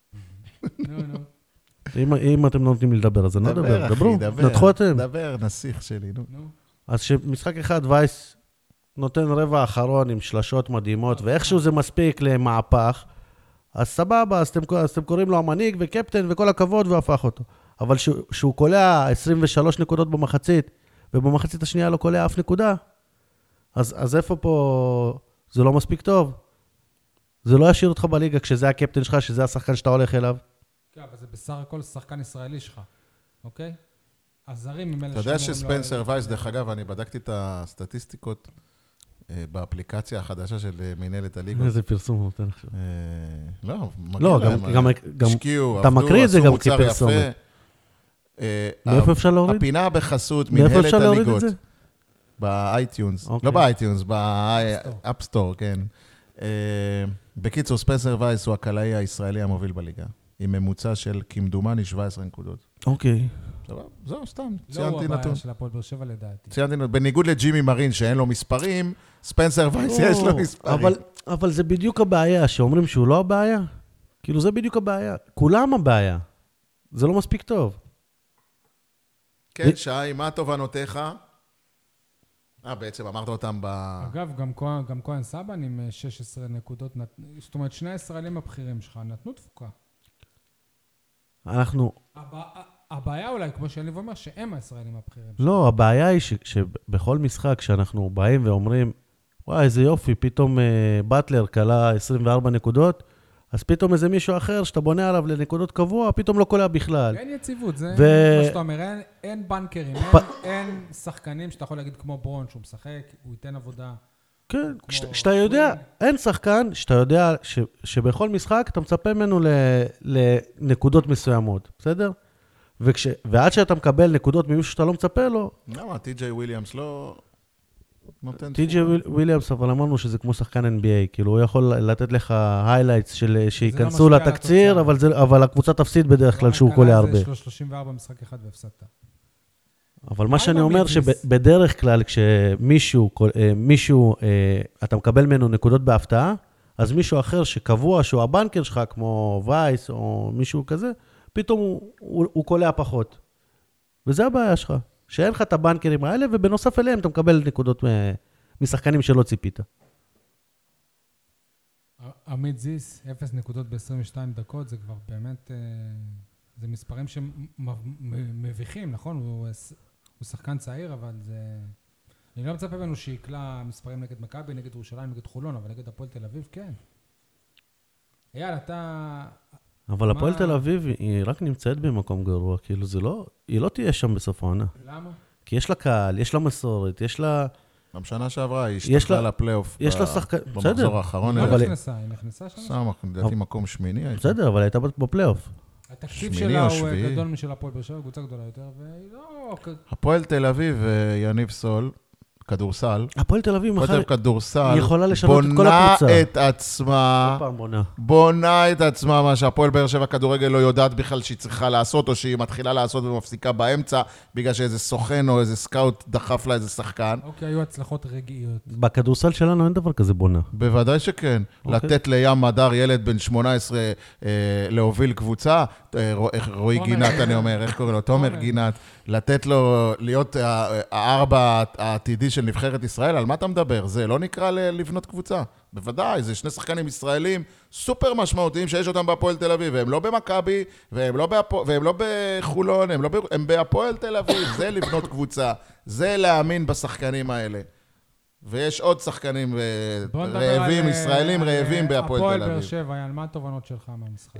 אם אתם לא נותנים לי לדבר, אז אני לא אדבר. דברו, נתחו אתם. דבר, נסיך שלי, נו. אז שמשחק אחד וייס נותן רבע האחרון עם שלשות מדהימות, ואיכשהו זה מספיק למהפך, אז סבבה, אז אתם קוראים לו המנהיג וקפטן וכל הכבוד והפך אותו. אבל שהוא קולע עשרים ושלוש נקודות במחצית, ובמחצית השנייה לא קולע אף נקודה, אז איפה פה זה לא מספיק טוב? זה לא ישאיר אותך בליגה כשזה הקפטן שלך, שזה השחקן שאתה הולך אליו. כן, אבל זה בסך הכל שחקן ישראלי שלך, אוקיי? הזרים עם אלה... אתה יודע שספנסר וייס, דרך אגב, אני בדקתי את הסטטיסטיקות באפליקציה החדשה של מנהלת הליגות. איזה פרסום הוא נותן עכשיו. לא, לא, גם השקיעו, אתה מקריא את זה גם כפרסומת. מאיפה אפשר להוריד? הפינה בחסות מנהלת הליגות. באייטיונס, לא באייטיונס, באפסטור, כן. בקיצור, ספנסר וייס הוא הקלעי הישראלי המוביל בליגה, עם ממוצע של כמדומני שבע עשרה נקודות. אוקיי. זהו, סתם, ציינתי נתון. לא הוא הבעיה של הפועל באר שבע לדעתי. ציינתי נתון. בניגוד לג'ימי מרין שאין לו מספרים, ספנסר וייס יש לו מספרים. אבל זה בדיוק הבעיה, שאומרים שהוא לא הבעיה. כאילו זה בדיוק הבעיה. כולם הבעיה. זה לא מספיק טוב. כן, שי, מה תובנותיך? אה, בעצם אמרת אותם ב... אגב, גם כהן סבן עם שש עשרה נקודות, זאת אומרת, שני הישראלים הבכירים שלך נתנו תפוקה. אנחנו... הבעיה אולי, כמו שאני אומר, שהם הישראלים הבכירים. לא, הבעיה היא שבכל משחק שאנחנו באים ואומרים, וואי, איזה יופי, פתאום בטלר קלה עשרים וארבע נקודות, אז פתאום איזה מישהו אחר שאתה בונה עליו לנקודות קבוע, פתאום לא קולע בכלל. אין יציבות, זה מה שאתה אומר, אין בנקרים, אין שחקנים שאתה יכול להגיד כמו ברון, שהוא משחק, הוא ייתן עבודה. כן, שאתה יודע, אין שחקן שאתה יודע שבכל משחק אתה מצפה ממנו לנקודות מסוימות, בסדר? ועד שאתה מקבל נקודות ממישהו שאתה לא מצפה לו... למה? טי.ג'יי וויליאמס לא... טי.ג'יי וויליאמס, אבל אמרנו שזה כמו שחקן אן בי איי, כאילו הוא יכול לתת לך highlights שיכנסו לתקציר, אבל הקבוצה תפסיד בדרך כלל שהוא קולה הרבה. יש לו שלושים וארבע משחק אחד והפסדת. אבל מה שאני אומר שבדרך כלל כשמישהו, מישהו, אתה מקבל ממנו נקודות בהפתעה, אז מישהו אחר שקבוע שהוא הבנקר שלך, כמו וייס או מישהו כזה, פתאום הוא, הוא, הוא קולע פחות. וזה הבעיה שלך. שאין לך את הבנקרים האלה, ובנוסף אליהם אתה מקבל נקודות משחקנים שלא ציפית. עמית זיס, אפס נקודות ב-עשרים ושתיים דקות, זה כבר באמת, זה מספרים שמביכים, נכון? הוא, הוא שחקן צעיר, אבל זה... אני לא מצפה ממנו שיקלה מספרים נגד מכבי, נגד ירושלים, נגד חולון, אבל נגד הפועל תל אביב, כן. אייל, אתה... אבל הפועל תל אביב היא רק נמצאת במקום גרוע, כאילו זה לא, היא לא תהיה שם בסוף העונה. למה? כי יש לה קהל, יש לה מסורת, יש לה... גם שנה שעברה, היא השתחלה לפלייאוף. יש לה שחקן, בסדר. במחזור האחרון. היא לא נכנסה, היא נכנסה שם? שם, לדעתי מקום שמיני. בסדר, אבל הייתה בפלייאוף. התקציב שלה הוא גדול משל הפועל באר שבע, קבוצה גדולה יותר, והיא לא... הפועל תל אביב, יניב סול, כדורסל, הפועל תל אביב הפועל תל אביב כדורסל, יכולה לשנות את כל בונה הקבוצה. את עצמה, עוד פעם בונה. בונה את עצמה, מה שהפועל באר שבע כדורגל לא יודעת בכלל שהיא צריכה לעשות, או שהיא מתחילה לעשות ומפסיקה באמצע, בגלל שאיזה סוכן או איזה סקאוט דחף לה איזה שחקן. אוקיי, היו הצלחות רגעיות. בכדורסל שלנו אין דבר כזה בונה. בוודאי שכן. לתת לים מדר, ילד בן שמונה עשרה, אה, להוביל קבוצה, אה, רועי גינת, אני אומר, איך קוראים לו? תומר גינת, לתת לו להיות הארבע העתידי של נבחרת ישראל, על מה אתה מדבר? זה לא נקרא לבנות קבוצה. בוודאי, זה שני שחקנים ישראלים סופר משמעותיים שיש אותם בהפועל תל אביב, והם לא במכבי, והם לא, בהפוע... והם לא בחולון, הם, לא ב... הם בהפועל תל אביב, זה לבנות קבוצה, זה להאמין בשחקנים האלה. ויש עוד שחקנים רעבים, ישראלים רעבים בהפועל תל אביב. הפועל באר שבע, על מה התובנות שלך מהמשחק?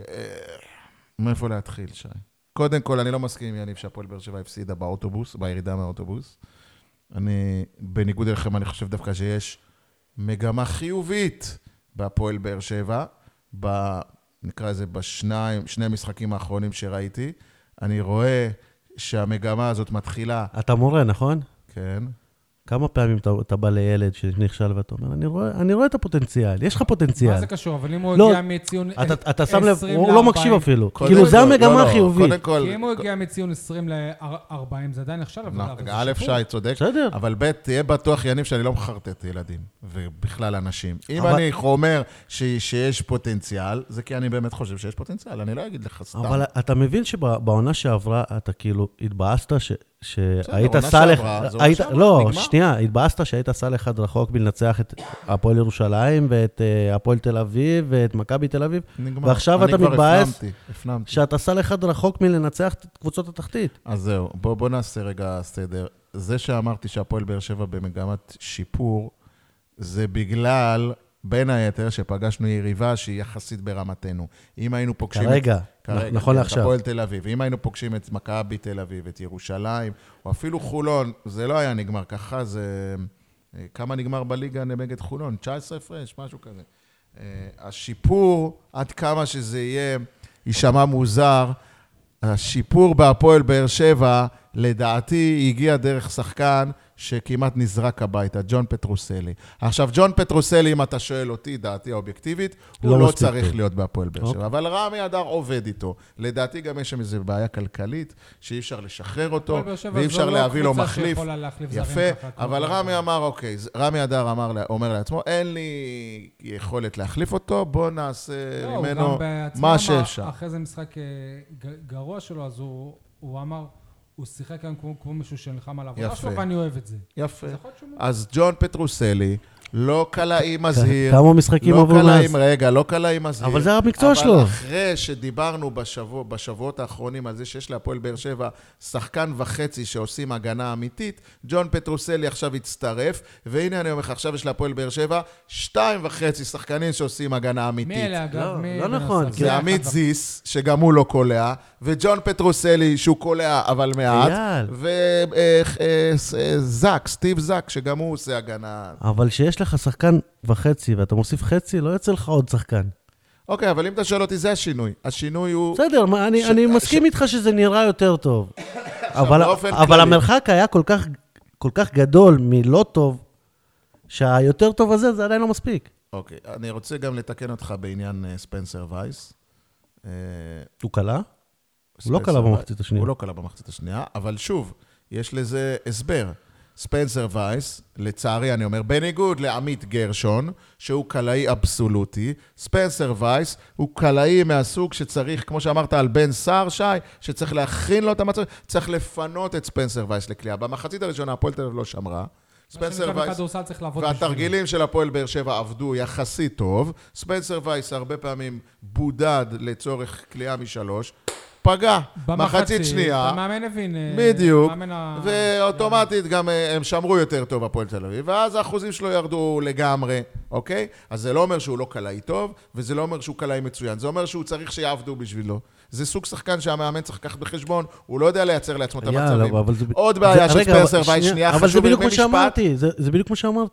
מאיפה להתחיל, שי? קודם כל, אני לא מסכים עם יניב שהפועל באר שבע הפסידה באוטובוס, בירידה מהאוטובוס. אני, בניגוד אליכם, אני חושב דווקא שיש מגמה חיובית בהפועל באר שבע, ב, נקרא לזה בשניים, שני המשחקים האחרונים שראיתי. אני רואה שהמגמה הזאת מתחילה... אתה מורה, נכון? כן. כמה פעמים אתה, אתה בא לילד שנכשל ואתה אומר, אני רואה, אני רואה את הפוטנציאל, יש לך פוטנציאל. מה זה קשור? אבל אם הוא לא, הגיע מציון אתה, אתה שם לב, עשרים הוא לא מקשיב אפילו. כאילו, זה המגמה לא, לא, החיובית. קודם כל... כי אם הוא הגיע מציון עשרים לארבעים, זה עדיין נחשב, אבל לא, זה א', שיפור. שי, צודק. בסדר. אבל ב', תהיה בטוח, יניב, שאני לא מחרטט ילדים, ובכלל אנשים. אם אבל- אני אומר ש- שיש פוטנציאל, זה כי אני באמת חושב שיש פוטנציאל, אני לא אגיד לך סתם. אבל אתה מבין שבעונה שעברה אתה כאילו התבאסת ש... שהיית עונה סל... שעברה, זו היית... עונה שעברה, לא, נגמר. שנייה, התבאסת שהיית סל אחד רחוק מלנצח את הפועל ירושלים ואת אה, הפועל תל אביב ואת מכבי תל אביב, נגמר. ועכשיו אני אתה כבר מתבאס הפנמתי, הפנמתי. שאתה סל אחד רחוק מלנצח את קבוצות התחתית. אז זהו, בוא, בוא נעשה רגע סדר. זה שאמרתי שהפועל באר שבע במגמת שיפור, זה בגלל, בין היתר, שפגשנו יריבה שהיא יחסית ברמתנו. אם היינו פוגשים... כרגע, את, כרגע, נכון את לעכשיו. הפועל תל אביב. אם היינו פוגשים את מכבי תל אביב, את ירושלים, או אפילו חולון, זה לא היה נגמר ככה, זה... כמה נגמר בליגה נגד חולון? תשע עשרה הפרש, משהו כזה. השיפור, עד כמה שזה יהיה, יישמע מוזר, השיפור בהפועל באר שבע, לדעתי, הגיע דרך שחקן שכמעט נזרק הביתה, ג'ון פטרוסלי. עכשיו, ג'ון פטרוסלי, אם אתה שואל אותי, דעתי האובייקטיבית, הוא לא לא מספיק צריך טוב. להיות בהפועל באר שבע. אוקיי. אבל רמי אדר עובד איתו. לדעתי גם יש שם איזו בעיה כלכלית, שאי אפשר לשחרר אותו, הפועל באר שבע ואי זו אפשר לא להביא לו קבוצה מחליף. שיכולה להחליף זרים יפה, ככה, כמו אבל כל רמי דבר. אמר, אוקיי, ז- רמי אדר אמר, לה- אומר לעצמו, אין לי יכולת להחליף אותו, בוא נעשה לא, הוא ממנו גם בעצמו מה אמר, שאפשר. אחרי זה משחק אה, ג- גרוע שלו, אז הוא הוא אמר, הוא שיחק היום כמו כמו מישהו שנלחם על העבודה יפה. שלו, ואני אוהב את זה. יפה. אז יכול להיות שהוא... אז ג'ון פטרוסלי, לא קלעי מזהיר, כמה משחקים לא עברו קלעי, מאז? רגע, לא קלעי מזהיר. אבל זה המקצוע אבל שלו. אחרי שדיברנו בשבוע, בשבועות האחרונים על זה שיש להפועל באר שבע שחקן וחצי שעושים הגנה אמיתית, ג'ון פטרוסלי עכשיו הצטרף, והנה אני אומר לך, עכשיו יש להפועל באר שבע שתיים וחצי שחקנים שעושים הגנה אמיתית. מי אלה, אגב? לא, מי לא בנוסף? נכון, כי זה עמית אחד זיס, שגם הוא לא קולע, וג'ון פטרוסלי, שהוא קולע, אבל מעט, אייל. וזק, סטיב זק, שגם הוא עושה הגנה. אבל שיש לך שחקן וחצי ואתה מוסיף חצי, לא יוצא לך עוד שחקן. אוקיי, אבל אם אתה שואל אותי, זה השינוי. השינוי הוא... בסדר, מה, אני, ש- אני ש- מסכים איתך שזה נראה יותר טוב. אבל, באופן אבל כללי. המרחק היה כל כך, כל כך גדול מלא טוב, שהיותר טוב הזה, זה עדיין לא מספיק. אוקיי, אני רוצה גם לתקן אותך בעניין אה, ספנסר וייס. אה, הוא קלה? הוא לא ספנסר קלה וייס- במחצית השנייה. הוא לא קלה במחצית השנייה, אבל שוב, יש לזה הסבר. ספנסר וייס, לצערי אני אומר, בניגוד לעמית גרשון, שהוא קלעי אבסולוטי, ספנסר וייס הוא קלעי מהסוג שצריך, כמו שאמרת על בן סער, שי, שצריך להכין לו את המצב, צריך לפנות את ספנסר וייס לקליעה. במחצית הראשונה הפועל תל אביב לא שמרה, ספנסר מה וייס... בכדורסל צריך לעבוד והתרגילים של הפועל באר שבע עבדו יחסית טוב. ספנסר וייס הרבה פעמים בודד לצורך קליעה משלוש. פגע, מחצית שנייה. המאמן הבין. אה, בדיוק. המאמן ה- ואוטומטית גם אה, הם שמרו יותר טוב הפועל תל אביב, ואז האחוזים שלו ירדו לגמרי, אוקיי? אז זה לא אומר שהוא לא קלעי טוב, וזה לא אומר שהוא קלעי מצוין. זה אומר שהוא צריך שיעבדו בשבילו. זה סוג שחקן שהמאמן צריך לקחת בחשבון, הוא לא יודע לייצר לעצמו את יאללה, המצבים. אבל זה- עוד בעיה זה- של רגע, ספנסר אבל- וייס, שנייה, שנייה, אבל זה חשוב בדיוק לי כמו במשפט. שאמרתי, זה זה בדיוק כמו שאמרתי.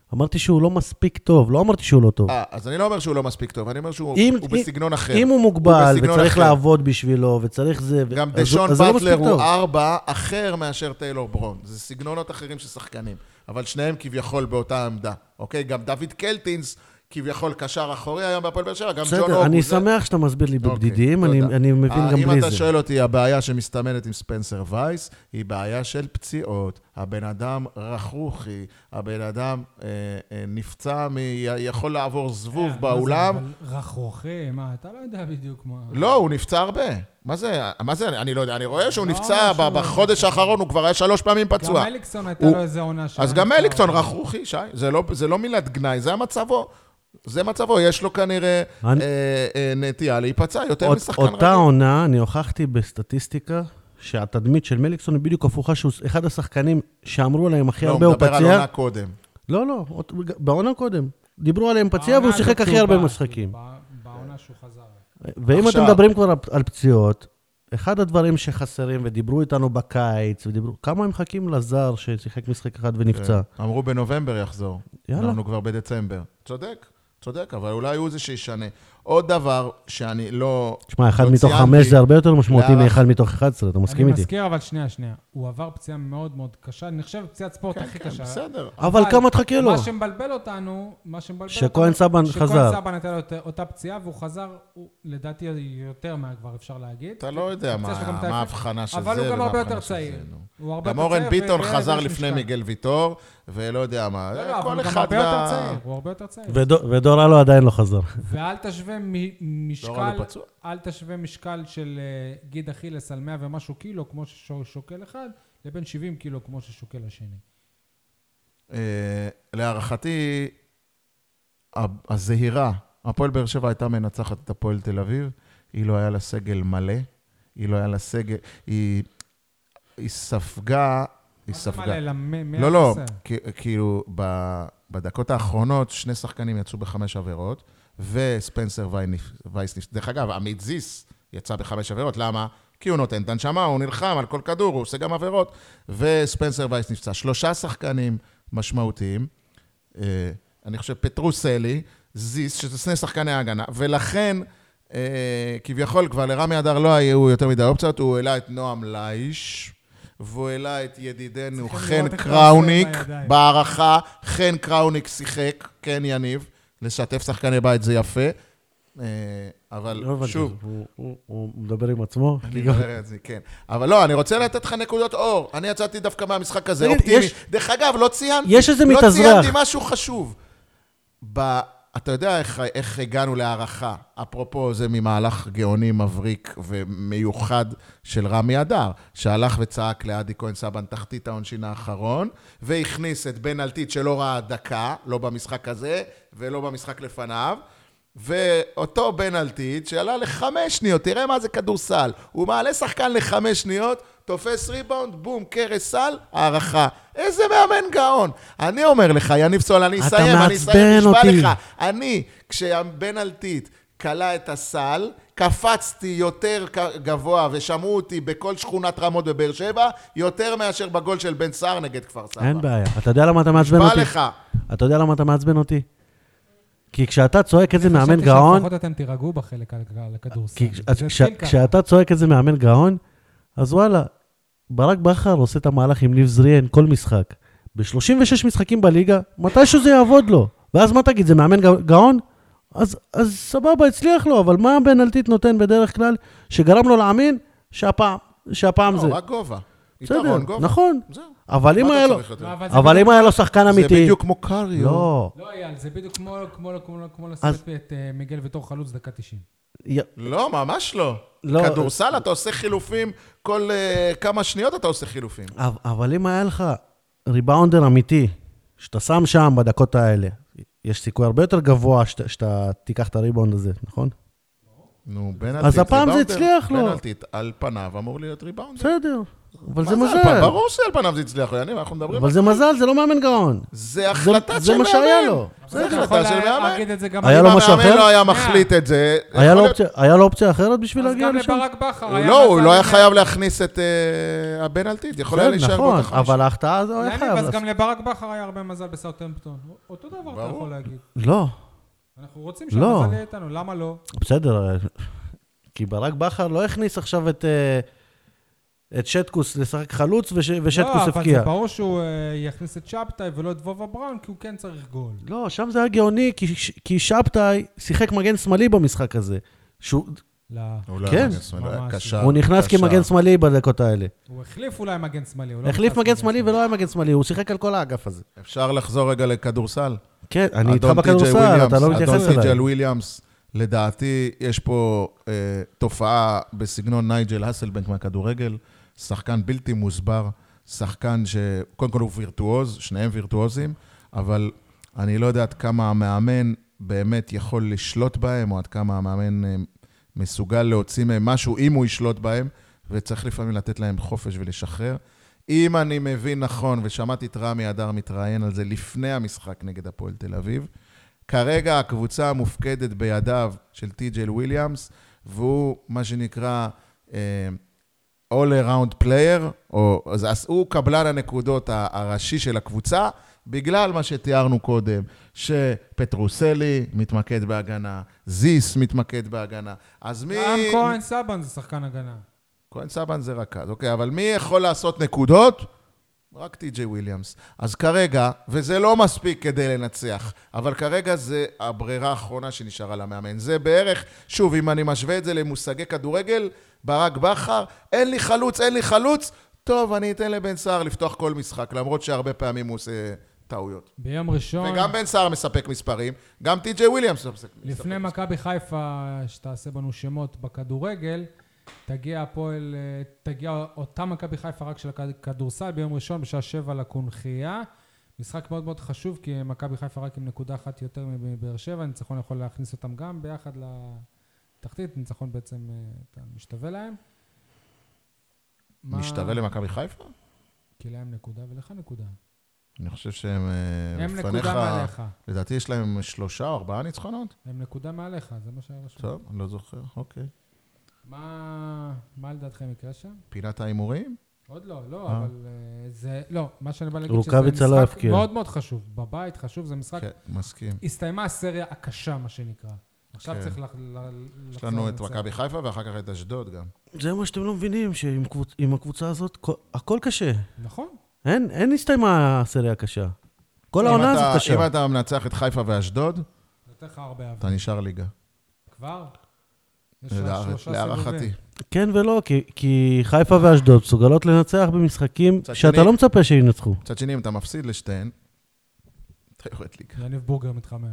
אמרתי שהוא לא מספיק טוב, לא אמרתי שהוא לא טוב. אה, אז אני לא אומר שהוא לא מספיק טוב, אני אומר שהוא אם, הוא בסגנון אחר. אם הוא מוגבל, הוא וצריך אחר. לעבוד בשבילו, וצריך זה... גם אז, דשון אז באטלר לא הוא ארבע אחר מאשר טיילור ברון. זה סגנונות אחרים של שחקנים, אבל שניהם כביכול באותה עמדה. אוקיי? גם דוד קלטינס, כביכול קשר אחורי היום בהפועל באר שבע, גם ג'ון אוגו. בסדר, אני שמח שאתה מסביר לי בבדידים, אני, אני מבין גם בלי זה. אם אתה שואל אותי, הבעיה שמסתמנת עם ספנסר וייס, היא בעיה של פציעות. הבן אדם רכרוכי, הבן אדם אה, אה, נפצע, מ... יכול לעבור זבוב באולם. אבל רכרוכי, מה, אתה לא יודע בדיוק מה... לא, הוא נפצע הרבה. מה זה? מה זה? אני לא יודע, אני רואה שהוא נפצע בחודש האחרון, הוא כבר היה שלוש פעמים פצוע. גם אליקסון הייתה לו איזה עונה שם. אז גם אליקסון רכרוכי, שי, זה לא מילת גנאי, זה המצבו. זה מצבו, יש לו כנראה נטייה להיפצע יותר משחקן רגיל. אותה עונה, אני הוכחתי בסטטיסטיקה, שהתדמית של מליקסון היא בדיוק הפוכה, שהוא אחד השחקנים שאמרו עליהם הכי הרבה הוא פציע. לא, הוא מדבר על עונה קודם. לא, לא, בעונה קודם. דיברו עליהם פציע והוא שיחק הכי הרבה משחקים. בעונה שהוא חזר. ואם אתם מדברים כבר על פציעות, אחד הדברים שחסרים, ודיברו איתנו בקיץ, ודיברו, כמה הם מחכים לזר ששיחק משחק אחד ונפצע? אמרו בנובמבר יחזור. יאללה. אנחנו כבר בדצמבר. צודק. צודק, אבל אולי הוא זה שישנה. עוד דבר שאני לא... תשמע, אחד מתוך חמש זה הרבה יותר משמעותי מאחד מתוך אחד עשרה, אתה מסכים איתי? אני מזכיר, אבל שנייה, שנייה. הוא עבר פציעה מאוד מאוד קשה, אני חושב פציעת ספורט הכי קשה. בסדר. אבל כמה תחכה לו? מה שמבלבל אותנו, מה שמבלבל אותנו... שכהן סבן חזר. שכהן סבן הייתה לו אותה פציעה, והוא חזר, לדעתי יותר מה כבר אפשר להגיד. אתה לא יודע מה ההבחנה של זה. אבל הוא גם הרבה יותר צעיר. גם אורן ביטון חזר לפני מיגל ויטור, ולא יודע מה. לא, לא, אבל הוא גם הרבה יותר צעיר. הוא הרבה יותר צעיר. ודור אלו עדיין לא חזר. ואל תשווה משקל, אל תשווה משקל של גיד אכילס על מאה ומשהו קילו, כמו ששוקל אחד, לבין שבעים קילו, כמו ששוקל השני. להערכתי, הזהירה, הפועל באר שבע הייתה מנצחת את הפועל תל אביב, היא לא היה לה סגל מלא, היא לא היה לה סגל, היא ספגה, היא ספגה. לא, לא, כאילו, בדקות האחרונות, שני שחקנים יצאו בחמש עבירות, וספנסר וייס נפצע. דרך אגב, עמית זיס יצא בחמש עבירות, למה? כי הוא נותן את הנשמה, הוא נלחם על כל כדור, הוא עושה גם עבירות, וספנסר וייס נפצע. שלושה שחקנים משמעותיים, אני חושב פטרוסלי, זיס, שזה שני שחקני ההגנה, ולכן, כביכול, כבר לרמי אדר לא היו יותר מדי אופציות, הוא העלה את נועם לייש, והוא העלה את ידידנו חן קראוניק, בערכה, חן קראוניק שיחק, כן יניב, לשתף שחקני בית זה יפה, אבל שוב... הוא מדבר עם עצמו? אני מדבר עם זה, כן. אבל לא, אני רוצה לתת לך נקודות אור. אני יצאתי דווקא מהמשחק הזה, אופטימי. דרך אגב, לא ציינתי. יש איזה מתאזרח. לא ציינתי משהו חשוב. אתה יודע איך הגענו להערכה? אפרופו, זה ממהלך גאוני מבריק ומיוחד של רמי אדר, שהלך וצעק לעדי כהן סבן תחתית העונשין האחרון, והכניס את בן אלטית שלא ראה דקה, לא במשחק הזה ולא במשחק לפניו, ואותו בן אלטית שעלה לחמש שניות, תראה מה זה כדורסל, הוא מעלה שחקן לחמש שניות, תופס ריבאונד, בום, קרס סל, הערכה. איזה מאמן גאון. אני אומר לך, יניב סול, אני אסיים, אני אסיים, נשבע לך. אני, כשבן אלטית קלה את הסל, קפצתי יותר גבוה, ושמעו אותי בכל שכונת רמות בבאר שבע, יותר מאשר בגול של בן סער נגד כפר סבא. אין בעיה. אתה יודע למה אתה מעצבן אותי? נשבע לך. אתה יודע למה אתה מעצבן אותי? כי כשאתה צועק איזה מאמן גאון... חשבתי שלפחות אתם תירגעו בחלק על הכדורסל. כשאתה צועק איזה מאמן גאון, אז וואלה, ברק בכר עושה את המהלך עם ניב זריאן כל משחק. ב-שלושים ושש משחקים בליגה, מתישהו זה יעבוד לו. ואז מה תגיד, זה מאמן גאון? אז, אז סבבה, הצליח לו, אבל מה בן אלטית נותן בדרך כלל שגרם לו להאמין שהפעם, שהפעם לא, זה... רק גובה. בסדר, גובה. נכון. זהו. אבל אם היה לו, אבל אם היה לו שחקן אמיתי... זה בדיוק כמו קריו. לא. לא, אייל, זה בדיוק כמו, כמו, כמו, כמו לספט את מיגל בתור חלוץ דקה תשעים. לא, ממש לא. כדורסל, אתה עושה חילופים, כל כמה שניות אתה עושה חילופים. אבל אם היה לך ריבאונדר אמיתי, שאתה שם שם בדקות האלה, יש סיכוי הרבה יותר גבוה שאתה תיקח את הריבאונד הזה, נכון? נו, בן אלטית. אז הפעם זה הצליח לו. בן אלטית, על פניו אמור להיות ריבאונדר. בסדר. אבל זה מזל. ברור שעל פניו זה הצליח, אנחנו מדברים... אבל זה מזל, זה לא מאמן גאון. זה החלטה של מאמן. זה מה שהיה לו. זה החלטה של מאמן. היה לו משהו אחר? אם המאמן לא היה מחליט את זה... היה לו אופציה אחרת בשביל להגיע לשם? אז גם לברק בכר היה... לא, הוא לא היה חייב להכניס את הבן אלטית, יכול היה להישאר בו את החמישה. אבל ההחטאה הזו היה חייב. אז גם לברק בכר היה הרבה מזל בסאות'המפטון. אותו דבר אתה יכול להגיד. לא. אנחנו רוצים שהמזל יהיה איתנו, למה לא? בסדר, כי ברק בכר לא הכניס עכשיו את... את שטקוס לשחק חלוץ, ושטקוס הפקיע. לא, אבל זה ברור שהוא יכניס את שבתאי ולא את וובה בראון, כי הוא כן צריך גול. לא, שם זה היה גאוני, כי שבתאי שיחק מגן שמאלי במשחק הזה. לא. כן. הוא נכנס כמגן שמאלי בדקות האלה. הוא החליף אולי מגן שמאלי. החליף מגן שמאלי ולא היה מגן שמאלי, הוא שיחק על כל האגף הזה. אפשר לחזור רגע לכדורסל? כן, אני איתך בכדורסל, אתה לא מתייחס אליי. אדון טי.ג'יי וויליאמס, לדעתי, יש פה תופעה בסגנון נייג'ל הסלבנק מהכדורגל, שחקן בלתי מוסבר, שחקן שקודם כל הוא וירטואוז, שניהם וירטואוזים, אבל אני לא יודע עד כמה המאמן באמת יכול לשלוט בהם, או עד כמה המאמן מסוגל להוציא מהם משהו, אם הוא ישלוט בהם, וצריך לפעמים לתת להם חופש ולשחרר. אם אני מבין נכון, ושמעתי את רמי אדר מתראיין על זה לפני המשחק נגד הפועל תל אביב, כרגע הקבוצה המופקדת בידיו של טי.ג'יי וויליאמס, והוא מה שנקרא all around player, או, אז הוא קבלן הנקודות הראשי של הקבוצה, בגלל מה שתיארנו קודם, שפטרוסלי מתמקד בהגנה, זיס מתמקד בהגנה, אז מי... גם כהן סבן זה שחקן הגנה. כהן סבן זה רכז, אוקיי, אבל מי יכול לעשות נקודות? רק טי.ג'יי וויליאמס. אז כרגע, וזה לא מספיק כדי לנצח, אבל כרגע זה הברירה האחרונה שנשארה למאמן. זה בערך, שוב, אם אני משווה את זה למושגי כדורגל, ברק בכר, אין לי חלוץ, אין לי חלוץ, טוב, אני אתן לבן סער לפתוח כל משחק, למרות שהרבה פעמים הוא עושה טעויות. ביום ראשון... וגם בן סער מספק מספרים, גם טי.ג'יי וויליאמס מספק מספרים. לפני מכבי חיפה, שתעשה בנו שמות בכדורגל, תגיע הפועל, תגיע אותה מכבי חיפה רק של הכדורסל ביום ראשון בשעה שבע לקונחייה. משחק מאוד מאוד חשוב, כי מכבי חיפה רק עם נקודה אחת יותר מבאר שבע, ניצחון יכול להכניס אותם גם ביחד לתחתית, ניצחון בעצם משתווה להם. משתווה למכבי חיפה? כי להם נקודה ולך נקודה. אני חושב שהם הם נקודה מעליך. לדעתי יש להם שלושה או ארבעה ניצחונות? הם נקודה מעליך, זה מה שהיה רשום. טוב, אני לא זוכר, אוקיי. מה, מה לדעתכם יקרה שם? פינת האימורים? עוד לא, לא, אבל זה, לא, מה שאני בא להגיד שזה משחק מאוד מאוד חשוב. בבית חשוב, זה משחק... כן, מסכים. הסתיימה הסריה הקשה, מה שנקרא. עכשיו צריך לחזור. יש לנו את מכבי חיפה ואחר כך את אשדוד גם. זה מה שאתם לא מבינים, שעם הקבוצה הזאת הכל קשה. נכון. אין, אין הסתיימה הסריה הקשה. כל העונה הזאת קשה. אם אתה מנצח את חיפה ואשדוד, אתה נשאר ליגה. כבר? להערכתי. כן ולא, כי, כי חיפה ואשדוד מסוגלות לנצח במשחקים שאתה לא מצפה שינצחו. מצד שני, אם אתה מפסיד לשתיהן, אתה יורד ליגה. יניב בורגר מתחמם.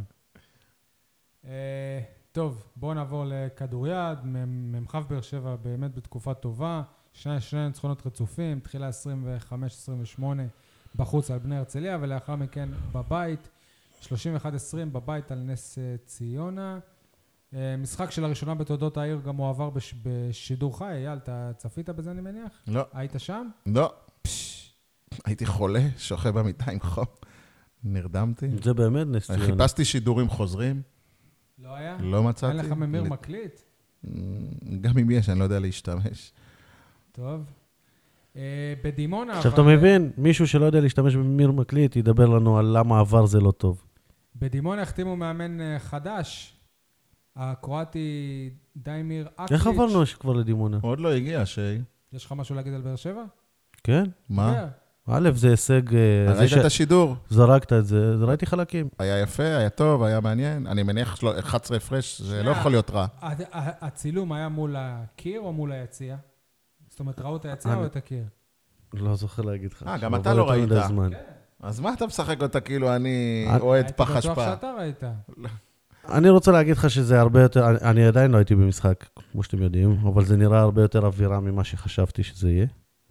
טוב, בואו נעבור לכדוריד. ממחב באר שבע באמת בתקופה טובה. שני, שני ניצחונות רצופים, תחילה עשרים וחמש עשרים ושמונה בחוץ על בני הרצליה, ולאחר מכן בבית, שלושים ואחת עשרים בבית על נס ציונה. משחק של הראשונה בתולדות העיר גם הוא עבר בש, בשידור חי. אייל, אתה צפית בזה אני מניח? לא. היית שם? לא. פש, הייתי חולה, שוכב במיטה עם חום. נרדמתי. זה באמת נס ציונה. חיפשתי שידורים חוזרים. לא היה? לא מצאתי. אין לך ממיר מקליט? גם אם יש, אני לא יודע להשתמש. טוב. בדימונה... עכשיו אתה מבין, מישהו שלא יודע להשתמש בממיר מקליט, ידבר לנו על למה עבר זה לא טוב. בדימונה החתימו מאמן חדש. הקרואטי דיימיר אקליץ'. איך עברנו כבר לדימונה? עוד לא הגיע, שי. יש לך משהו להגיד על באר שבע? כן. מה? א', זה הישג... ראית את השידור? זרקת את זה, ראיתי חלקים. היה יפה, היה טוב, היה מעניין. אני מניח אחת עשרה הפרש, זה לא יכול להיות רע. הצילום היה מול הקיר או מול היציאה? זאת אומרת, ראו את היציאה או את הקיר? לא זוכר להגיד לך. אה, גם אתה לא ראית. אז מה אתה משחק אותה כאילו אני אוהד פח אשפה? הייתי בטוח שאתה ראית. אני רוצה להגיד לך שזה הרבה יותר, אני עדיין לא הייתי במשחק, כמו שאתם יודעים, אבל זה נראה הרבה יותר אווירה ממה שחשבתי שזה יהיה.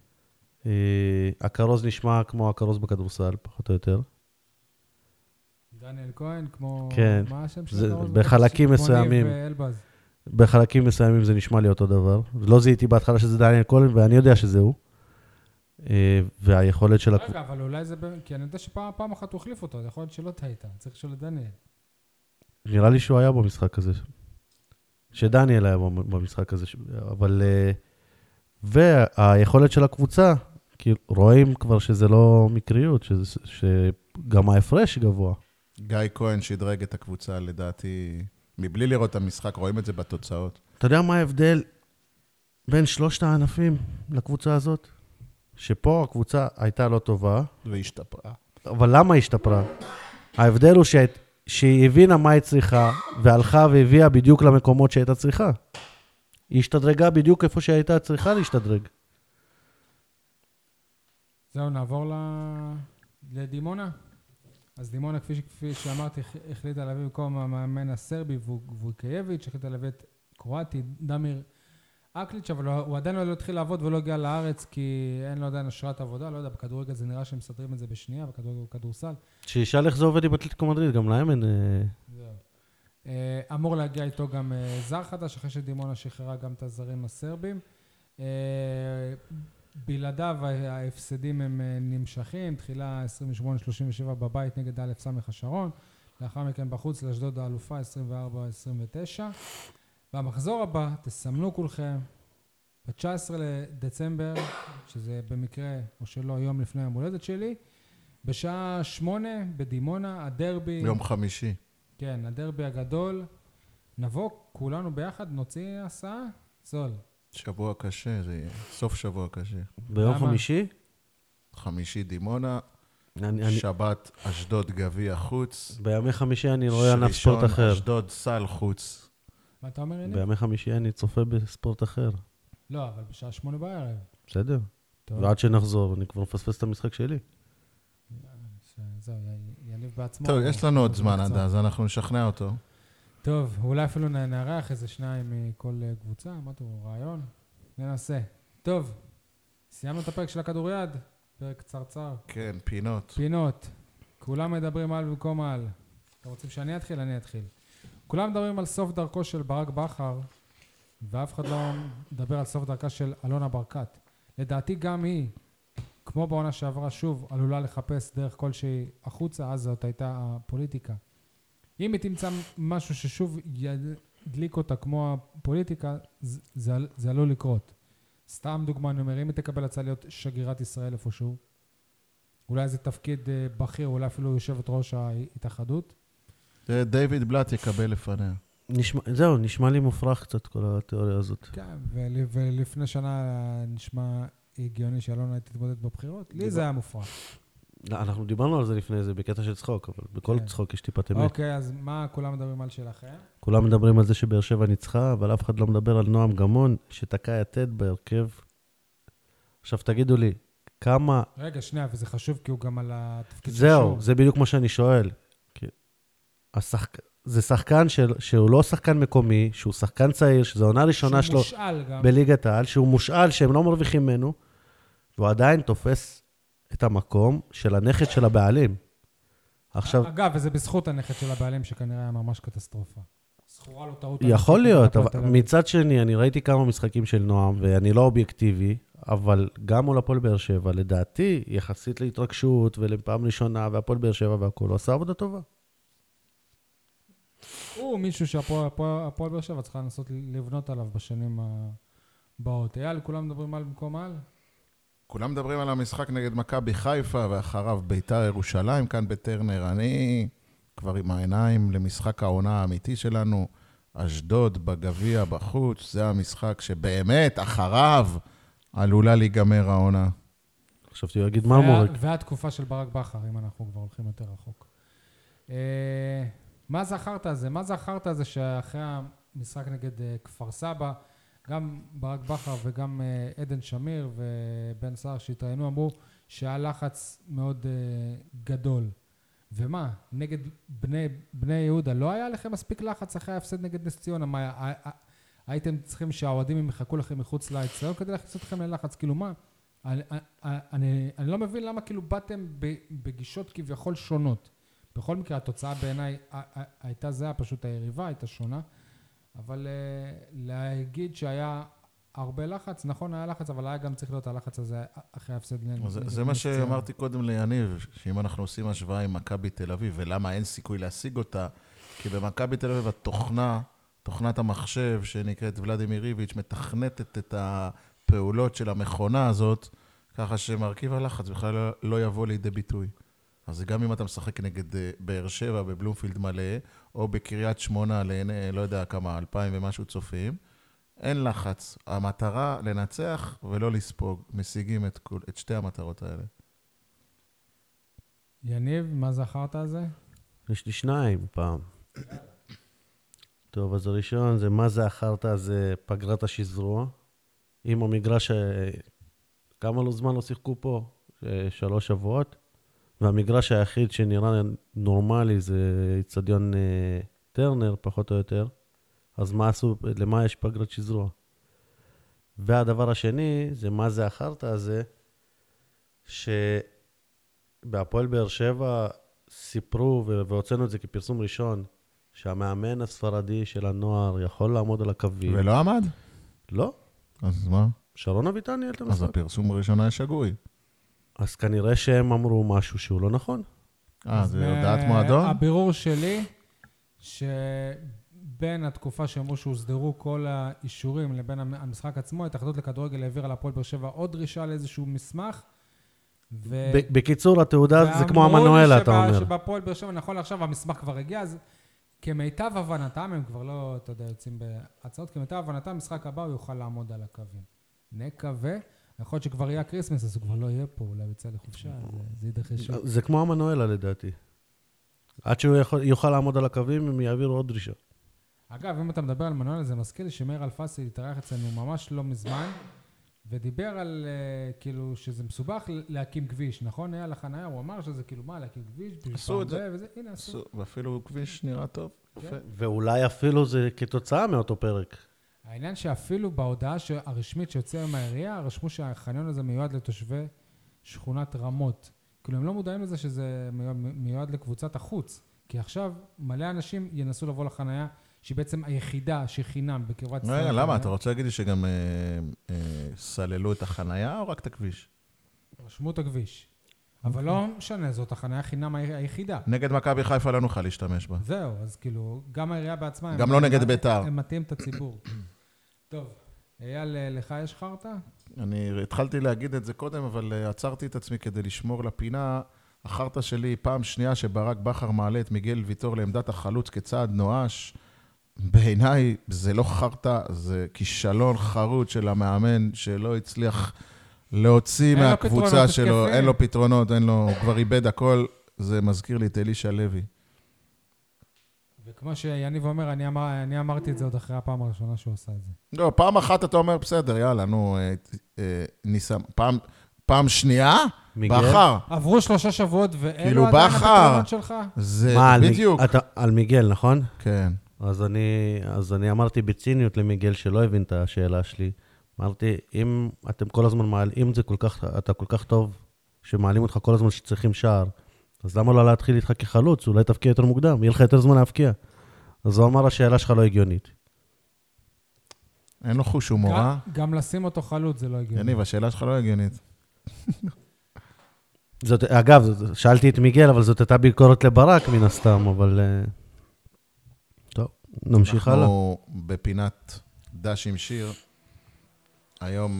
הכרוז נשמע כמו הכרוז בכדורסל, פחות או יותר. דניאל כהן, כמו... כן, מה השם של הכרוז? בחלקים מסוימים. בחלקים מסוימים זה נשמע לי אותו דבר. לא זיהיתי בהתחלה שזה דניאל כהן, ואני יודע שזה הוא. והיכולת של... רגע, אבל אולי זה... כי אני יודע שפעם אחת הוא החליף אותו, יכול להיות שלא טעית, צריך לשאול לדניאל. נראה לי שהוא היה במשחק הזה. שדניאל היה במשחק הזה, אבל... והיכולת של הקבוצה, כי רואים כבר שזה לא מקריות, שזה, שגם ההפרש גבוה. גיא כהן שדרג את הקבוצה, לדעתי, מבלי לראות את המשחק, רואים את זה בתוצאות. אתה יודע מה ההבדל בין שלושת הענפים לקבוצה הזאת? שפה הקבוצה הייתה לא טובה. והשתפרה. אבל למה השתפרה? ההבדל הוא שהיא, שהיא הבינה מה היא צריכה, והלכה והביאה בדיוק למקומות שהייתה צריכה. היא השתדרגה בדיוק איפה שהייתה צריכה להשתדרג. זהו, נעבור לדימונה. אז דימונה, כפי, כפי שאמרתי, החליטה להביא במקום המאמן הסרבי ווקייביץ', החליטה להביא את קרואטי, דמיר אקליץ', אבל הוא עדיין לא התחיל לעבוד ולא הגיע לארץ, כי אין לו עדיין אשרת עבודה, לא יודע, בכדורגל זה נראה שהם מסדרים את זה בשנייה, בכדורגל וכדורסל. שישאל איך זה עובד עם אתלטיקו מדריד, גם להם אין... זהו. אמור להגיע איתו גם זר חדש, אחרי שדימונה שחררה גם את הזרים הסרבים. בלעדיו ההפסדים הם נמשכים, תחילה עשרים ושמונה שלושים ושבע בבית נגד א' סמך השרון, לאחר מכן בחוץ לאשדוד האלופה עשרים וארבע עשרים ותשע. והמחזור הבא, תסמנו כולכם, ב-תשעה עשר לדצמבר, שזה במקרה או שלא יום לפני יום הולדת שלי, בשעה שמונה בדימונה, הדרבי... יום חמישי. כן, הדרבי הגדול. נבוא כולנו ביחד, נוציא הסעה, זול. שבוע קשה, זה יהיה סוף שבוע קשה. ביום חמישי? חמישי דימונה, אני, שבת אשדוד גביע חוץ. בימי חמישי אני רואה ענף ספורט אחר. שלישון אשדוד סל חוץ. מה אתה אומר, הנה? בימי חמישי אני צופה בספורט אחר. לא, אבל בשעה שמונה בערב. בסדר. טוב. ועד שנחזור, אני כבר מפספס את המשחק שלי. זהו, יניב בעצמו. טוב, יש לנו עוד זמן עד אז, אנחנו נשכנע אותו. טוב, אולי אפילו נערך איזה שניים מכל קבוצה, מה אתה אומר, רעיון? ננסה. טוב, סיימנו את הפרק של הכדוריד, פרק קצרצר. כן, פינות. פינות. כולם מדברים על במקום על. אתם רוצים שאני אתחיל? אני אתחיל. כולם מדברים על סוף דרכו של ברק בכר, ואף אחד לא מדבר על סוף דרכה של אלונה ברקת. לדעתי גם היא, כמו בעונה שעברה שוב, עלולה לחפש דרך כלשהי החוצה, אז זאת הייתה הפוליטיקה. אם היא תמצא משהו ששוב ידליק אותה כמו הפוליטיקה, זה, זה, זה עלול לקרות. סתם דוגמה, אני אומר, אם היא תקבל הצעה להיות שגרירת ישראל איפשהו, אולי איזה תפקיד בכיר, אולי אפילו יושבת ראש ההתאחדות. דיוויד בלאט יקבל לפניה. נשמע, זהו, נשמע לי מופרך קצת כל התיאוריה הזאת. כן, ולפני שנה נשמע הגיוני שאלונה תתמודד בבחירות. לי זה היה מופרך. אנחנו דיברנו על זה לפני זה בקטע של צחוק, אבל בכל צחוק יש טיפת אמת. אוקיי, אז מה כולם מדברים על שלכם? כולם מדברים על זה שבאר שבע ניצחה, אבל אף אחד לא מדבר על נועם גמון, שתקע יתד בהרכב. עכשיו תגידו לי, כמה... רגע, שנייה, וזה חשוב כי הוא גם על התפקיד של זהו, שור. זה בדיוק מה שאני שואל. השחק... זה שחקן של... שהוא לא שחקן מקומי, שהוא שחקן צעיר, שזו עונה ראשונה שלו בליגת העל, שהוא מושאל, שהם לא מרוויחים ממנו, והוא עדיין תופס את המקום של הנכד של הבעלים. עכשיו... אגב, וזה בזכות הנכד של הבעלים, שכנראה היה ממש קטסטרופה. זכורה לו טעות. יכול להיות, אבל מצד שני, אני ראיתי כמה משחקים של נועם, ואני לא אובייקטיבי, אבל גם מול הפועל באר שבע, לדעתי, יחסית להתרגשות, ולפעם ראשונה, והפועל באר שבע והכל, הוא עשה עבודה טובה. הוא מישהו שהפועל באר שבע צריכה לנסות לבנות עליו בשנים הבאות. אייל, כולם מדברים על במקום על? כולם מדברים על המשחק נגד מכבי חיפה, ואחריו ביתר ירושלים, כאן בטרנר. אני כבר עם העיניים למשחק העונה האמיתי שלנו, אשדוד בגביע בחוץ, זה המשחק שבאמת אחריו עלולה להיגמר העונה. חשבתי להגיד מה מורק. והתקופה של ברק בכר, אם אנחנו כבר הולכים יותר רחוק. מה זכרת הזה? מה זכרת הזה שאחרי המשחק נגד כפר סבא, גם ברק בכר וגם עדן שמיר ובן סער שהתראיינו אמרו שהיה לחץ מאוד גדול. ומה? נגד בני, בני יהודה לא היה לכם מספיק לחץ אחרי ההפסד נגד נס ציונה? מה, הייתם צריכים שהאוהדים הם יחכו לכם מחוץ לאצטדיון כדי להכניס אתכם ללחץ? כאילו מה? אני, אני, אני לא מבין למה כאילו באתם בגישות כביכול שונות. בכל מקרה, התוצאה בעיניי הייתה זהה, פשוט היריבה הייתה שונה, אבל להגיד שהיה הרבה לחץ, נכון היה לחץ, אבל היה גם צריך להיות הלחץ הזה אחרי ההפסד. זה, זה מה שאמרתי קודם ליניב, שאם אנחנו עושים השוואה עם מכבי תל אביב, ולמה אין סיכוי להשיג אותה, כי במכבי תל אביב התוכנה, תוכנת המחשב שנקראת ולדימיר ריביץ', מתכנתת את הפעולות של המכונה הזאת, ככה שמרכיב הלחץ בכלל לא יבוא לידי ביטוי. אז גם אם אתה משחק נגד באר שבע בבלומפילד מלא, או בקריית שמונה לעיני, לא יודע כמה, אלפיים ומשהו צופים, אין לחץ. המטרה לנצח ולא לספוג. משיגים את, כל, את שתי המטרות האלה. יניב, מה זכרת על זה? יש לי שניים פעם. טוב, אז הראשון זה מה זכרת, זה פגרת השזרוע. עם המגרש, כמה לא זמן לא שיחקו פה? שלוש שבועות. והמגרש היחיד שנראה נורמלי זה אצטדיון אה, טרנר, פחות או יותר. אז מה עשו, למה יש פגרת שזרוע? והדבר השני, זה מה זה אחרת הזה, שבהפועל באר שבע סיפרו, והוצאנו את זה כפרסום ראשון, שהמאמן הספרדי של הנוער יכול לעמוד על הקווים. ולא עמד? לא. אז מה? שרון אביטן ניהל את המשחק. אז הפרסום הראשון היה שגוי. אז כנראה שהם אמרו משהו שהוא לא נכון. אה, זה הודעת מועדון? הבירור שלי, שבין התקופה שאמרו שהוסדרו כל האישורים לבין המשחק עצמו, ההתאחדות לכדורגל העבירה להפועל באר שבע עוד דרישה לאיזשהו מסמך. בקיצור, התעודה זה כמו המנואלה, אתה אומר. שבהפועל באר שבע, נכון לעכשיו, המסמך כבר הגיע, אז כמיטב הבנתם, הם כבר לא, אתה יודע, יוצאים בהצעות, כמיטב הבנתם, משחק הבא הוא יוכל לעמוד על הקווים. נקווה. יכול להיות שכבר יהיה הקריסמס, אז הוא כבר לא יהיה פה, אולי יצא לחופשה, זה יידחה שוב. זה כמו המנואלה לדעתי. עד שהוא יוכל לעמוד על הקווים, הם יעבירו עוד דרישה. אגב, אם אתה מדבר על מנואלה, זה מזכיר לי שמאיר אלפסי התארח אצלנו ממש לא מזמן, ודיבר על כאילו שזה מסובך להקים כביש, נכון? היה לחניה, הוא אמר שזה כאילו מה, להקים כביש, עשו את זה. וזה, הנה עשו. ואפילו כביש נראה טוב. ואולי אפילו זה כתוצאה מאותו פרק. העניין שאפילו בהודעה הרשמית שיוצאה מהעירייה, רשמו שהחניון הזה מיועד לתושבי שכונת רמות. כאילו הם לא מודעים לזה שזה מיועד לקבוצת החוץ, כי עכשיו מלא אנשים ינסו לבוא לחנייה, שהיא בעצם היחידה שהיא חינם בקרבת ישראל. למה? אתה רוצה להגיד לי שגם סללו את החנייה או רק את הכביש? רשמו את הכביש. אבל לא משנה, זאת החנייה חינם היחידה. נגד מכבי חיפה לא נוכל להשתמש בה. זהו, אז כאילו, גם העירייה בעצמה... גם לא נגד ביתר. הם מתאים את הציבור. טוב, אייל, לך יש חרטה? אני התחלתי להגיד את זה קודם, אבל עצרתי את עצמי כדי לשמור לפינה. החרטה שלי פעם שנייה שברק בכר מעלה את מיגל ויטור לעמדת החלוץ כצעד נואש. בעיניי זה לא חרטה, זה כישלון חרוץ של המאמן שלא הצליח להוציא מהקבוצה שלו. אין לו פתרונות, אין לו, הוא כבר איבד הכל. זה מזכיר לי את אלישע לוי. וכמו שיניב אומר, אני, אמר, אני אמרתי את זה עוד אחרי הפעם הראשונה שהוא עשה את זה. לא, פעם אחת אתה אומר, בסדר, יאללה, נו, אה, אה, ניסה, פעם, פעם שנייה, בכר. עברו שלושה שבועות, ואלו כאילו עדיין בכר, הפתרונות שלך? זה מה, בדיוק. על, אתה, על מיגל, נכון? כן. אז אני, אז אני אמרתי בציניות למיגל שלא הבין את השאלה שלי. אמרתי, אם אתם כל הזמן מעלים, אם זה כל כך, אתה כל כך טוב, שמעלים אותך כל הזמן שצריכים שער, אז למה לא להתחיל איתך כחלוץ? אולי תפקיע יותר מוקדם, יהיה לך יותר זמן להפקיע. אז הוא אמר, השאלה שלך לא הגיונית. אין לו חוש הומור, אה? גם לשים אותו חלוץ זה לא הגיוני. יניב, השאלה שלך לא הגיונית. זאת, אגב, שאלתי את מיגל, אבל זאת הייתה ביקורת לברק מן הסתם, אבל... טוב, נמשיך הלאה. אנחנו בפינת דש עם שיר. היום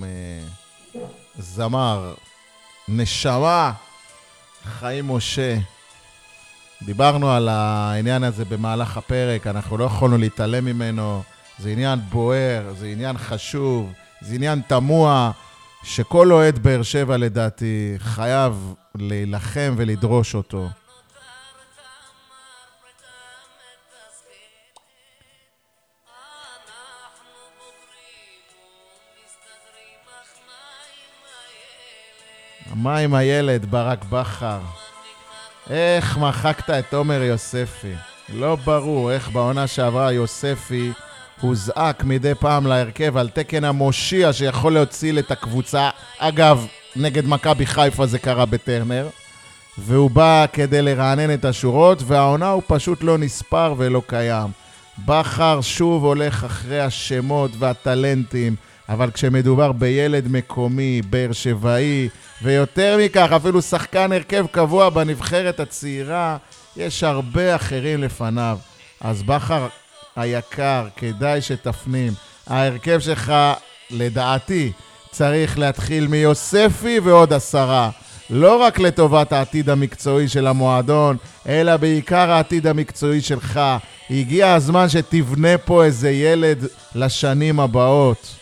זמר, נשמה, חיים משה. דיברנו על העניין הזה במהלך הפרק, אנחנו לא יכולנו להתעלם ממנו. זה עניין בוער, זה עניין חשוב, זה עניין תמוה, שכל אוהד באר שבע לדעתי חייב להילחם ולדרוש אותו. מה עם הילד, ברק בכר? איך מחקת את עומר יוספי? לא ברור איך בעונה שעברה יוספי הוזעק מדי פעם להרכב על תקן המושיע שיכול להוציא את הקבוצה. אגב, נגד מכבי חיפה זה קרה בטרנר, והוא בא כדי לרענן את השורות, והעונה הוא פשוט לא נספר ולא קיים. בכר שוב הולך אחרי השמות והטלנטים, אבל כשמדובר בילד מקומי, באר שבעי, ויותר מכך, אפילו שחקן הרכב קבוע בנבחרת הצעירה, יש הרבה אחרים לפניו. אז בכר היקר, כדאי שתפנים. ההרכב שלך, לדעתי, צריך להתחיל מיוספי ועוד עשרה. לא רק לטובת העתיד המקצועי של המועדון, אלא בעיקר העתיד המקצועי שלך. הגיע הזמן שתבנה פה איזה ילד לשנים הבאות.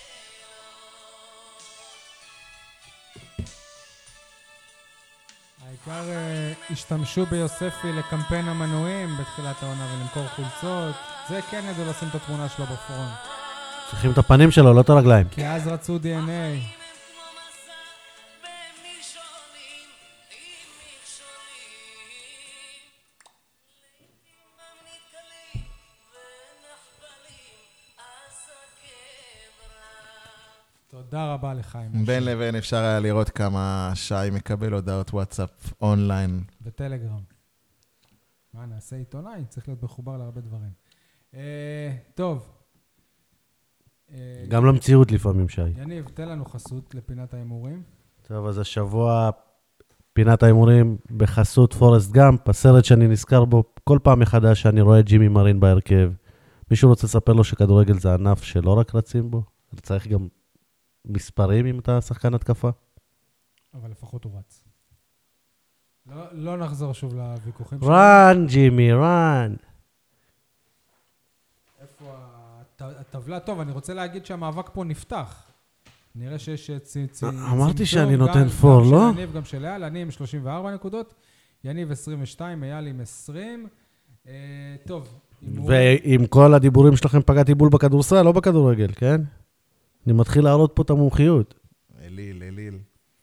העיקר השתמשו ביוספי לקמפיין המנויים בתחילת העונה ולמכור חולצות. זה כן ידעו לשים את התמונה שלו בפרונט. צריכים את הפנים שלו, לא את הרגליים. כי אז רצו די אן איי. תודה רבה לך. בין לבין אפשר היה לראות כמה שי מקבל הודעות וואטסאפ אונליין. בטלגרם. מה, נעשה עיתונאי? צריך להיות מחובר להרבה דברים. אה, טוב. אה, גם למציאות לפעמים, שי. יניב, תן לנו חסות לפינת האימורים. טוב, אז השבוע פינת האימורים בחסות פורסט גאמפ, הסרט שאני נזכר בו כל פעם מחדש שאני רואה ג'ימי מרין בהרכב. מישהו רוצה לספר לו שכדורגל זה ענף שלא רק רצים בו? צריך גם מספרים אם אתה שחקן התקפה? אבל לפחות הוא רץ. לא, לא נחזור שוב לוויכוחים. רן, ג'ימי, רן. איפה הט- הטבלה? טוב, אני רוצה להגיד שהמאבק פה נפתח. נראה שיש צמצום. אמרתי שאני נותן פור, לא? גם של יניב, גם של אייל, אני עם שלושים וארבע נקודות, יניב עשרים ושתיים, אייל עם עשרים. אה, טוב. ועם כל הדיבורים שלכם פגעתי בול בכדורסל, לא בכדורגל, כן? אני מתחיל להראות פה את המומחיות. אליל, אליל.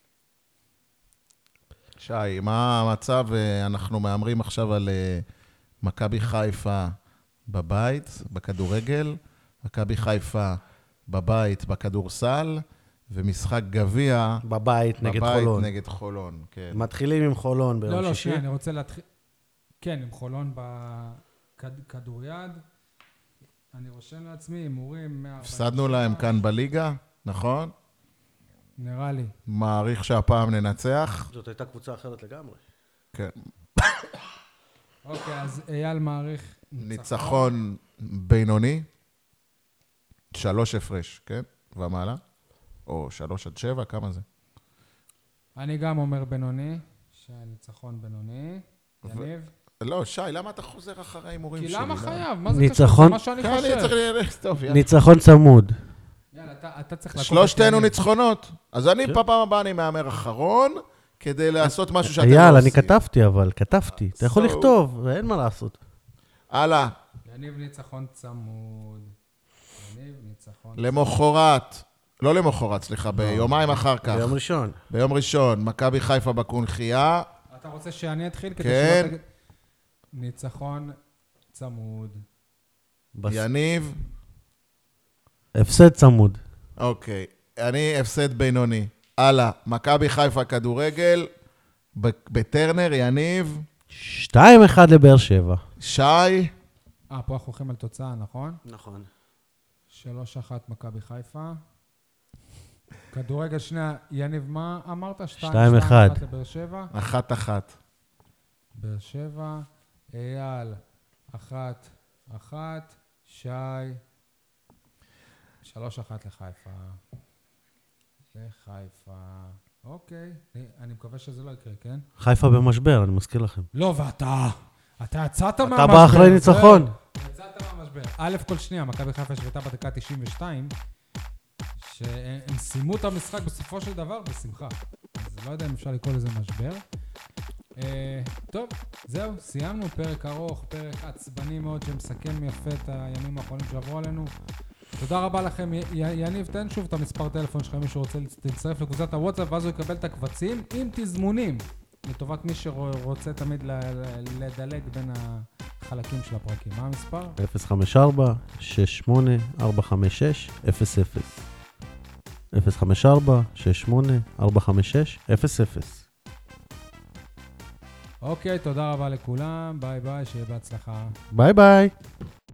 שי, מה המצב? אנחנו מאמרים עכשיו על מכבי חיפה בבית, בכדורגל, מכבי חיפה בבית, בכדורסל, ומשחק גביע בבית נגד בבית חולון. נגד חולון, כן. מתחילים עם חולון ביום לא, לא, שישי. שנייה, אני רוצה להתחיל... כן, עם חולון בכדוריד. אני רושם לעצמי, הימורים מאה ארבעים. הפסדנו להם כאן בליגה, נכון? נראה לי. מעריך שהפעם ננצח. זאת הייתה קבוצה אחרת לגמרי. כן. אוקיי, אז אייל מעריך ניצחון בינוני, שלוש הפרש, כן? ומעלה? או שלוש עד שבע, כמה זה? אני גם אומר בינוני, שהניצחון בינוני. יניב? לא, שי, למה אתה חוזר אחרי ההימורים כי שלי? למה למה? חייב? מה זה ניצחון- קשור? זה מה שאני כן, אני חושב. צריך ל... טוב, יאללה. ניצחון צמוד. יאללה, אתה אתה צריך לעקוף את שלושתנו יניב. ניצחונות. אז אני כן. בפעם הבאה אני מהמר אחרון, כדי לעשות משהו שאתם לא אייל, עושים. אני כתבתי אבל, כתבתי. אתה יכול So- לכתוב, אין מה לעשות. הלאה, יניב ניצחון צמוד. יניב ניצחון... למחרת, לא למחרת, סליחה, ביומיים אחר כך, ביום ראשון. ביום ראשון, מכבי חיפה בקונחייה, אתה רוצה שאני אתחיל? כדי כן. שלא תגיד- ניצחון צמוד. בס- יניב, הפסד צמוד. אוקיי, אני הפסד בינוני. הלאה, מכבי חיפה כדורגל, ב- בטרנר, יניב, שתיים אחד לבאר שבע. שי, אה, פה אנחנו הולכים על תוצאה, נכון? נכון. שלוש אחת מכבי חיפה. כדורגל שנייה, יניב, מה אמרת? שתיים, שתיים, אחד. לבאר שבע. אחת אחת. באר שבע. אייל, אחת, אחת. שי, שלוש אחת לחיפה. לחיפה. אוקיי. אני, אני מקווה שזה לא יקרה, כן? חיפה במשבר, אני מזכיר לכם. לא, ואתה... אתה יצאת מהמשבר. אתה בא אחרי ניצחון. זהו, יצאת מהמשבר. א', כל שנייה, מכבי חיפה שוויתה בדקה תשעים ושתיים, שהם סיימו את המשחק בסופו של דבר בשמחה. אז לא יודע אם אפשר לקרוא לזה משבר. אה, טוב, זהו, סיימנו פרק ארוך, פרק עצבני מאוד שמסכם יפה את הימים האחרונים שעברו עלינו. תודה רבה לכם. י- יניב, תן שוב את המספר טלפון שלך, מי שרוצה להצטרף לקבוצת הוואטסאפ, ואז הוא יקבל את הקבצים עם תזמונים, לטובת מי שרוצה תמיד ל- ל- לדלג בין החלקים של הפרקים. מה המספר? אפס חמש ארבע שש שמונה ארבע חמש שש אפס אפס. אפס חמש ארבע שש שמונה ארבע חמש שש אפס אפס. אוקיי, תודה רבה לכולם. ביי ביי, שיהיה בהצלחה. ביי ביי.